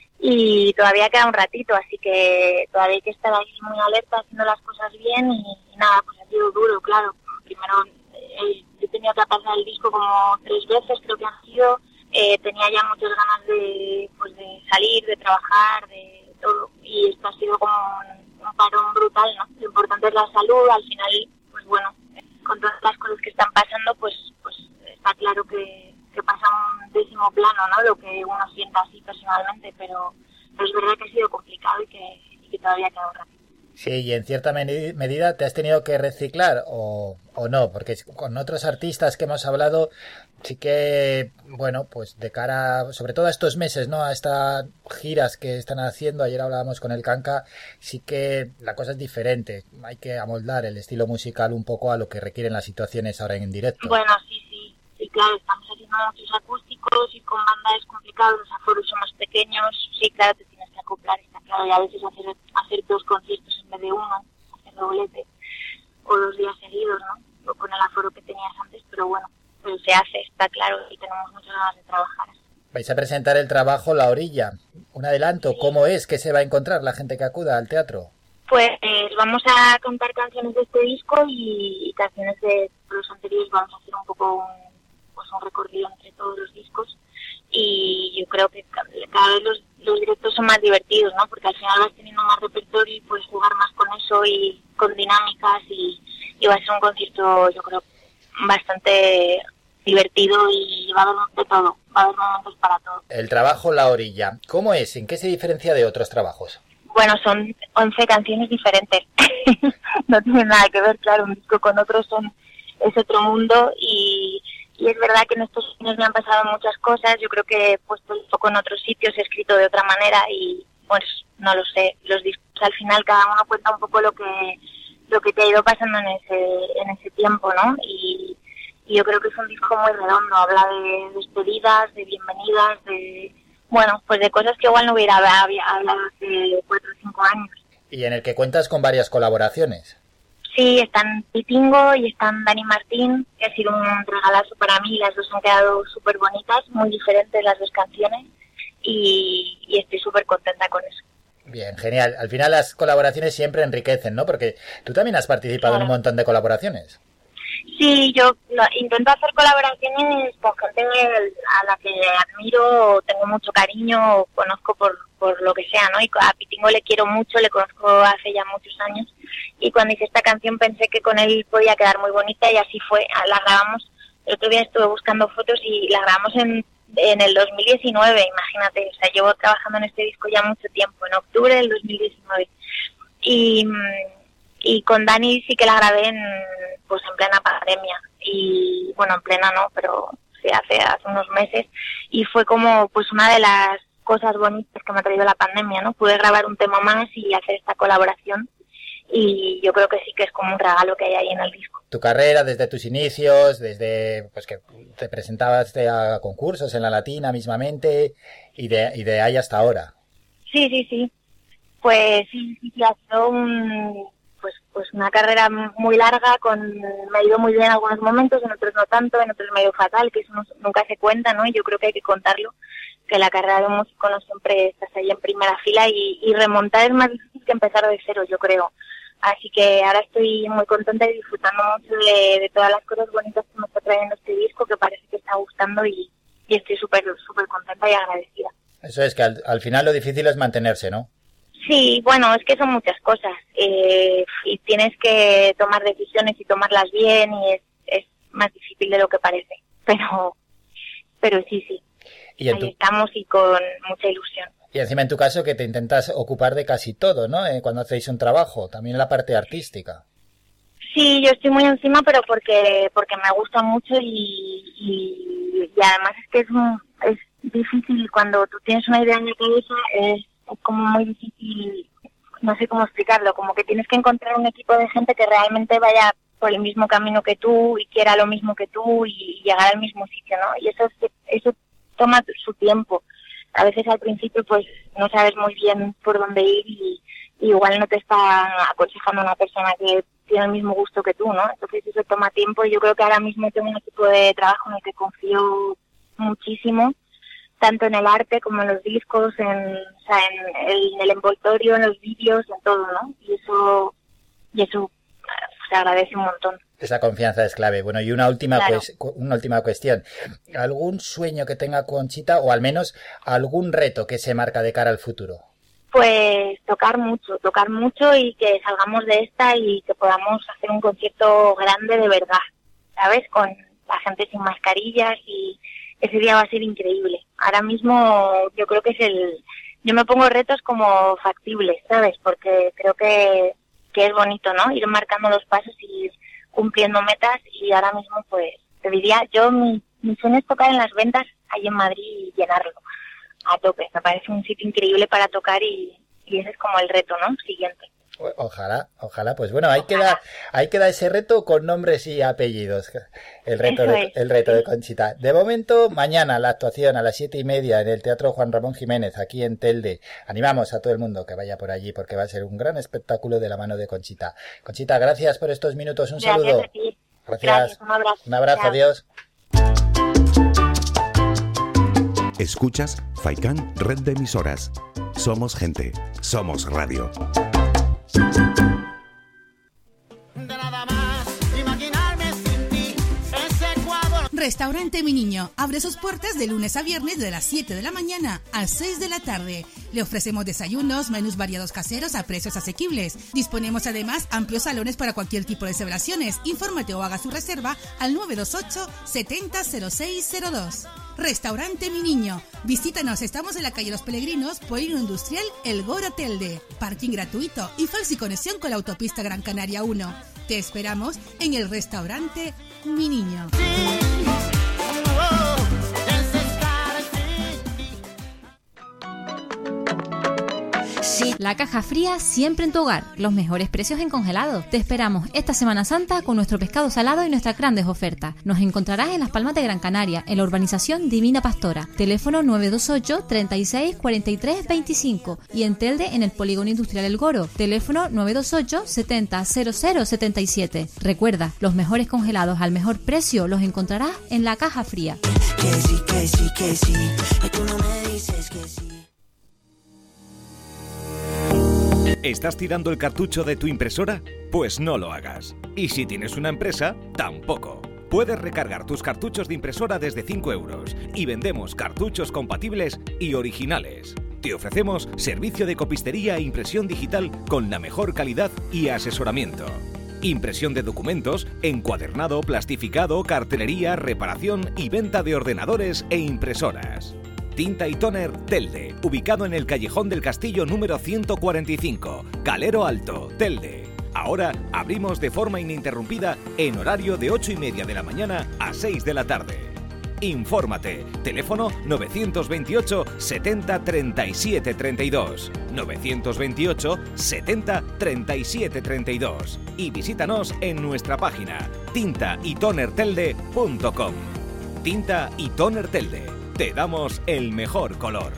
y todavía queda un ratito, así que todavía hay que estar ahí muy alerta, haciendo las cosas bien, y nada, pues ha sido duro, claro. Primero he tenido que pasar el disco como 3 veces, creo que han sido. Tenía ya muchas ganas de salir, de trabajar, de todo, y esto ha sido como un parón brutal, ¿no? Lo importante es la salud, al final, pues bueno, con todas las cosas que están pasando, pues está claro que pasa un décimo plano, ¿no? Lo que uno sienta así personalmente, pero es verdad que ha sido complicado y que todavía queda un ratito. Sí, y en cierta medida te has tenido que reciclar o no, porque con otros artistas que hemos hablado sí que, bueno, pues de cara, sobre todo a estos meses, ¿no? A estas giras que están haciendo, ayer hablábamos con el Canca, sí que la cosa es diferente, hay que amoldar el estilo musical un poco a lo que requieren las situaciones ahora en directo. Bueno, sí, claro, estamos haciendo muchos acústicos y con banda es complicado, los aforos son más pequeños, sí, claro, te tienes que acoplar, está claro, y a veces hacer 2 conciertos en vez de 1, hacer doblete, o 2 días seguidos, ¿no? O con el aforo que tenías antes, pero bueno, pero se hace, está claro, y tenemos muchas ganas de trabajar. Vais a presentar el trabajo La Orilla. Un adelanto, ¿cómo es que se va a encontrar la gente que acuda al teatro? Pues vamos a cantar canciones de este disco y canciones de los anteriores. Vamos a hacer un poco un recorrido entre todos los discos, y yo creo que cada vez los directos son más divertidos, ¿no? Porque al final vas teniendo más repertorio y puedes jugar más con eso y con dinámicas, y va a ser un concierto, yo creo, bastante divertido, y va a haber de todo, va a haber momentos para todo. El trabajo La Orilla, ¿cómo es? ¿En qué se diferencia de otros trabajos? Bueno, son 11 canciones diferentes. No tiene nada que ver, claro, un disco con otro es otro mundo, y es verdad que en estos años me han pasado muchas cosas. Yo creo que he puesto el foco en otros sitios, he escrito de otra manera, y pues no lo sé, los discos al final cada uno cuenta un poco lo que te ha ido pasando en ese tiempo, ¿no? Y yo creo que es un disco muy redondo, habla de despedidas, de bienvenidas, pues de cosas que igual no hubiera hablado hace 4 o 5 años. Y en el que cuentas con varias colaboraciones. Sí, están Pitingo y están Dani Martín, que ha sido un regalazo para mí. Las dos han quedado súper bonitas, muy diferentes las dos canciones, y estoy súper contenta con eso. Bien, genial. Al final las colaboraciones siempre enriquecen, ¿no? Porque tú también has participado en un montón de colaboraciones. Sí, yo intento hacer colaboraciones con gente a la que admiro, tengo mucho cariño, conozco por lo que sea, ¿no? Y a Pitingo le quiero mucho, le conozco hace ya muchos años, y cuando hice esta canción pensé que con él podía quedar muy bonita, y así fue. La grabamos, el otro día estuve buscando fotos y la grabamos en el 2019, imagínate, o sea, llevo trabajando en este disco ya mucho tiempo, en octubre del 2019. Y con Dani sí que la grabé en plena pandemia, y bueno, en plena no, pero sí, hace unos meses, y fue como pues una de las cosas bonitas que me ha traído la pandemia, ¿no? Pude grabar un tema más y hacer esta colaboración, y yo creo que sí que es como un regalo que hay ahí en el disco. Tu carrera desde tus inicios, desde pues que te presentabas a concursos en la Latina mismamente, y de ahí hasta ahora. Sí. Pues sí, ha sido pues una carrera muy larga, me ha ido muy bien en algunos momentos, en otros no tanto, en otros me ha ido fatal, que eso nunca se cuenta, ¿no? Y yo creo que hay que contarlo, que la carrera de un músico no siempre estás ahí en primera fila, y remontar es más difícil que empezar de cero, yo creo. Así que ahora estoy muy contenta y disfrutando mucho de todas las cosas bonitas que me está trayendo este disco, que parece que está gustando, y estoy súper contenta y agradecida. Eso es, que al final lo difícil es mantenerse, ¿no? Sí, bueno, es que son muchas cosas, y tienes que tomar decisiones y tomarlas bien, y es más difícil de lo que parece, pero sí, ahí estamos, y con mucha ilusión. Y encima en tu caso que te intentas ocupar de casi todo, ¿no? Cuando hacéis un trabajo, también la parte artística. Sí, yo estoy muy encima, pero porque me gusta mucho, y además es que es difícil cuando tú tienes una idea en la cabeza, es como muy difícil, no sé cómo explicarlo, como que tienes que encontrar un equipo de gente que realmente vaya por el mismo camino que tú y quiera lo mismo que tú y llegar al mismo sitio, ¿no? Y eso toma su tiempo. A veces al principio pues no sabes muy bien por dónde ir, y igual no te está aconsejando una persona que tiene el mismo gusto que tú, ¿no? Entonces eso toma tiempo, y yo creo que ahora mismo tengo un equipo de trabajo en el que confío muchísimo, tanto en el arte como en los discos, en el envoltorio, en los vídeos, en todo, ¿no? Y eso se agradece un montón. Esa confianza es clave. Bueno, y una última Claro. una última cuestión. ¿Algún sueño que tenga Conchita, o al menos algún reto que se marca de cara al futuro? Pues tocar mucho, y que salgamos de esta y que podamos hacer un concierto grande de verdad, ¿sabes? Con la gente sin mascarillas, y ese día va a ser increíble. Ahora mismo yo creo que yo me pongo retos como factibles, ¿sabes? Porque creo que es bonito, ¿no? Ir marcando los pasos y ir cumpliendo metas, y ahora mismo pues te diría, mi sueño es tocar en las ventas ahí en Madrid y llenarlo a tope. Me parece un sitio increíble para tocar, y ese es como el reto, ¿no? Siguiente. Ojalá, pues bueno, ahí queda ese reto con nombres y apellidos, el reto de Conchita. De momento, mañana la actuación a las 7:30 en el Teatro Juan Ramón Jiménez, aquí en Telde. Animamos a todo el mundo que vaya por allí, porque va a ser un gran espectáculo de la mano de Conchita. Conchita, gracias por estos minutos, un saludo. Gracias a ti. Gracias. Un abrazo. Un abrazo, Chao. adiós. Escuchas Faikan Red de Emisoras. Somos gente, somos radio. Restaurante Mi Niño abre sus puertas de lunes a viernes de las 7 de la mañana a 6 de la tarde. Le ofrecemos desayunos, menús variados caseros a precios asequibles. Disponemos además amplios salones para cualquier tipo de celebraciones. Infórmate o haga su reserva al 928 70 0602. Restaurante Mi Niño. Visítanos, estamos en la calle Los Peregrinos, Polígono Industrial El Gora Telde. Parking gratuito y fácil conexión con la autopista Gran Canaria 1. Te esperamos en el restaurante Mi Niño. La Caja Fría siempre en tu hogar. Los mejores precios en congelado. Te esperamos esta Semana Santa con nuestro pescado salado y nuestras grandes ofertas. Nos encontrarás en Las Palmas de Gran Canaria, en la urbanización Divina Pastora. Teléfono 928 36 43 25 y en Telde en el Polígono Industrial El Goro. Teléfono 928 70 00 77. Recuerda, los mejores congelados al mejor precio los encontrarás en La Caja Fría. Que sí, que sí, que sí. Tú no me dices que sí. ¿Estás tirando el cartucho de tu impresora? Pues no lo hagas. Y si tienes una empresa, tampoco. Puedes recargar tus cartuchos de impresora desde 5 euros y vendemos cartuchos compatibles y originales. Te ofrecemos servicio de copistería e impresión digital con la mejor calidad y asesoramiento. Impresión de documentos, encuadernado, plastificado, cartelería, reparación y venta de ordenadores e impresoras. Tinta y Tóner Telde, ubicado en el Callejón del Castillo número 145, Calero Alto, Telde. Ahora abrimos de forma ininterrumpida en horario de 8:30 de la mañana a 6 de la tarde. Infórmate, teléfono 928 70 37 32, 928 70 37 32 y visítanos en nuestra página tintaytonertelde.com. Tinta y Tóner Telde. Te damos el mejor color.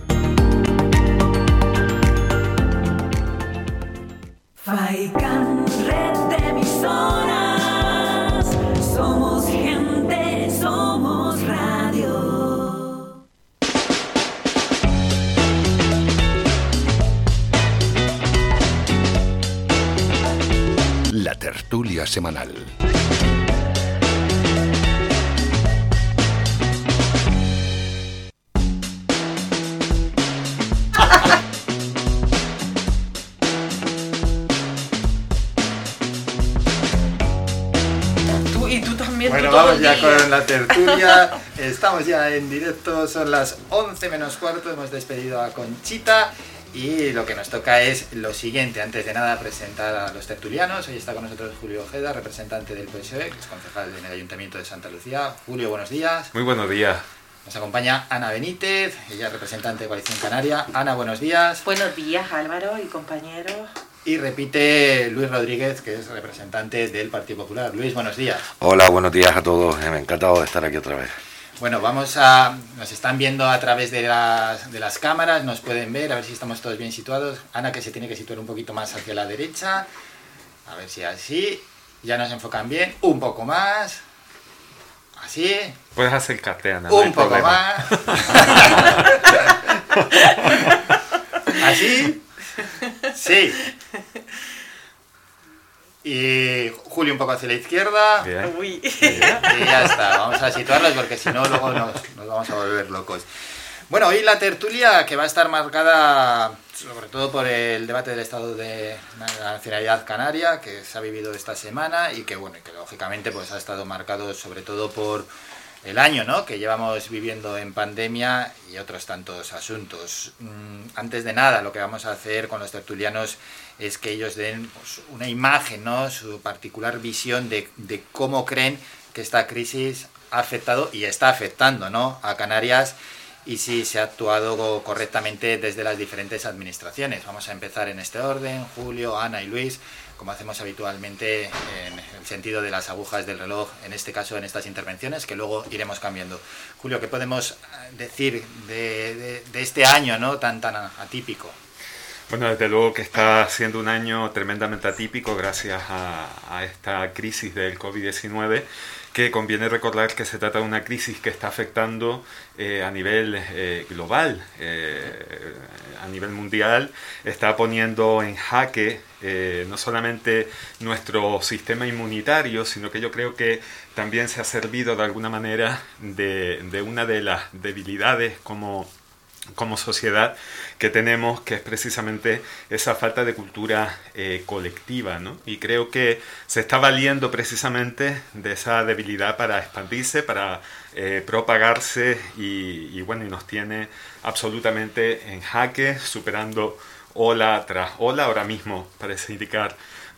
Faikan, red de emisoras. Somos gente, somos radio. La tertulia semanal. Bueno, vamos ya con la tertulia. Estamos ya en directo, son las 11 menos cuarto. Hemos despedido a Conchita y lo que nos toca es lo siguiente. Antes de nada, presentar a los tertulianos. Hoy está con nosotros Julio Ojeda, representante del PSOE, que es concejal en el Ayuntamiento de Santa Lucía. Julio, buenos días. Muy buenos días. Nos acompaña Ana Benítez, ella es representante de Coalición Canaria. Ana, buenos días. Buenos días, Álvaro y compañeros. Y repite Luis Rodríguez, que es representante del Partido Popular. Luis, buenos días. Hola, buenos días a todos. Me ha encantado de estar aquí otra vez. Bueno, nos están viendo a través de las cámaras, nos pueden ver, a ver si estamos todos bien situados. Ana, que se tiene que situar un poquito más hacia la derecha. A ver si así. Ya nos enfocan bien. Un poco más. Así. Puedes acercarte, Ana. Un poco más. Así. Sí. Y Julio un poco hacia la izquierda. Bien. Uy. Y ya está, vamos a situarlos porque si no luego nos vamos a volver locos. Bueno, hoy la tertulia que va a estar marcada sobre todo por el debate del estado de la nacionalidad canaria que se ha vivido esta semana y que bueno, que lógicamente pues ha estado marcado sobre todo por el año, ¿no?, que llevamos viviendo en pandemia y otros tantos asuntos. Antes de nada, lo que vamos a hacer con los tertulianos es que ellos den pues, una imagen, ¿no?, su particular visión de cómo creen que esta crisis ha afectado y está afectando, ¿no?, a Canarias y si se ha actuado correctamente desde las diferentes administraciones. Vamos a empezar en este orden, Julio, Ana y Luis, como hacemos habitualmente en el sentido de las agujas del reloj, en este caso en estas intervenciones, que luego iremos cambiando. Julio, ¿qué podemos decir de este año, ¿no?, tan atípico? Bueno, desde luego que está siendo un año tremendamente atípico gracias a esta crisis del COVID-19 que conviene recordar que se trata de una crisis que está afectando a nivel global, a nivel mundial, está poniendo en jaque no solamente nuestro sistema inmunitario, sino que yo creo que también se ha servido de alguna manera de una de las debilidades como sociedad que tenemos, que es precisamente esa falta de cultura colectiva, ¿no? Y creo que se está valiendo precisamente de esa debilidad para expandirse, para propagarse y bueno, y nos tiene absolutamente en jaque, superando ola tras ola. Ahora mismo parece indicar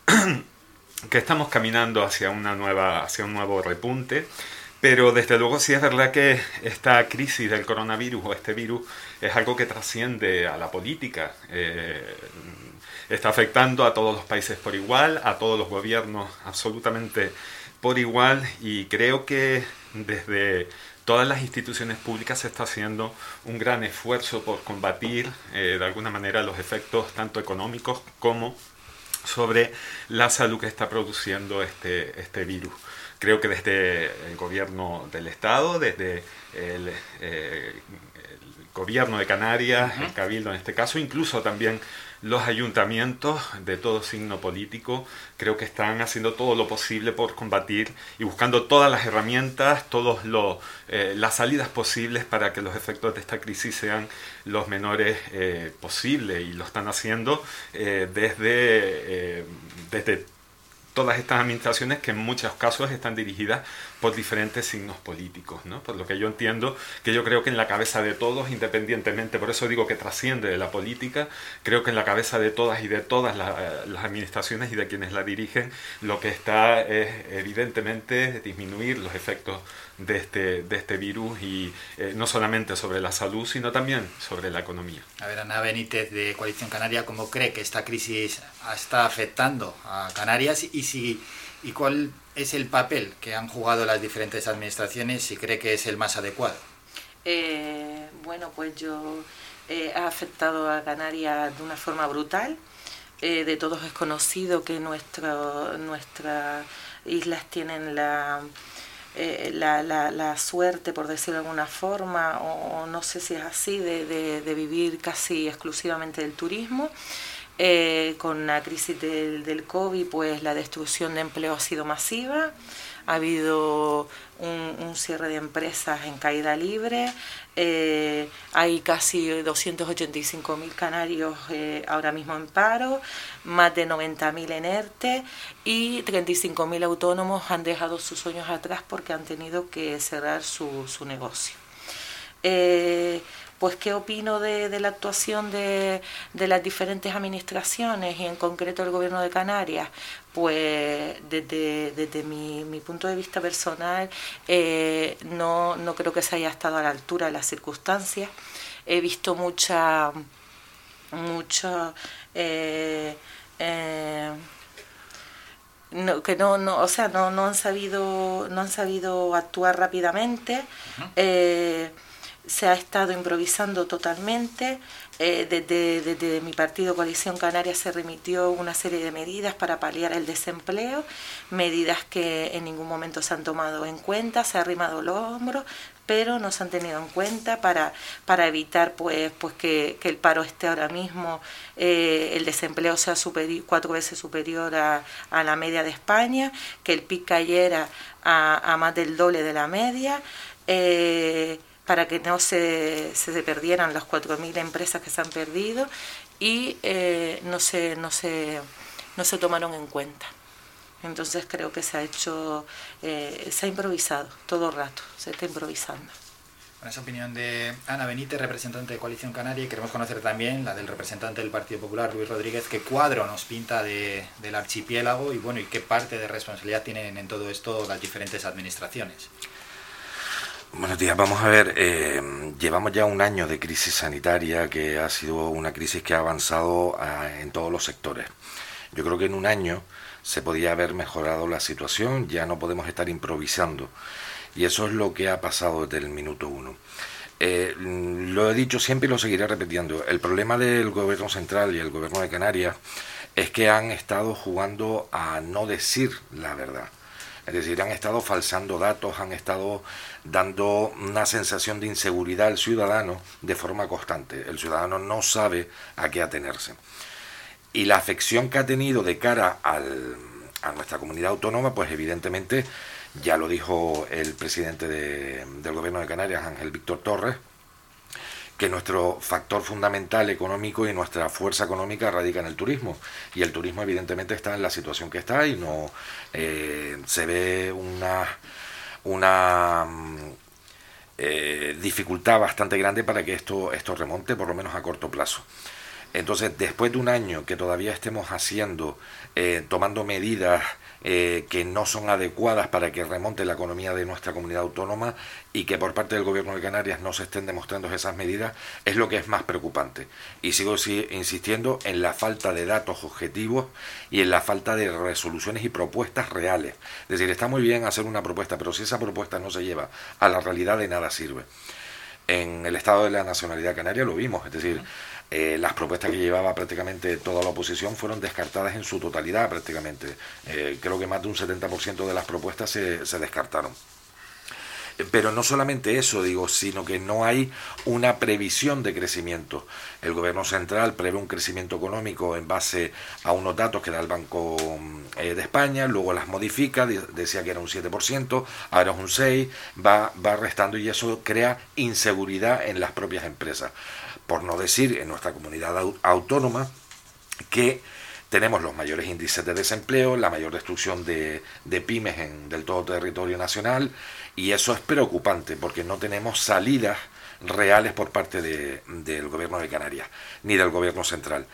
que estamos caminando hacia un nuevo repunte. Pero desde luego sí es verdad que esta crisis del coronavirus o este virus es algo que trasciende a la política. Está afectando a todos los países por igual, a todos los gobiernos absolutamente por igual, y creo que desde todas las instituciones públicas se está haciendo un gran esfuerzo por combatir de alguna manera los efectos tanto económicos como sobre la salud que está produciendo este virus. Creo que desde el gobierno del Estado, desde el gobierno de Canarias, el Cabildo en este caso, incluso también los ayuntamientos de todo signo político, creo que están haciendo todo lo posible por combatir y buscando todas las herramientas, todas las salidas posibles para que los efectos de esta crisis sean los menores posibles, y lo están haciendo desde todas estas administraciones, que en muchos casos están dirigidas por diferentes signos políticos, ¿no? Por lo que yo entiendo, que yo creo que en la cabeza de todos, independientemente, por eso digo que trasciende de la política, creo que en la cabeza de todas y de todas las administraciones y de quienes la dirigen, lo que está es evidentemente disminuir los efectos de este virus, y no solamente sobre la salud, sino también sobre la economía. A ver, Ana Benítez, de Coalición Canaria, ¿cómo cree que esta crisis está afectando a Canarias y cuál es el papel que han jugado las diferentes administraciones, si cree que es el más adecuado? Bueno, pues ha afectado a Canarias de una forma brutal. De todos es conocido que nuestras islas tienen la suerte, por decirlo de alguna forma, o no sé si es así, de vivir casi exclusivamente del turismo. Con la crisis del COVID, pues la destrucción de empleo ha sido masiva, ha habido un cierre de empresas en caída libre, hay casi 285.000 canarios ahora mismo en paro, más de 90.000 en ERTE, y 35.000 autónomos han dejado sus sueños atrás porque han tenido que cerrar su negocio. Pues qué opino de la actuación de las diferentes administraciones y en concreto el Gobierno de Canarias. Pues desde mi punto de vista personal no creo que se haya estado a la altura de las circunstancias. He visto no han sabido actuar rápidamente. Se ha estado improvisando totalmente. Desde mi partido Coalición Canaria se remitió una serie de medidas para paliar el desempleo, medidas que en ningún momento se han tomado en cuenta, se ha arrimado los hombros, pero no se han tenido en cuenta para evitar pues que el paro esté ahora mismo, el desempleo sea 4 veces superior a la media de España, que el PIB cayera a más del doble de la media, para que no se perdieran las 4.000 empresas que se han perdido, y no se tomaron en cuenta. Entonces creo que se ha improvisado todo el rato, se está improvisando. Con esa opinión de Ana Benítez, representante de Coalición Canaria, y queremos conocer también la del representante del Partido Popular, Luis Rodríguez, qué cuadro nos pinta del archipiélago y bueno, y qué parte de responsabilidad tienen en todo esto las diferentes administraciones. Buenos días, vamos a ver, llevamos ya un año de crisis sanitaria, que ha sido una crisis que ha avanzado en todos los sectores. Yo creo que en un año se podía haber mejorado la situación, ya no podemos estar improvisando, y eso es lo que ha pasado desde el minuto 1. Lo he dicho siempre y lo seguiré repitiendo, el problema del gobierno central y el gobierno de Canarias es que han estado jugando a no decir la verdad. Es decir, han estado falsando datos, han estado dando una sensación de inseguridad al ciudadano de forma constante. El ciudadano no sabe a qué atenerse. Y la afección que ha tenido de cara a nuestra comunidad autónoma, pues evidentemente, ya lo dijo el presidente del Gobierno de Canarias, Ángel Víctor Torres, que nuestro factor fundamental económico y nuestra fuerza económica radica en el turismo, y el turismo evidentemente está en la situación que está y no se ve una dificultad bastante grande para que esto remonte, por lo menos a corto plazo. Entonces, después de un año que todavía estemos tomando medidas que no son adecuadas para que remonte la economía de nuestra comunidad autónoma, y que por parte del Gobierno de Canarias no se estén demostrando esas medidas, es lo que es más preocupante. Y sigo insistiendo en la falta de datos objetivos y en la falta de resoluciones y propuestas reales. Es decir, está muy bien hacer una propuesta, pero si esa propuesta no se lleva a la realidad, de nada sirve. En el Estado de la Nacionalidad Canaria lo vimos, es decir, las propuestas que llevaba prácticamente toda la oposición fueron descartadas en su totalidad prácticamente. Creo que más de un 70% de las propuestas se descartaron. Pero no solamente eso, digo, sino que no hay una previsión de crecimiento. El Gobierno central prevé un crecimiento económico en base a unos datos que da el Banco de España, luego las modifica, decía que era un 7%, ahora es un 6%, va restando, y eso crea inseguridad en las propias empresas. Por no decir, en nuestra comunidad autónoma, que tenemos los mayores índices de desempleo, la mayor destrucción de pymes del todo territorio nacional, y eso es preocupante porque no tenemos salidas reales por parte del Gobierno de Canarias, ni del Gobierno central.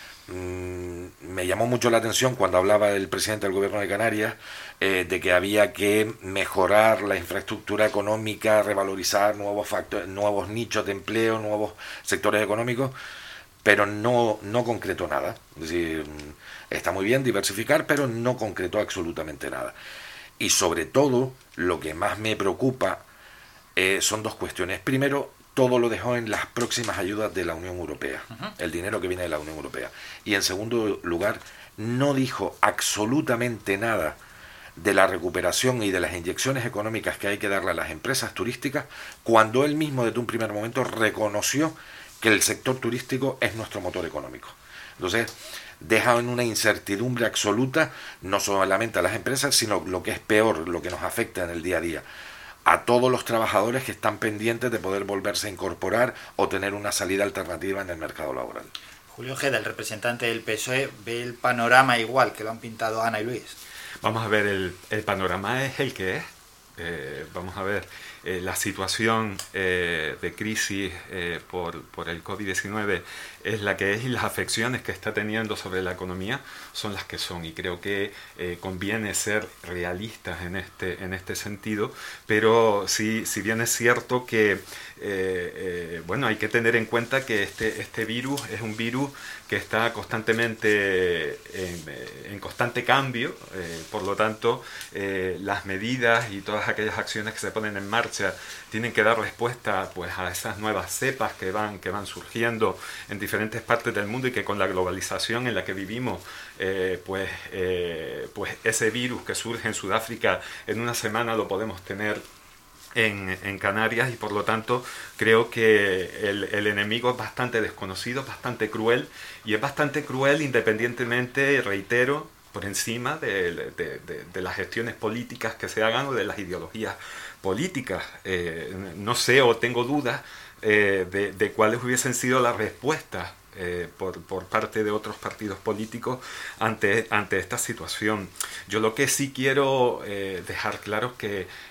Me llamó mucho la atención cuando hablaba el presidente del Gobierno de Canarias de que había que mejorar la infraestructura económica, revalorizar nuevos nichos de empleo, nuevos sectores económicos, pero no concretó nada. Es decir, está muy bien diversificar, pero no concretó absolutamente nada. Y sobre todo, lo que más me preocupa son dos cuestiones. Primero, todo lo dejó en las próximas ayudas de la Unión Europea, el dinero que viene de la Unión Europea. Y en segundo lugar, no dijo absolutamente nada de la recuperación y de las inyecciones económicas que hay que darle a las empresas turísticas, cuando él mismo desde un primer momento reconoció que el sector turístico es nuestro motor económico. Entonces, deja en una incertidumbre absoluta no solamente a las empresas, sino lo que es peor, lo que nos afecta en el día a día, a todos los trabajadores que están pendientes de poder volverse a incorporar o tener una salida alternativa en el mercado laboral. Julio Ojeda, el representante del PSOE, ve el panorama igual que lo han pintado Ana y Luis. Vamos a ver, el panorama es el que es. Vamos a ver, la situación de crisis por el COVID-19 es la que es, y las afecciones que está teniendo sobre la economía son las que son, y creo que conviene ser realistas en este sentido, pero sí, si bien es cierto que bueno, hay que tener en cuenta que este virus es un virus que está constantemente en constante cambio, por lo tanto las medidas y todas aquellas acciones que se ponen en marcha tienen que dar respuesta pues a esas nuevas cepas que van surgiendo en diferentes partes del mundo, y que con la globalización en la que vivimos pues ese virus que surge en Sudáfrica en una semana lo podemos tener en Canarias, y por lo tanto creo que el enemigo es bastante desconocido, bastante cruel, y es bastante cruel independientemente, reitero, por encima de las gestiones políticas que se hagan o de las ideologías políticas. No sé, o tengo dudas de cuáles hubiesen sido las respuestas por parte de otros partidos políticos ante esta situación. Yo lo que sí quiero dejar claro es que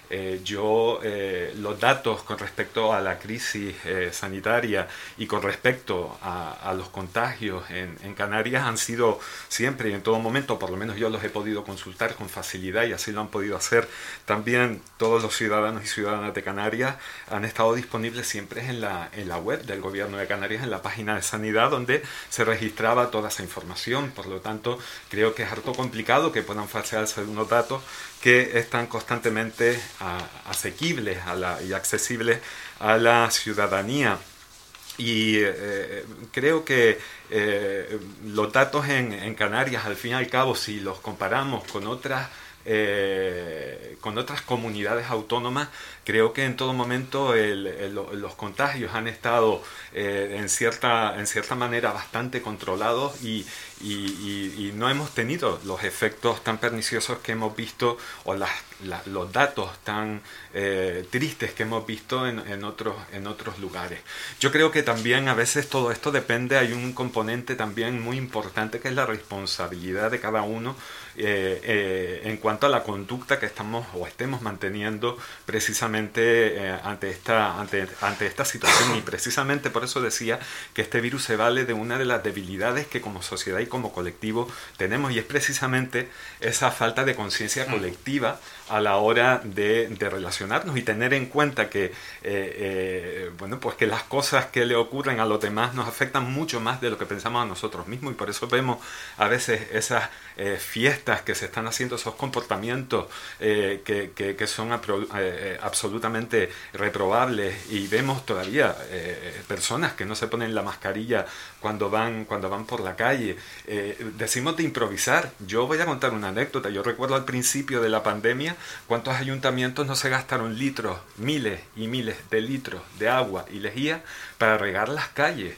los datos con respecto a la crisis sanitaria y con respecto a los contagios en Canarias han sido siempre y en todo momento, por lo menos yo los he podido consultar con facilidad, y así lo han podido hacer también todos los ciudadanos y ciudadanas de Canarias, han estado disponibles siempre en la web del Gobierno de Canarias, en la página de Sanidad, donde se registraba toda esa información. Por lo tanto, creo que es harto complicado que puedan falsearse unos datos que están constantemente asequibles y accesibles a la ciudadanía. Y creo que los datos en Canarias, al fin y al cabo, si los comparamos con otras comunidades autónomas, creo que en todo momento los contagios han estado en cierta manera bastante controlados y no hemos tenido los efectos tan perniciosos que hemos visto o los datos tan tristes que hemos visto en otros lugares. Yo creo que también a veces todo esto depende, hay un componente también muy importante que es la responsabilidad de cada uno en cuanto a la conducta que estemos manteniendo precisamente ante esta situación, y precisamente por eso decía que este virus se vale de una de las debilidades que como sociedad y como colectivo tenemos, y es precisamente esa falta de conciencia colectiva a la hora de relacionarnos y tener en cuenta que pues que las cosas que le ocurren a los demás nos afectan mucho más de lo que pensamos a nosotros mismos, y por eso vemos a veces esas fiestas que se están haciendo, esos comportamientos que son absolutamente reprobables, y vemos todavía personas que no se ponen la mascarilla cuando van por la calle. Decimos de improvisar. Yo voy a contar una anécdota. Yo recuerdo al principio de la pandemia cuántos ayuntamientos no se gastaron litros, miles y miles de litros de agua y lejía para regar las calles.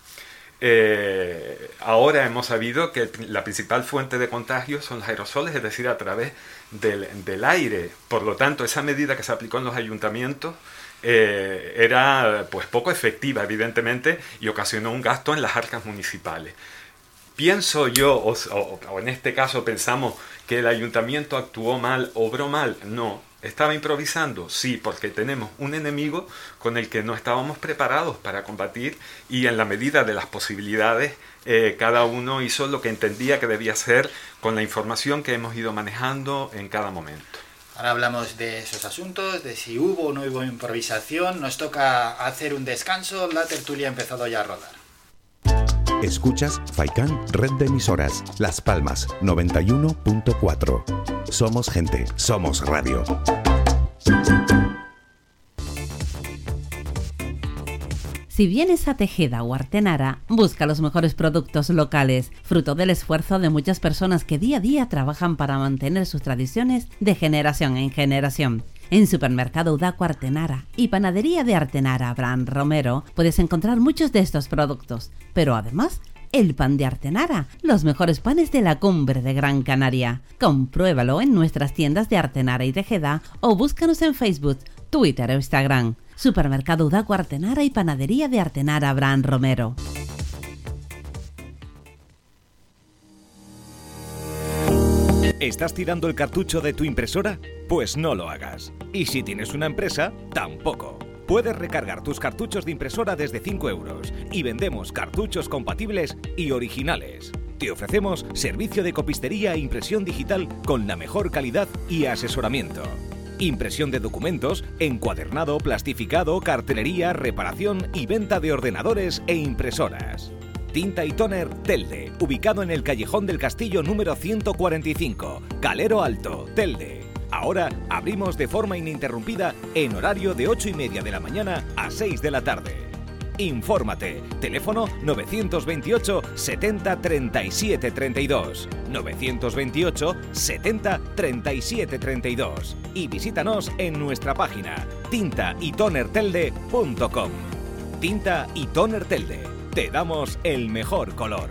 Ahora hemos sabido que la principal fuente de contagio son los aerosoles, es decir, a través del aire. Por lo tanto, esa medida que se aplicó en los ayuntamientos era pues poco efectiva, evidentemente, y ocasionó un gasto en las arcas municipales. Pienso yo, o en este caso pensamos que el ayuntamiento actuó mal, obró mal. No. ¿Estaba improvisando? Sí, porque tenemos un enemigo con el que no estábamos preparados para combatir, y en la medida de las posibilidades cada uno hizo lo que entendía que debía hacer con la información que hemos ido manejando en cada momento. Ahora hablamos de esos asuntos, de si hubo o no hubo improvisación. Nos toca hacer un descanso, la tertulia ha empezado ya a rodar. Escuchas Faikan, red de emisoras, Las Palmas 91.4. Somos gente, somos radio. Si vienes a Tejeda o Artenara, busca los mejores productos locales, fruto del esfuerzo de muchas personas que día a día trabajan para mantener sus tradiciones de generación en generación. En Supermercado Udaco Artenara y Panadería de Artenara Abraham Romero puedes encontrar muchos de estos productos, pero además el pan de Artenara, los mejores panes de la cumbre de Gran Canaria. Compruébalo en nuestras tiendas de Artenara y Tejeda o búscanos en Facebook, Twitter o Instagram. Supermercado Udaco Artenara y Panadería de Artenara Abraham Romero. ¿Estás tirando el cartucho de tu impresora? Pues no lo hagas. Y si tienes una empresa, tampoco. Puedes recargar tus cartuchos de impresora desde 5 euros y vendemos cartuchos compatibles y originales. Te ofrecemos servicio de copistería e impresión digital con la mejor calidad y asesoramiento. Impresión de documentos, encuadernado, plastificado, cartelería, reparación y venta de ordenadores e impresoras. Tinta y Tóner Telde, ubicado en el Callejón del Castillo número 145, Calero Alto, Telde. Ahora abrimos de forma ininterrumpida en horario de 8:30 de la mañana a 6 de la tarde. Infórmate, teléfono 928 70 37 32, 928 70 37 32, y visítanos en nuestra página tintaytonertelde.com. Tinta y Tóner Telde, te damos el mejor color.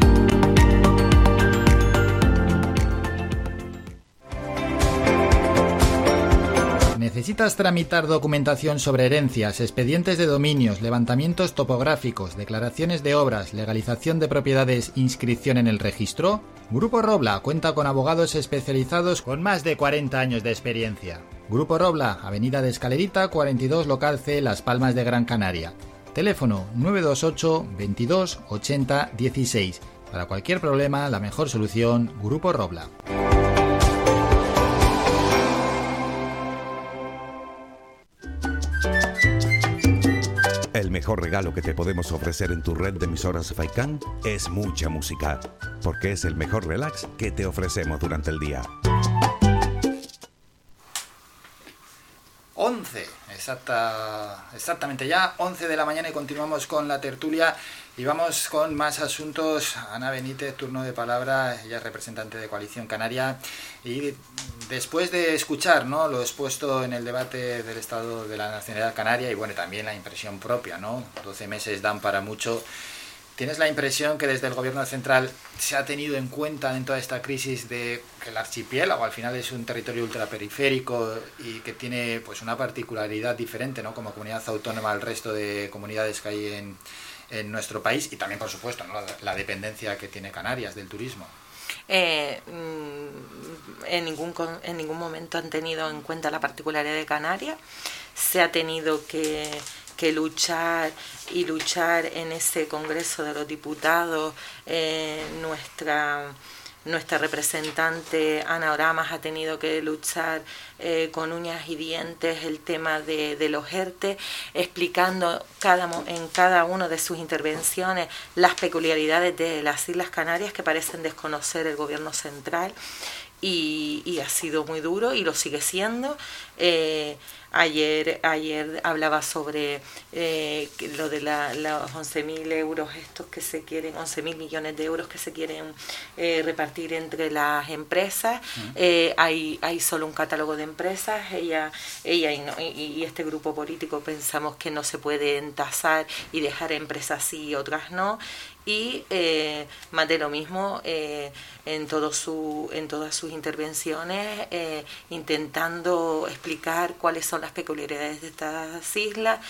¿Necesitas tramitar documentación sobre herencias, expedientes de dominios, levantamientos topográficos, declaraciones de obras, legalización de propiedades, inscripción en el registro? Grupo Robla cuenta con abogados especializados con más de 40 años de experiencia. Grupo Robla, Avenida de Escalerita, 42, local C, Las Palmas de Gran Canaria. Teléfono 928 22 80 16. Para cualquier problema, la mejor solución, Grupo Robla. El mejor regalo que te podemos ofrecer en tu red de emisoras Faikan es mucha música, porque es el mejor relax que te ofrecemos durante el día. 11, exactamente ya 11 de la mañana, y continuamos con la tertulia y vamos con más asuntos. Ana Benítez, turno de palabra, ella es representante de Coalición Canaria, y después de escuchar, ¿no?, lo expuesto en el debate del Estado de la Nacionalidad Canaria, y bueno, también la impresión propia, ¿no?, 12 meses dan para mucho. ¿Tienes la impresión que desde el Gobierno central se ha tenido en cuenta en toda esta crisis de que el archipiélago al final es un territorio ultraperiférico y que tiene pues una particularidad diferente, ¿no?, como comunidad autónoma al resto de comunidades que hay en nuestro país, y también, por supuesto, ¿no?, la dependencia que tiene Canarias del turismo? En ningún momento han tenido en cuenta la particularidad de Canarias. Se ha tenido que luchar en ese Congreso de los Diputados. Nuestra representante Ana Oramas ha tenido que luchar con uñas y dientes el tema de los ERTE, explicando en cada una de sus intervenciones las peculiaridades de las Islas Canarias que parecen desconocer el Gobierno central, y ha sido muy duro y lo sigue siendo. Ayer hablaba sobre lo de los 11.000 euros estos que se quieren, 11.000 millones de euros que se quieren repartir entre las empresas. Hay solo un catálogo de empresas. Ella y este grupo político pensamos que no se puede entasar y dejar empresas sí y otras no. Y más de lo mismo en todas sus intervenciones, intentando explicar cuáles son las peculiaridades de estas islas,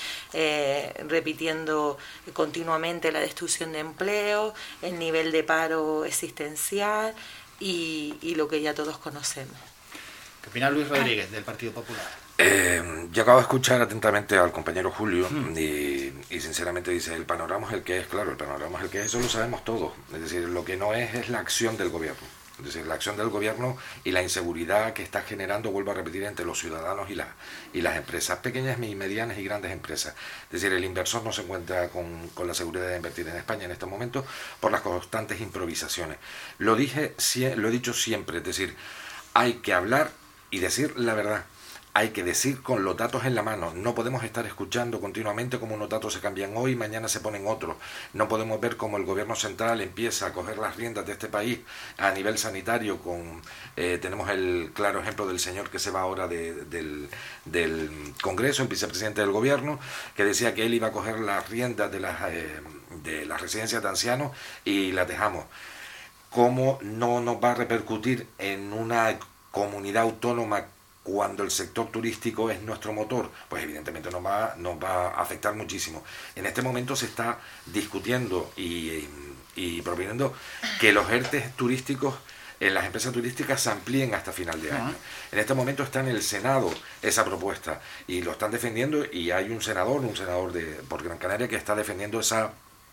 repitiendo continuamente la destrucción de empleo, el nivel de paro existencial y lo que ya todos conocemos. ¿Qué opina Luis Rodríguez, del Partido Popular? Yo acabo de escuchar atentamente al compañero Julio y sinceramente dice, el panorama es el que es. Claro, el panorama es el que es, eso lo sabemos todos. Es decir, lo que no es la acción del gobierno. Es decir, la acción del gobierno y la inseguridad que está generando, vuelvo a repetir, entre los ciudadanos y las empresas, pequeñas y medianas y grandes empresas. Es decir, el inversor no se encuentra con la seguridad de invertir en España en estos momentos por las constantes improvisaciones. Lo he dicho siempre, es decir, hay que hablar y decir la verdad. Hay que decir con los datos en la mano. No podemos estar escuchando continuamente cómo unos datos se cambian hoy y mañana se ponen otros. No podemos ver cómo el gobierno central empieza a coger las riendas de este país a nivel sanitario. Tenemos el claro ejemplo del señor que se va ahora del Congreso, el vicepresidente del gobierno, que decía que él iba a coger las riendas de las residencias de ancianos y las dejamos. ¿Cómo no nos va a repercutir en una comunidad autónoma cuando el sector turístico es nuestro motor? Pues evidentemente nos va a afectar muchísimo. En este momento se está discutiendo y proponiendo que los ERTE turísticos en las empresas turísticas se amplíen hasta final de año. En este momento está en el Senado esa propuesta y lo están defendiendo, y hay un senador por Gran Canaria que está defendiendo esa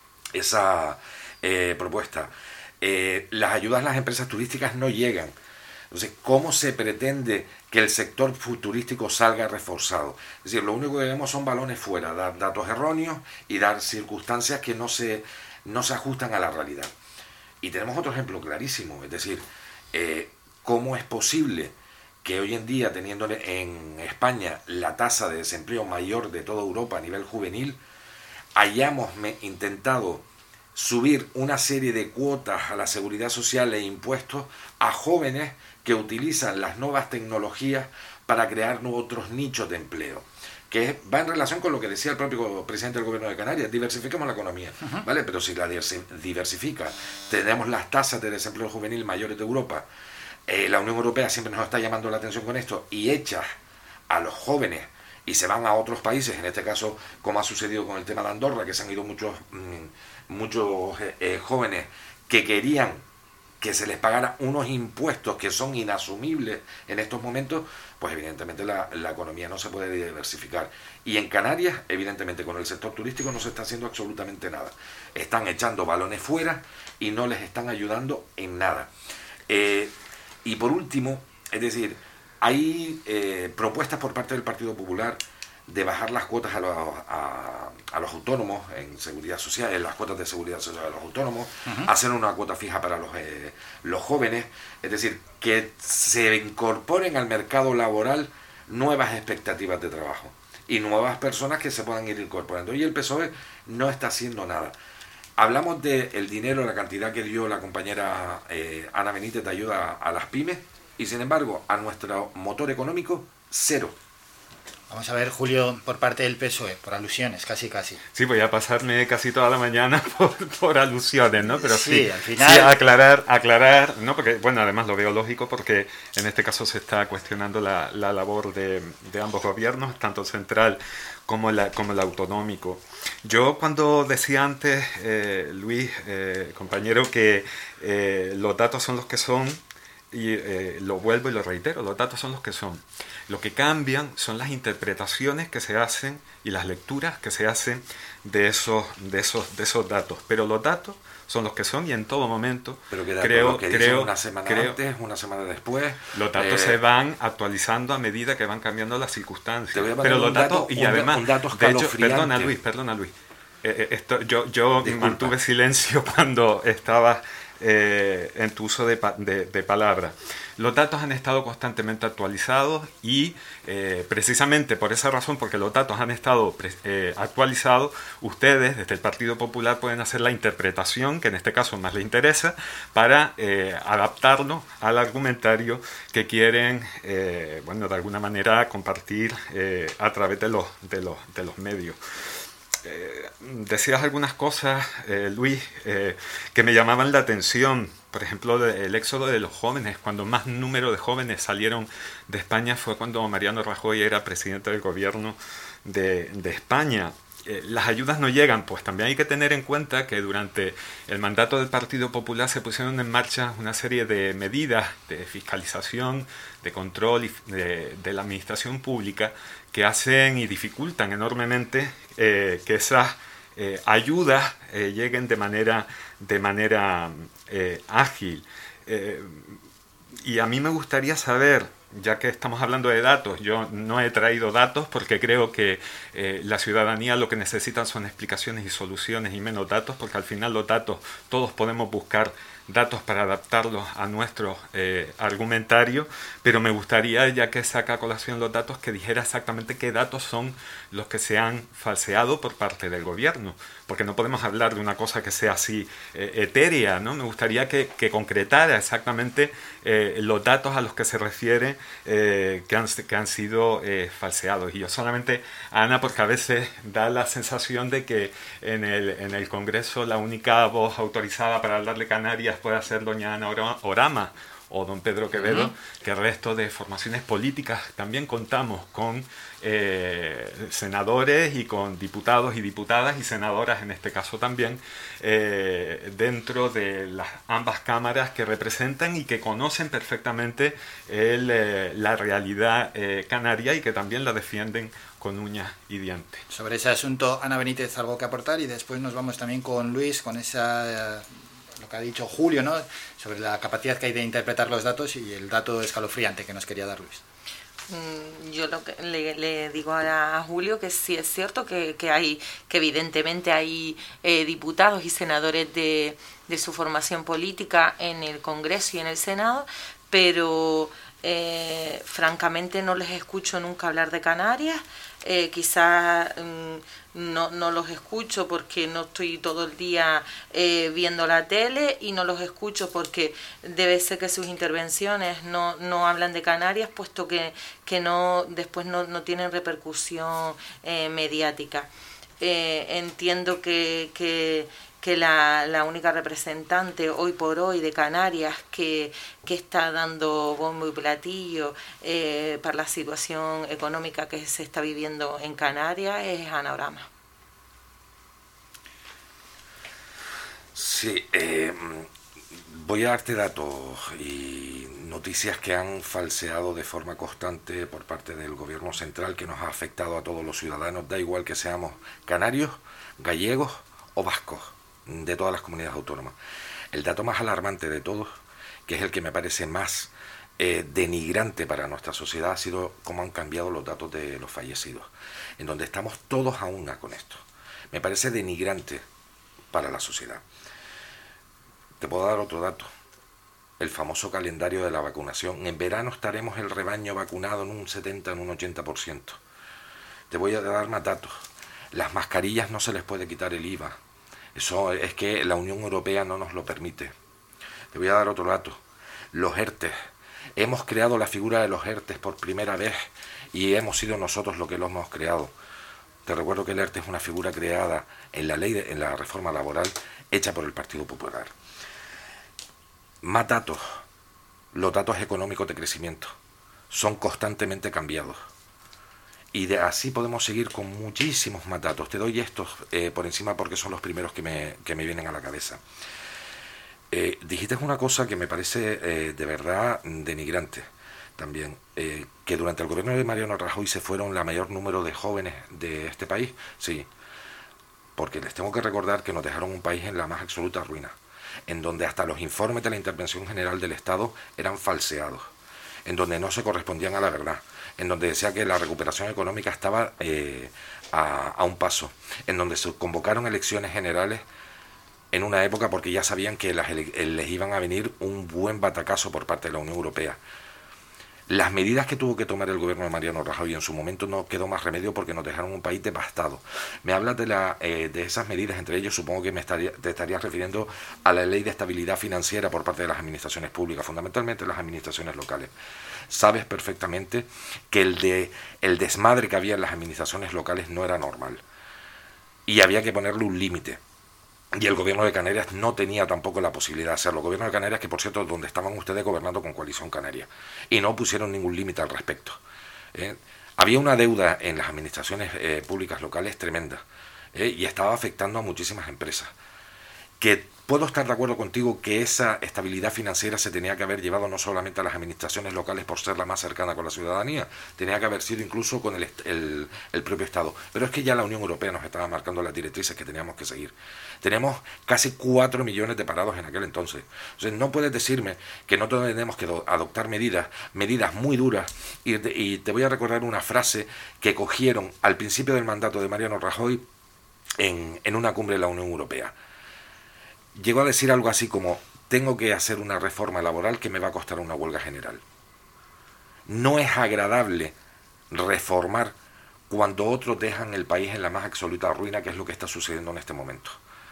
propuesta. Las ayudas a las empresas turísticas no llegan. Entonces, ¿cómo se pretende que el sector turístico salga reforzado? Es decir, lo único que vemos son balones fuera, dar datos erróneos y dar circunstancias que no se ajustan a la realidad. Y tenemos otro ejemplo clarísimo, es decir, ¿cómo es posible que hoy en día, teniendo en España la tasa de desempleo mayor de toda Europa a nivel juvenil, hayamos intentado subir una serie de cuotas a la seguridad social e impuestos a jóvenes que utilizan las nuevas tecnologías para crear otros nichos de empleo? Que va en relación con lo que decía el propio presidente del gobierno de Canarias: diversifiquemos la economía, ¿vale? Pero si la diversifica, tenemos las tasas de desempleo juvenil mayores de Europa, la Unión Europea siempre nos está llamando la atención con esto, y echas a los jóvenes y se van a otros países, en este caso, como ha sucedido con el tema de Andorra, que se han ido muchos jóvenes que querían que se les pagara unos impuestos que son inasumibles en estos momentos, pues evidentemente la economía no se puede diversificar. Y en Canarias, evidentemente, con el sector turístico no se está haciendo absolutamente nada. Están echando balones fuera y no les están ayudando en nada. Y por último, es decir, hay propuestas por parte del Partido Popular de bajar las cuotas a los autónomos en seguridad social, en las cuotas de seguridad social a los autónomos, hacer una cuota fija para los jóvenes, es decir, que se incorporen al mercado laboral nuevas expectativas de trabajo y nuevas personas que se puedan ir incorporando. Y el PSOE no está haciendo nada. Hablamos del dinero, la cantidad que dio la compañera Ana Benítez de ayuda a las pymes, y sin embargo, a nuestro motor económico, cero. Vamos a ver, Julio, por parte del PSOE, por alusiones, casi. Sí, voy a pasarme casi toda la mañana por alusiones, ¿no? Pero sí, al final... sí, aclarar, ¿no? Porque, bueno, además lo veo lógico porque en este caso se está cuestionando la labor de ambos gobiernos, tanto el central como el autonómico. Yo cuando decía antes, Luis, compañero, que los datos son los que son, y lo vuelvo y lo reitero, los datos son los que son. Lo que cambian son las interpretaciones que se hacen y las lecturas que se hacen de esos datos. Pero los datos son los que son y en todo momento creo una semana antes, una semana después. Los datos se van actualizando a medida que van cambiando las circunstancias. Pero los datos, y además, de hecho, perdona Luis. Yo mantuve silencio cuando estabas en tu uso de palabra. Los datos han estado constantemente actualizados y precisamente por esa razón, porque los datos han estado actualizados, ustedes desde el Partido Popular pueden hacer la interpretación que en este caso más les interesa para adaptarnos al argumentario que quieren, de alguna manera compartir a través de los medios. Decías algunas cosas, Luis, que me llamaban la atención. Por ejemplo, el éxodo de los jóvenes. Cuando más número de jóvenes salieron de España fue cuando Mariano Rajoy era presidente del gobierno de España. Las ayudas no llegan, pues también hay que tener en cuenta que durante el mandato del Partido Popular se pusieron en marcha una serie de medidas de fiscalización, de control y de la administración pública que hacen y dificultan enormemente que esas ayudas lleguen de manera ágil. Y a mí me gustaría saber, ya que estamos hablando de datos, yo no he traído datos porque creo que la ciudadanía lo que necesita son explicaciones y soluciones y menos datos, porque al final los datos, todos podemos buscar datos para adaptarlos a nuestro argumentario, pero me gustaría, ya que saca a colación los datos, que dijera exactamente qué datos son los que se han falseado por parte del gobierno, porque no podemos hablar de una cosa que sea así etérea, ¿no? Me gustaría que concretara exactamente los datos a los que se refiere que han sido falseados. Y yo solamente, Ana, porque a veces da la sensación de que en el Congreso la única voz autorizada para hablar de Canarias puede ser doña Ana Orama o don Pedro Quevedo, que el resto de formaciones políticas también contamos con senadores y con diputados y diputadas y senadoras en este caso también dentro de ambas cámaras que representan y que conocen perfectamente la realidad canaria y que también la defienden con uñas y dientes. Sobre ese asunto, Ana Benítez, algo que aportar, y después nos vamos también con Luis, con esa... lo que ha dicho Julio, ¿no?, sobre la capacidad que hay de interpretar los datos y el dato escalofriante que nos quería dar Luis. Yo lo que le digo a Julio que sí es cierto que evidentemente hay diputados y senadores de su formación política en el Congreso y en el Senado, pero francamente no les escucho nunca hablar de Canarias. Quizás no los escucho porque no estoy todo el día viendo la tele, y no los escucho porque debe ser que sus intervenciones no hablan de Canarias, puesto que después no tienen repercusión mediática. Entiendo que la única representante hoy por hoy de Canarias que está dando bombo y platillo para la situación económica que se está viviendo en Canarias es Ana Orama. Sí, voy a darte datos y noticias que han falseado de forma constante por parte del gobierno central, que nos ha afectado a todos los ciudadanos, da igual que seamos canarios, gallegos o vascos, de todas las comunidades autónomas. El dato más alarmante de todos, que es el que me parece más denigrante para nuestra sociedad, ha sido cómo han cambiado los datos de los fallecidos, en donde estamos todos a una con esto. Me parece denigrante para la sociedad. Te puedo dar otro dato. el famoso calendario de la vacunación. En verano estaremos el rebaño vacunado en un 70, en un 80%. Te voy a dar más datos. Las mascarillas no se les puede quitar el IVA. Eso es que la Unión Europea no nos lo permite. Te voy a dar otro dato. Los ERTES. Hemos creado la figura de los ERTES por primera vez y hemos sido nosotros los que lo hemos creado. Te recuerdo que el ERTE es una figura creada en la ley, en la reforma laboral hecha por el Partido Popular. Más datos. Los datos económicos de crecimiento son constantemente cambiados. Y así podemos seguir con muchísimos más datos. Te doy estos por encima porque son los primeros que me vienen a la cabeza. Dijiste una cosa que me parece de verdad denigrante también, que durante el gobierno de Mariano Rajoy se fueron la mayor número de jóvenes de este país. Sí, porque les tengo que recordar que nos dejaron un país en la más absoluta ruina, en donde hasta los informes de la Intervención General del Estado eran falseados, en donde no se correspondían a la verdad, en donde decía que la recuperación económica estaba a un paso, en donde se convocaron elecciones generales en una época porque ya sabían que les iban a venir un buen batacazo por parte de la Unión Europea. Las medidas que tuvo que tomar el gobierno de Mariano Rajoy en su momento no quedó más remedio porque nos dejaron un país devastado. Me hablas de esas medidas, entre ellos supongo que te estarías refiriendo a la ley de estabilidad financiera por parte de las administraciones públicas, fundamentalmente las administraciones locales. Sabes perfectamente que el desmadre que había en las administraciones locales no era normal y había que ponerle un límite. Y el gobierno de Canarias no tenía tampoco la posibilidad de hacerlo. El gobierno de Canarias, que por cierto, donde estaban ustedes gobernando con Coalición Canaria, y no pusieron ningún límite al respecto. Había una deuda en las administraciones públicas locales tremenda, y estaba afectando a muchísimas empresas. Que puedo estar de acuerdo contigo que esa estabilidad financiera se tenía que haber llevado no solamente a las administraciones locales por ser la más cercana con la ciudadanía, tenía que haber sido incluso con el propio Estado. Pero es que ya la Unión Europea nos estaba marcando las directrices que teníamos que seguir. Tenemos casi 4 millones de parados en aquel entonces. Entonces no puedes decirme que no tenemos que adoptar medidas muy duras. Y te voy a recordar una frase que cogieron al principio del mandato de Mariano Rajoy en una cumbre de la Unión Europea. Llegó a decir algo así como: tengo que hacer una reforma laboral que me va a costar una huelga general. No es agradable reformar cuando otros dejan el país en la más absoluta ruina, que es lo que está sucediendo en este momento.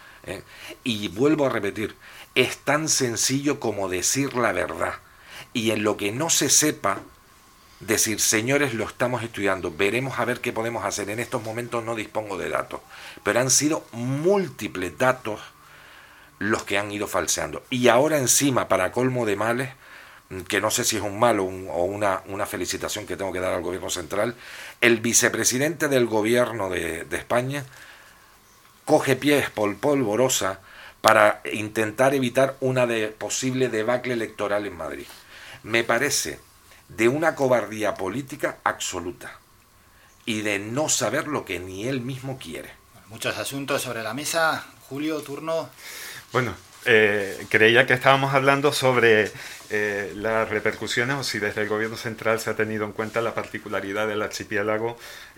Y vuelvo a repetir, es tan sencillo como decir la verdad. Y en lo que no se sepa, decir: señores, lo estamos estudiando, veremos a ver qué podemos hacer. En estos momentos no dispongo de datos, pero han sido múltiples datos los que han ido falseando. Y ahora encima, para colmo de males, que no sé si es un mal o una felicitación que tengo que dar al gobierno central, el vicepresidente del gobierno de España coge pies por polvorosa para intentar evitar una posible debacle electoral en Madrid. Me parece de una cobardía política absoluta y de no saber lo que ni él mismo quiere. Muchos asuntos sobre la mesa. Julio, turno. Bueno, creía que estábamos hablando sobre las repercusiones, o si desde el gobierno central se ha tenido en cuenta la particularidad del archipiélago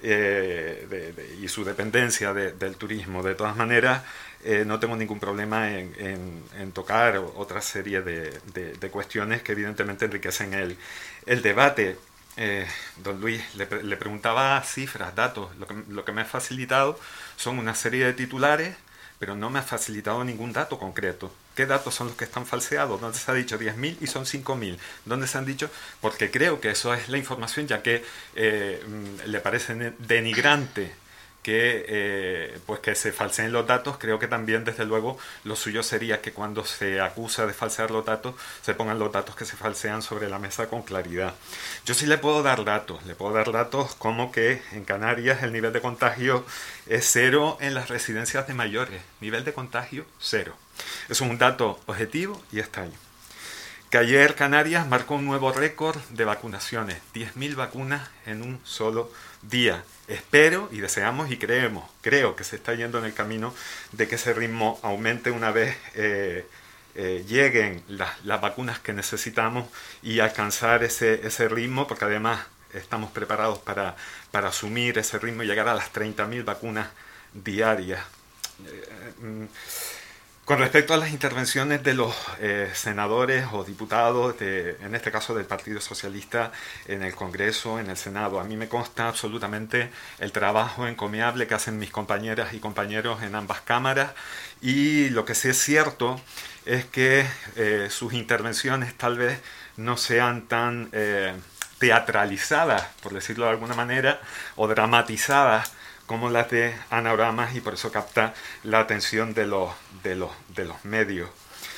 y su dependencia del turismo. De todas maneras, no tengo ningún problema en tocar otra serie de cuestiones que evidentemente enriquecen el debate. Don Luis, le preguntaba cifras, datos. Lo que me ha facilitado son una serie de titulares, pero no me ha facilitado ningún dato concreto. ¿Qué datos son los que están falseados? ¿Dónde se ha dicho 10.000 y son 5.000? ¿Dónde se han dicho? Porque creo que eso es la información, ya que le parece denigrante que se falseen los datos. Creo que también, desde luego, lo suyo sería que cuando se acusa de falsear los datos, se pongan los datos que se falsean sobre la mesa con claridad. Yo sí le puedo dar datos como que en Canarias el nivel de contagio es 0 en las residencias de mayores. Nivel de contagio 0. Eso es un dato objetivo y extraño. Que ayer Canarias marcó un nuevo récord de vacunaciones, 10.000 vacunas en un solo día. Espero y deseamos y creo que se está yendo en el camino de que ese ritmo aumente una vez lleguen las vacunas que necesitamos y alcanzar ese ritmo, porque además estamos preparados para asumir ese ritmo y llegar a las 30.000 vacunas diarias. Con respecto a las intervenciones de los senadores o diputados, en este caso del Partido Socialista, en el Congreso, en el Senado, a mí me consta absolutamente el trabajo encomiable que hacen mis compañeras y compañeros en ambas cámaras, y lo que sí es cierto es que sus intervenciones tal vez no sean tan teatralizadas, por decirlo de alguna manera, o dramatizadas como las de Ana Oramas, y por eso capta la atención de los medios.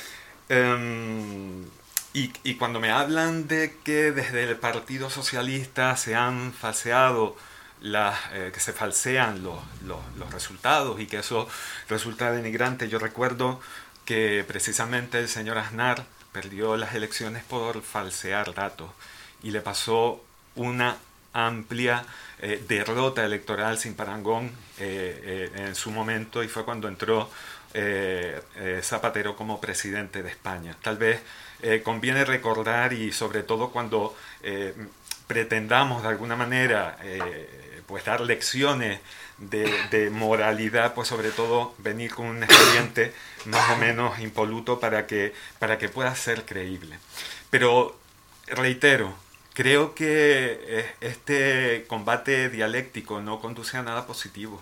Y cuando me hablan de que desde el Partido Socialista se han falseado, que se falsean los resultados y que eso resulta denigrante, yo recuerdo que precisamente el señor Aznar perdió las elecciones por falsear datos y le pasó una amplia derrota electoral sin parangón en su momento, y fue cuando entró Zapatero como presidente de España. Tal vez conviene recordar, y sobre todo cuando pretendamos de alguna manera pues dar lecciones de moralidad, pues sobre todo venir con un expediente más o menos impoluto para que pueda ser creíble. Pero reitero, creo que este combate dialéctico no conduce a nada positivo,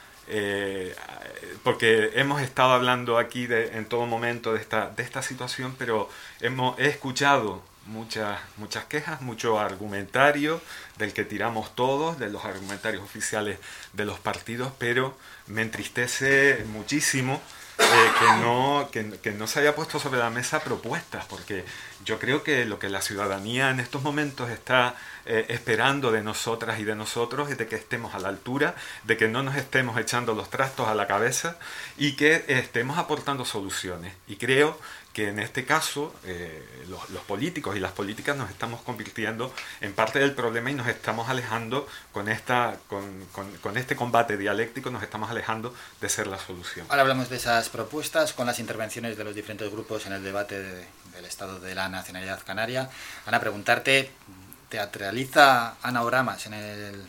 porque hemos estado hablando aquí en todo momento de esta situación, pero he escuchado muchas quejas, mucho argumentario del que tiramos todos, de los argumentarios oficiales de los partidos, pero me entristece muchísimo que no se haya puesto sobre la mesa propuestas, porque yo creo que lo que la ciudadanía en estos momentos está esperando de nosotras y de nosotros es de que estemos a la altura, de que no nos estemos echando los trastos a la cabeza y que estemos aportando soluciones. Y creo que en este caso los políticos y las políticas nos estamos convirtiendo en parte del problema y nos estamos alejando con este combate dialéctico, nos estamos alejando de ser la solución. Ahora hablamos de esas propuestas con las intervenciones de los diferentes grupos en el debate del estado de la nacionalidad canaria. Ana, preguntarte, ¿teatraliza Ana Oramas en el...?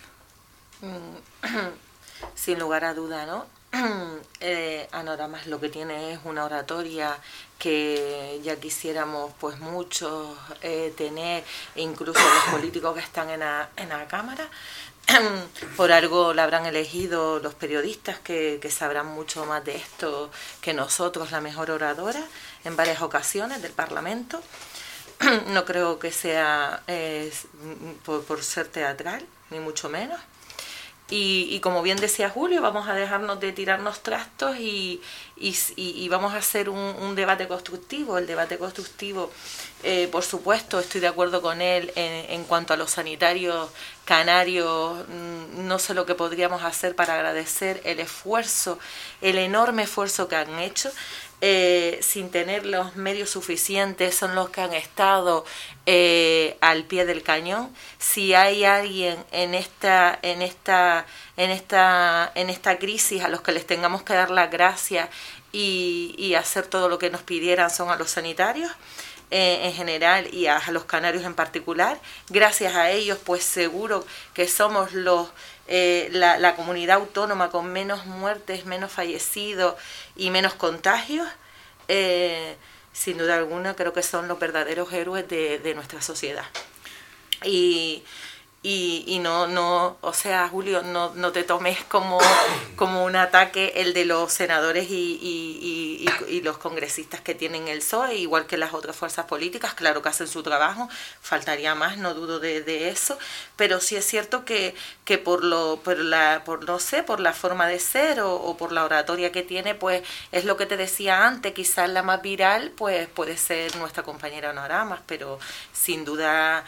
Sin lugar a duda, ¿no? Ana Oramas lo que tiene es una oratoria que ya quisiéramos pues muchos tener, incluso los políticos que están en la Cámara. Por algo la habrán elegido los periodistas que sabrán mucho más de esto que nosotros, la mejor oradora en varias ocasiones del Parlamento. No creo que sea por ser teatral, ni mucho menos. Y como bien decía Julio, vamos a dejarnos de tirarnos trastos y vamos a hacer un debate constructivo. El debate constructivo, por supuesto, estoy de acuerdo con él en cuanto a los sanitarios canarios. No sé lo que podríamos hacer para agradecer el esfuerzo, el enorme esfuerzo que han hecho. Sin tener los medios suficientes, son los que han estado al pie del cañón. Si hay alguien en esta crisis a los que les tengamos que dar las gracias y hacer todo lo que nos pidieran, son a los sanitarios en general y a los canarios en particular. Gracias a ellos, pues seguro que somos la comunidad autónoma con menos muertes, menos fallecidos y menos contagios. Sin duda alguna creo que son los verdaderos héroes de nuestra sociedad. Y no, o sea, Julio, no te tomes como un ataque el de los senadores y los congresistas que tienen el PSOE, igual que las otras fuerzas políticas. Claro que hacen su trabajo, faltaría más, no dudo de eso, pero sí es cierto que por la forma de ser o por la oratoria que tiene, pues es lo que te decía antes, quizás la más viral pues puede ser nuestra compañera Ana Oramas, pero sin duda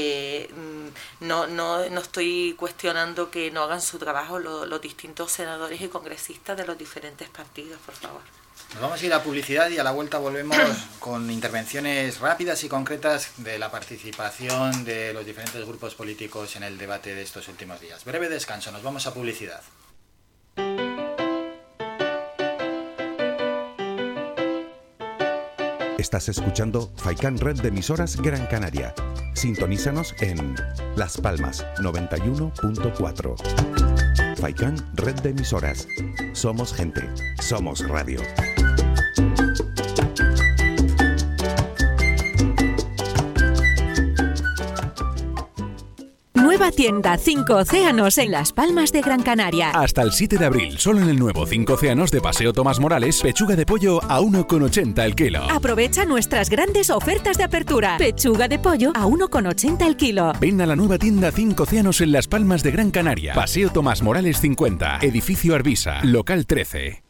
no estoy cuestionando que no hagan su trabajo los distintos senadores y congresistas de los diferentes partidos, por favor. Nos vamos a ir a publicidad y a la vuelta volvemos con intervenciones rápidas y concretas de la participación de los diferentes grupos políticos en el debate de estos últimos días. Breve descanso, nos vamos a publicidad. Estás escuchando Faikan Red de Emisoras Gran Canaria. Sintonízanos en Las Palmas 91.4. Faikan Red de Emisoras. Somos gente, somos radio. Nueva tienda 5 Océanos en Las Palmas de Gran Canaria. Hasta el 7 de abril, solo en el nuevo 5 Océanos de Paseo Tomás Morales, pechuga de pollo a 1,80 el kilo. Aprovecha nuestras grandes ofertas de apertura. Pechuga de pollo a 1,80 el kilo. Ven a la nueva tienda 5 Océanos en Las Palmas de Gran Canaria. Paseo Tomás Morales 50, edificio Arbisa, local 13.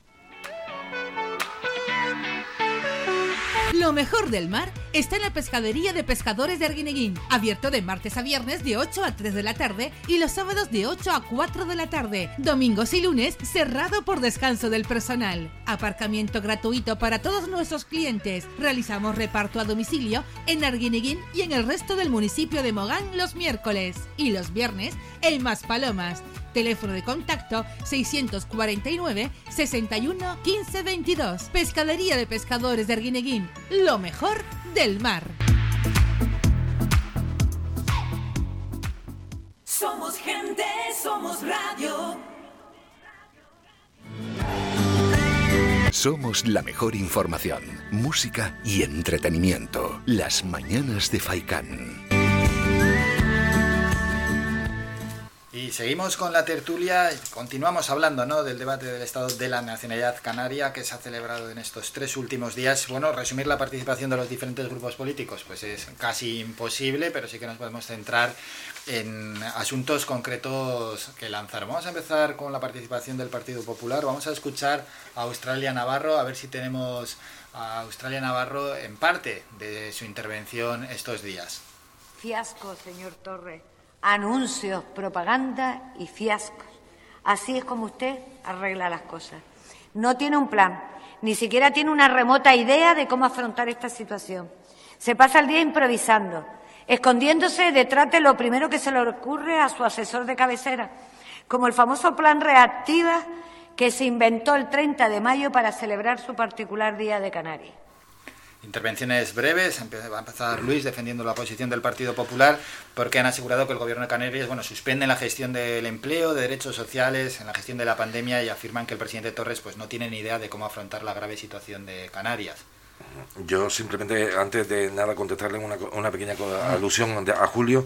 Lo mejor del mar está en la pescadería de pescadores de Arguineguín, abierto de martes a viernes de 8 a 3 de la tarde y los sábados de 8 a 4 de la tarde. Domingos y lunes cerrado por descanso del personal. Aparcamiento gratuito para todos nuestros clientes. Realizamos reparto a domicilio en Arguineguín y en el resto del municipio de Mogán los miércoles. Y los viernes en Maspalomas. Teléfono de contacto 649 61 15 22. Pescadería de pescadores de Arguineguín. Lo mejor del mar. Somos gente, somos radio. Somos la mejor información, música y entretenimiento. Las mañanas de Faikán. Y seguimos con la tertulia, continuamos hablando, ¿no?, del debate del Estado de la Nacionalidad Canaria que se ha celebrado en estos 3 últimos días. Bueno, resumir la participación de los diferentes grupos políticos pues es casi imposible, pero sí que nos podemos centrar en asuntos concretos que lanzaron. Vamos a empezar con la participación del Partido Popular. Vamos a escuchar a Australia Navarro, a ver si tenemos a Australia Navarro en parte de su intervención estos días. Fiasco, señor Torres. Anuncios, propaganda y fiascos. Así es como usted arregla las cosas. No tiene un plan, ni siquiera tiene una remota idea de cómo afrontar esta situación. Se pasa el día improvisando, escondiéndose detrás de lo primero que se le ocurre a su asesor de cabecera, como el famoso plan Reactiva que se inventó el 30 de mayo para celebrar su particular Día de Canarias. Intervenciones breves, va a empezar Luis defendiendo la posición del Partido Popular porque han asegurado que el Gobierno de Canarias suspende la gestión del empleo, de derechos sociales, en la gestión de la pandemia y afirman que el presidente Torres no tiene ni idea de cómo afrontar la grave situación de Canarias. Yo simplemente, antes de nada, contestarle una pequeña alusión a Julio.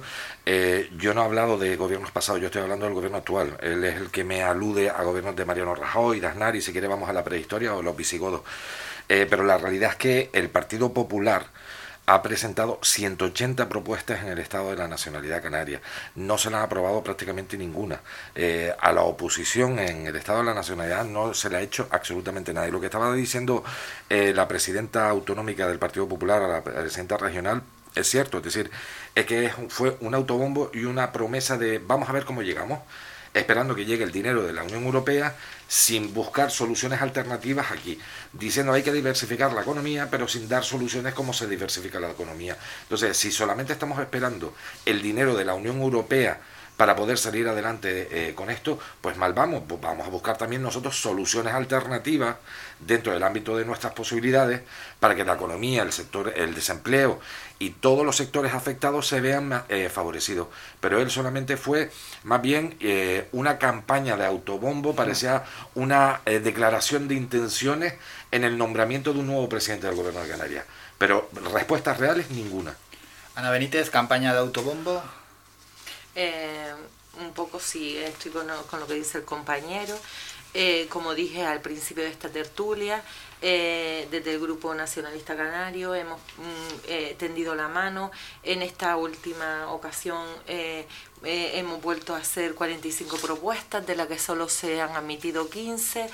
Yo no he hablado de gobiernos pasados, yo estoy hablando del gobierno actual. Él es el que me alude a gobiernos de Mariano Rajoy, de Aznar, y si quiere vamos a la prehistoria o los visigodos. Pero la realidad es que el Partido Popular ha presentado 180 propuestas en el Estado de la Nacionalidad Canaria. No se le ha aprobado prácticamente ninguna. A la oposición en el Estado de la Nacionalidad no se le ha hecho absolutamente nada. Y lo que estaba diciendo la presidenta autonómica del Partido Popular, a la presidenta regional, es cierto. Es decir, es que fue un autobombo y una promesa de vamos a ver cómo llegamos, esperando que llegue el dinero de la Unión Europea sin buscar soluciones alternativas aquí, diciendo hay que diversificar la economía, pero sin dar soluciones como se diversifica la economía. Entonces, si solamente estamos esperando el dinero de la Unión Europea para poder salir adelante con esto, pues mal vamos. Pues vamos a buscar también nosotros soluciones alternativas dentro del ámbito de nuestras posibilidades para que la economía, el sector, el desempleo y todos los sectores afectados se vean favorecidos. Pero él solamente fue más bien una campaña de autobombo, parecía una declaración de intenciones en el nombramiento de un nuevo presidente del Gobierno de Canarias. Pero respuestas reales, ninguna. Ana Benítez, campaña de autobombo. Un poco sí, estoy con lo que dice el compañero. Como dije al principio de esta tertulia, desde el Grupo Nacionalista Canario hemos tendido la mano. En esta última ocasión hemos vuelto a hacer 45 propuestas, de las que solo se han admitido 15,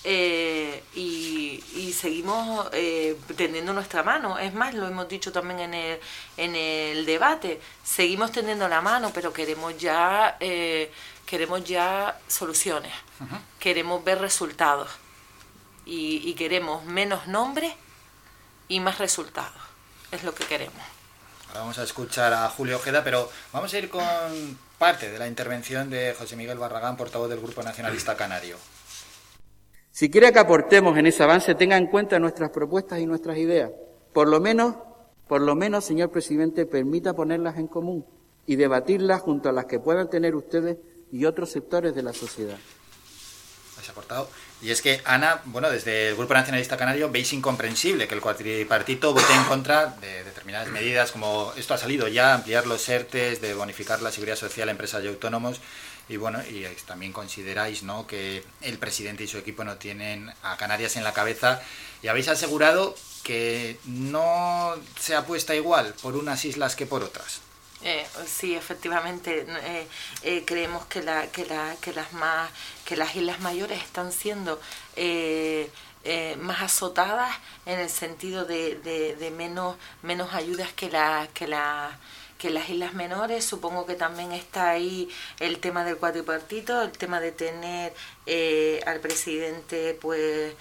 y seguimos tendiendo nuestra mano. Es más, lo hemos dicho también en el debate, seguimos tendiendo la mano, pero queremos ya soluciones. Uh-huh. Queremos ver resultados y queremos menos nombres y más resultados. Es lo que queremos. Ahora vamos a escuchar a Julio Ojeda, pero vamos a ir con parte de la intervención de José Miguel Barragán, portavoz del Grupo Nacionalista Canario. Si quiere que aportemos en ese avance, tenga en cuenta nuestras propuestas y nuestras ideas. Por lo menos, señor presidente, permita ponerlas en común y debatirlas junto a las que puedan tener ustedes y otros sectores de la sociedad. Se ha cortado. Y es que, Ana, desde el Grupo Nacionalista Canario veis incomprensible que el cuatripartito vote en contra de determinadas medidas, como esto ha salido ya, ampliar los ERTEs, de bonificar la seguridad social a empresas y autónomos. Y bueno, y también consideráis, ¿no?, que el presidente y su equipo no tienen a Canarias en la cabeza, y habéis asegurado que no se apuesta igual por unas islas que por otras. Sí, efectivamente, creemos que las islas mayores están siendo más azotadas, en el sentido de menos ayudas que las islas menores. Supongo que también está ahí el tema del cuatripartito, el tema de tener al presidente pues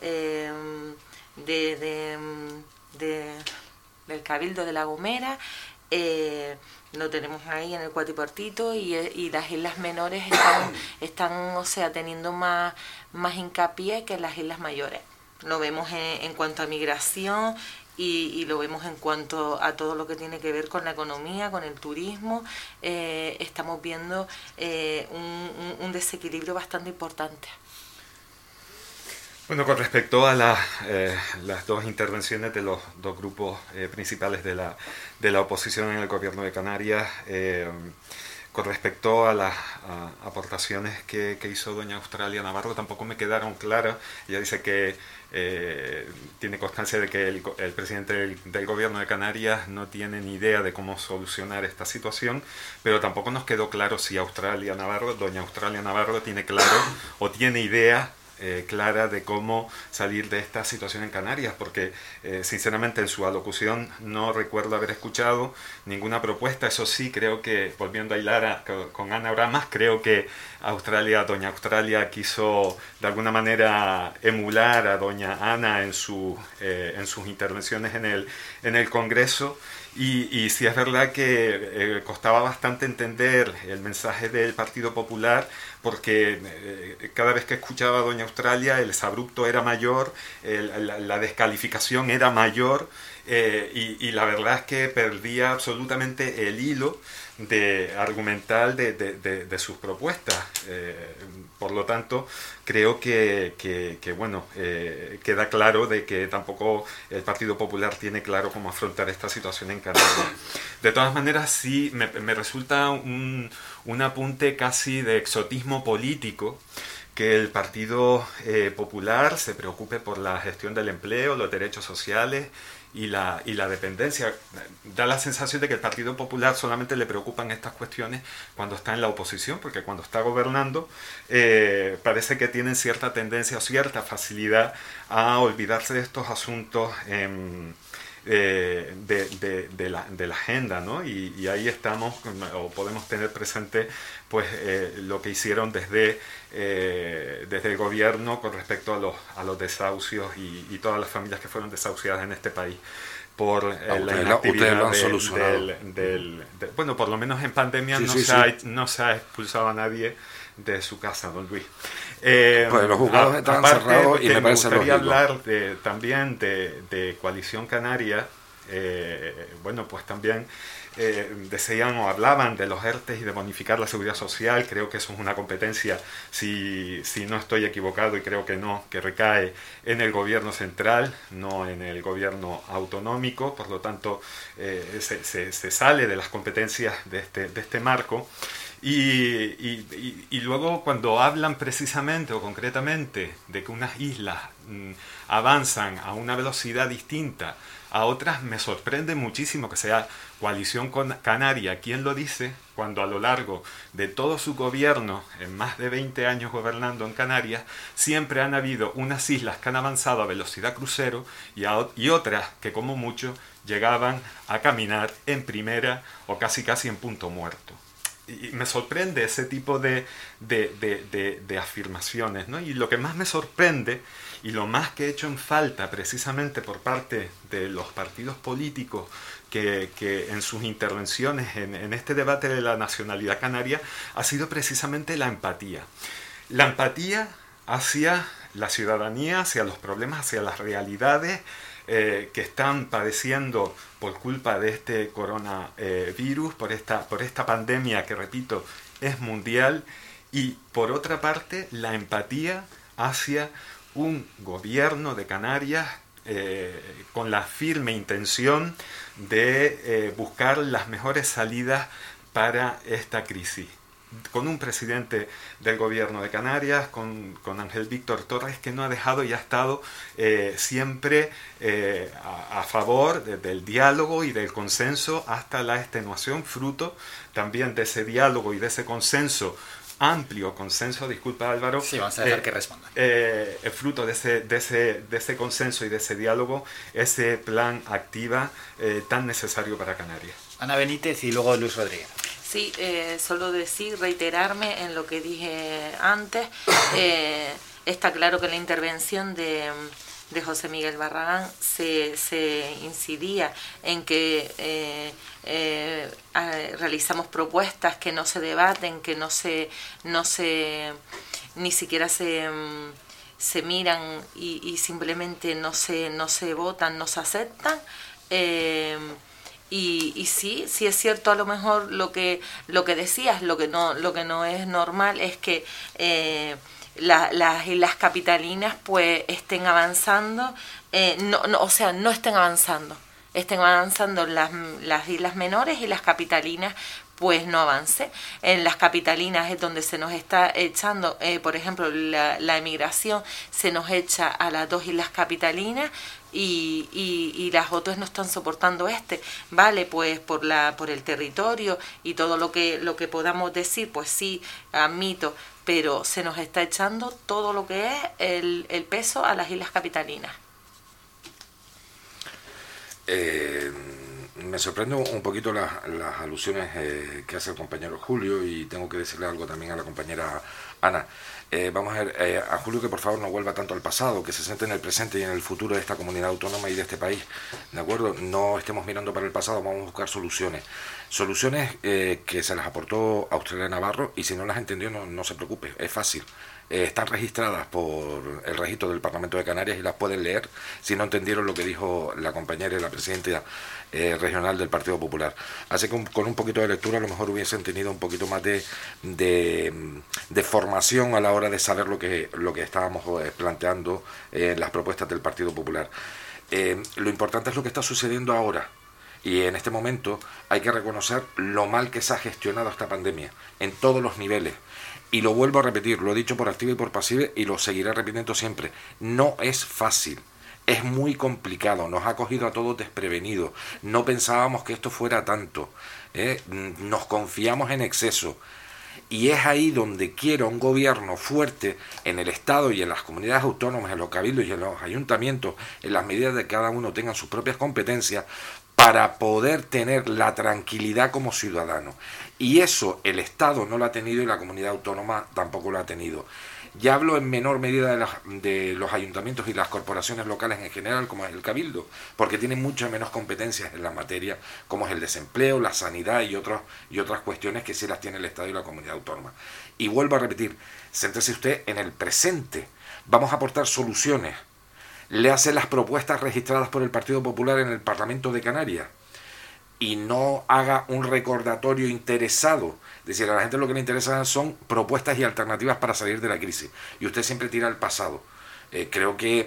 del Cabildo de La Gomera. Lo tenemos ahí en el cuatripartito, y las islas menores están o sea, teniendo más hincapié que las islas mayores. Lo vemos en cuanto a migración, y lo vemos en cuanto a todo lo que tiene que ver con la economía, con el turismo. Estamos viendo un desequilibrio bastante importante. Bueno, con respecto a las dos intervenciones de los dos grupos principales de la oposición en el gobierno de Canarias, con respecto a las aportaciones que hizo doña Australia Navarro, tampoco me quedaron claras. Ella dice que tiene constancia de que el presidente del gobierno de Canarias no tiene ni idea de cómo solucionar esta situación, pero tampoco nos quedó claro si doña Australia Navarro tiene claro o tiene idea clara de cómo salir de esta situación en Canarias, porque sinceramente en su alocución no recuerdo haber escuchado ninguna propuesta. Eso sí, creo que, volviendo a hilar con Ana Bramas, creo que doña Australia quiso de alguna manera emular a doña Ana en sus intervenciones en el Congreso. Y sí es verdad que costaba bastante entender el mensaje del Partido Popular, porque cada vez que escuchaba a doña Australia el exabrupto era mayor, la descalificación era mayor, y la verdad es que perdía absolutamente el hilo argumental de sus propuestas. Por lo tanto, creo que bueno, queda claro de que tampoco el Partido Popular tiene claro cómo afrontar esta situación en Canarias. De todas maneras, sí me resulta un apunte casi de exotismo político que el Partido Popular se preocupe por la gestión del empleo, los derechos sociales y la dependencia. Da la sensación de que el Partido Popular solamente le preocupan estas cuestiones cuando está en la oposición, porque cuando está gobernando parece que tienen cierta tendencia o cierta facilidad a olvidarse de estos asuntos de la agenda, ¿no? Y ahí estamos, o podemos tener presente pues lo que hicieron desde el gobierno con respecto a los desahucios y todas las familias que fueron desahuciadas en este país por la inactividad bueno, por lo menos en pandemia no se ha expulsado a nadie de su casa, don Luis. Pues los juzgados estaban cerrados, y me parece lógico. Me gustaría hablar también de Coalición Canaria. Bueno, pues también decían o hablaban de los ERTEs y de bonificar la seguridad social. Creo que eso es una competencia, si no estoy equivocado, y creo que no, que recae en el gobierno central, no en el gobierno autonómico. Por lo tanto, se sale de las competencias de este marco. Y luego, cuando hablan precisamente o concretamente de que unas islas avanzan a una velocidad distinta a otras, me sorprende muchísimo que sea Coalición Canaria quien lo dice, cuando a lo largo de todo su gobierno, en más de 20 años gobernando en Canarias, siempre han habido unas islas que han avanzado a velocidad crucero y otras que, como mucho, llegaban a caminar en primera o casi en punto muerto. Y me sorprende ese tipo de afirmaciones, ¿no? Y lo que más me sorprende, y lo más que he hecho en falta precisamente por parte de los partidos políticos que en sus intervenciones en este debate de la nacionalidad canaria, ha sido precisamente la empatía. La empatía hacia la ciudadanía, hacia los problemas, hacia las realidades que están padeciendo por culpa de este coronavirus, por esta pandemia que, repito, es mundial. Y por otra parte, la empatía hacia un gobierno de Canarias con la firme intención de buscar las mejores salidas para esta crisis, con un presidente del gobierno de Canarias, con Ángel Víctor Torres, que no ha dejado y ha estado siempre a favor del diálogo y del consenso hasta la extenuación, fruto también de ese diálogo y de ese consenso, amplio consenso, disculpa Álvaro. Sí, vamos a dejar que responda. Fruto de ese consenso y de ese diálogo, ese plan Activa tan necesario para Canarias. Ana Benítez y luego Luis Rodríguez. Sí, solo reiterarme en lo que dije antes. Está claro que la intervención de José Miguel Barragán se incidía en que realizamos propuestas que no se debaten, que ni siquiera se miran y simplemente no se votan, no se aceptan. Y sí es cierto, a lo mejor lo que decías, lo que no es normal es que las islas capitalinas pues estén avanzando, no estén avanzando las islas menores y las capitalinas pues no avance. En las capitalinas es donde se nos está echando, por ejemplo, la emigración se nos echa a las 2 islas capitalinas y las otras no están soportando vale, pues por el territorio y todo lo que podamos decir, pues sí, admito, pero se nos está echando todo lo que es el peso a las islas capitalinas. Me sorprende un poquito las alusiones que hace el compañero Julio, y tengo que decirle algo también a la compañera Ana. Vamos a ver, a Julio que por favor no vuelva tanto al pasado, que se centre en el presente y en el futuro de esta comunidad autónoma y de este país, ¿de acuerdo? No estemos mirando para el pasado, vamos a buscar soluciones que se las aportó Australia Navarro, y si no las entendió no se preocupe, es fácil. Están registradas por el registro del Parlamento de Canarias y las pueden leer si no entendieron lo que dijo la compañera y la presidenta regional del Partido Popular. Así que con un poquito de lectura a lo mejor hubiesen tenido un poquito más de formación a la hora de saber lo que estábamos planteando en las propuestas del Partido Popular. Lo importante es lo que está sucediendo ahora. Y en este momento hay que reconocer lo mal que se ha gestionado esta pandemia en todos los niveles. Y lo vuelvo a repetir, lo he dicho por activa y por pasiva y lo seguiré repitiendo siempre. No es fácil, es muy complicado, nos ha cogido a todos desprevenidos. No pensábamos que esto fuera tanto, nos confiamos en exceso. Y es ahí donde quiero un gobierno fuerte en el Estado y en las comunidades autónomas, en los cabildos y en los ayuntamientos, en las medidas de que cada uno tenga sus propias competencias, para poder tener la tranquilidad como ciudadano. Y eso el Estado no lo ha tenido y la comunidad autónoma tampoco lo ha tenido. Ya hablo en menor medida de los ayuntamientos y las corporaciones locales en general, como es el Cabildo, porque tienen mucho menos competencias en la materia, como es el desempleo, la sanidad y otras cuestiones que sí las tiene el Estado y la comunidad autónoma. Y vuelvo a repetir, céntrese usted en el presente. Vamos a aportar soluciones. Le hace las propuestas registradas por el Partido Popular en el Parlamento de Canarias y no haga un recordatorio interesado. Es decir, a la gente lo que le interesa son propuestas y alternativas para salir de la crisis. Y usted siempre tira al pasado. Creo que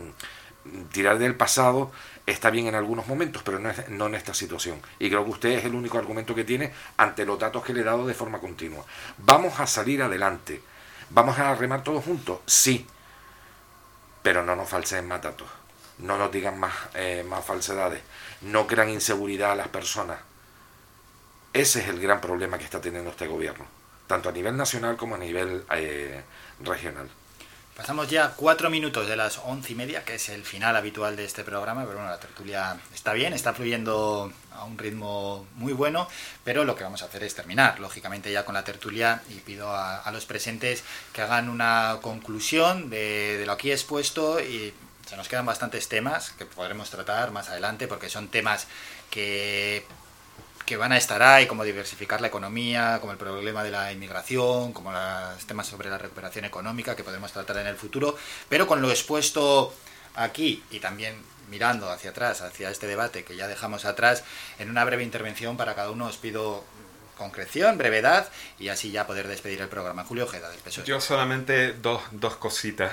tirar del pasado está bien en algunos momentos, pero no en esta situación. Y creo que usted es el único argumento que tiene ante los datos que le he dado de forma continua. ¿Vamos a salir adelante? ¿Vamos a remar todos juntos? Sí. Pero no nos falseen más datos, no nos digan más falsedades, no crean inseguridad a las personas. Ese es el gran problema que está teniendo este gobierno, tanto a nivel nacional como a nivel regional. Pasamos ya 4 minutos de las 11:30, que es el final habitual de este programa, pero bueno, la tertulia está bien, está fluyendo a un ritmo muy bueno, pero lo que vamos a hacer es terminar, lógicamente, ya con la tertulia, y pido a los presentes que hagan una conclusión de lo aquí expuesto, y se nos quedan bastantes temas que podremos tratar más adelante, porque son temas que van a estar ahí, como diversificar la economía, como el problema de la inmigración, como los temas sobre la recuperación económica que podemos tratar en el futuro, pero con lo expuesto aquí y también mirando hacia atrás, hacia este debate que ya dejamos atrás, en una breve intervención para cada uno os pido concreción, brevedad, y así ya poder despedir el programa. Julio Ojeda, del PSOE. Yo solamente dos cositas.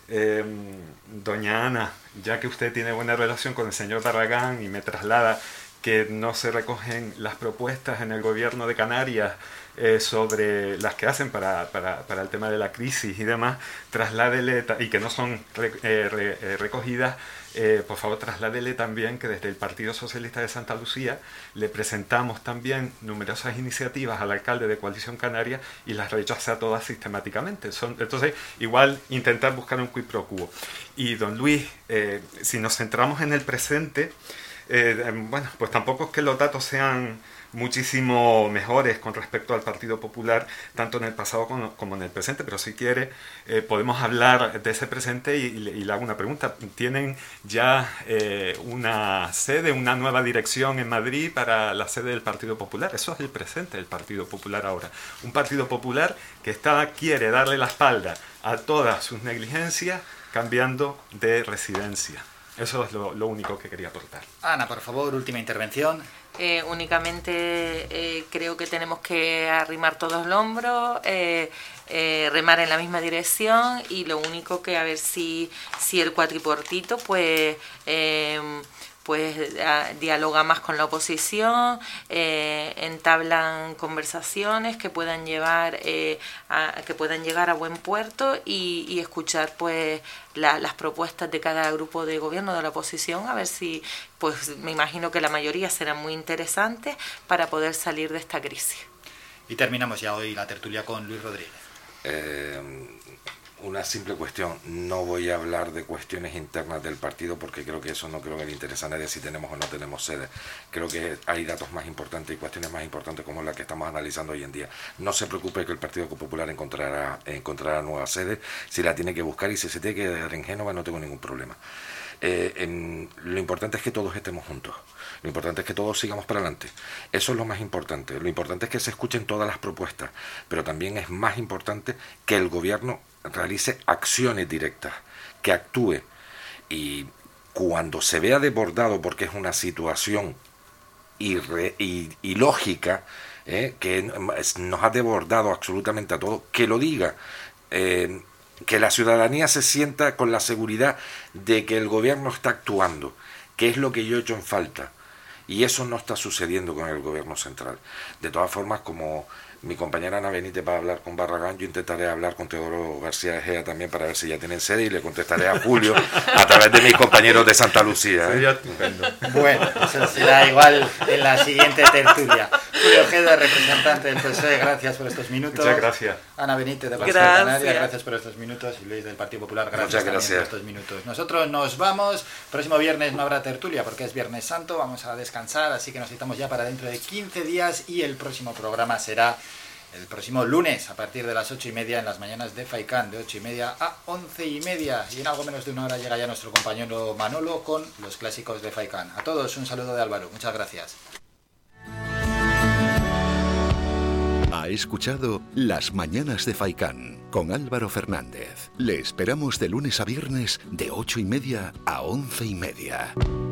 doña Ana, ya que usted tiene buena relación con el señor Barragán y me traslada que no se recogen las propuestas en el gobierno de Canarias sobre las que hacen para el tema de la crisis y demás, trasládele, y que no son recogidas, por favor trasládele también que desde el Partido Socialista de Santa Lucía le presentamos también numerosas iniciativas al alcalde de Coalición Canaria y las rechaza todas sistemáticamente. Entonces, igual intentar buscar un quid pro quo. Y don Luis, si nos centramos en el presente, bueno, pues tampoco es que los datos sean muchísimo mejores con respecto al Partido Popular, tanto en el pasado como en el presente, pero si quiere podemos hablar de ese presente y le hago una pregunta. ¿Tienen ya una sede, una nueva dirección en Madrid para la sede del Partido Popular? Eso es el presente del Partido Popular ahora. Un Partido Popular que quiere darle la espalda a todas sus negligencias cambiando de residencia. Eso es lo único que quería aportar. Ana, por favor, última intervención. Únicamente creo que tenemos que arrimar todos los hombros, remar en la misma dirección, y lo único que a ver si el cuatriportito pues dialoga más con la oposición, entablan conversaciones que puedan llevar a buen puerto y escuchar pues las propuestas de cada grupo de gobierno de la oposición, a ver si, pues me imagino que la mayoría serán muy interesantes para poder salir de esta crisis. Y terminamos ya hoy la tertulia con Luis Rodríguez. Una simple cuestión, no voy a hablar de cuestiones internas del partido porque creo que eso no creo que le interesa a nadie si tenemos o no tenemos sede. Creo que hay datos más importantes y cuestiones más importantes como la que estamos analizando hoy en día. No se preocupe que el Partido Popular encontrará nueva sede, si la tiene que buscar, y si se tiene que quedar en Génova no tengo ningún problema. Lo importante es que todos estemos juntos. Lo importante es que todos sigamos para adelante. Eso es lo más importante. Lo importante es que se escuchen todas las propuestas, pero también es más importante que el gobierno realice acciones directas, que actúe. Y cuando se vea desbordado, porque es una situación ilógica, que nos ha desbordado absolutamente a todos, que lo diga. Que la ciudadanía se sienta con la seguridad de que el gobierno está actuando, que es lo que yo he hecho en falta. Y eso no está sucediendo con el gobierno central. De todas formas, como mi compañera Ana Benítez va a hablar con Barragán, yo intentaré hablar con Teodoro García Egea también para ver si ya tienen sede, y le contestaré a Julio a través de mis compañeros de Santa Lucía. Sería estupendo. Bueno, eso será igual en la siguiente tertulia. Julio Ojeda, representante del PSOE, gracias por estos minutos. Muchas gracias. Ana Benítez, de Partido Canaria, gracias por estos minutos. Y Luis, del Partido Popular, gracias por estos minutos. Nosotros nos vamos. Próximo viernes no habrá tertulia porque es Viernes Santo, vamos a descansar, así que nos citamos ya para dentro de 15 días, y el próximo programa será el próximo lunes a partir de las 8:30 en las mañanas de Faikán, de 8:30 a 11:30, y en algo menos de una hora llega ya nuestro compañero Manolo con los clásicos de Faikán. A todos un saludo de Álvaro, muchas gracias. Ha escuchado Las Mañanas de Faikán con Álvaro Fernández. Le esperamos de lunes a viernes de 8:30 a 11:30.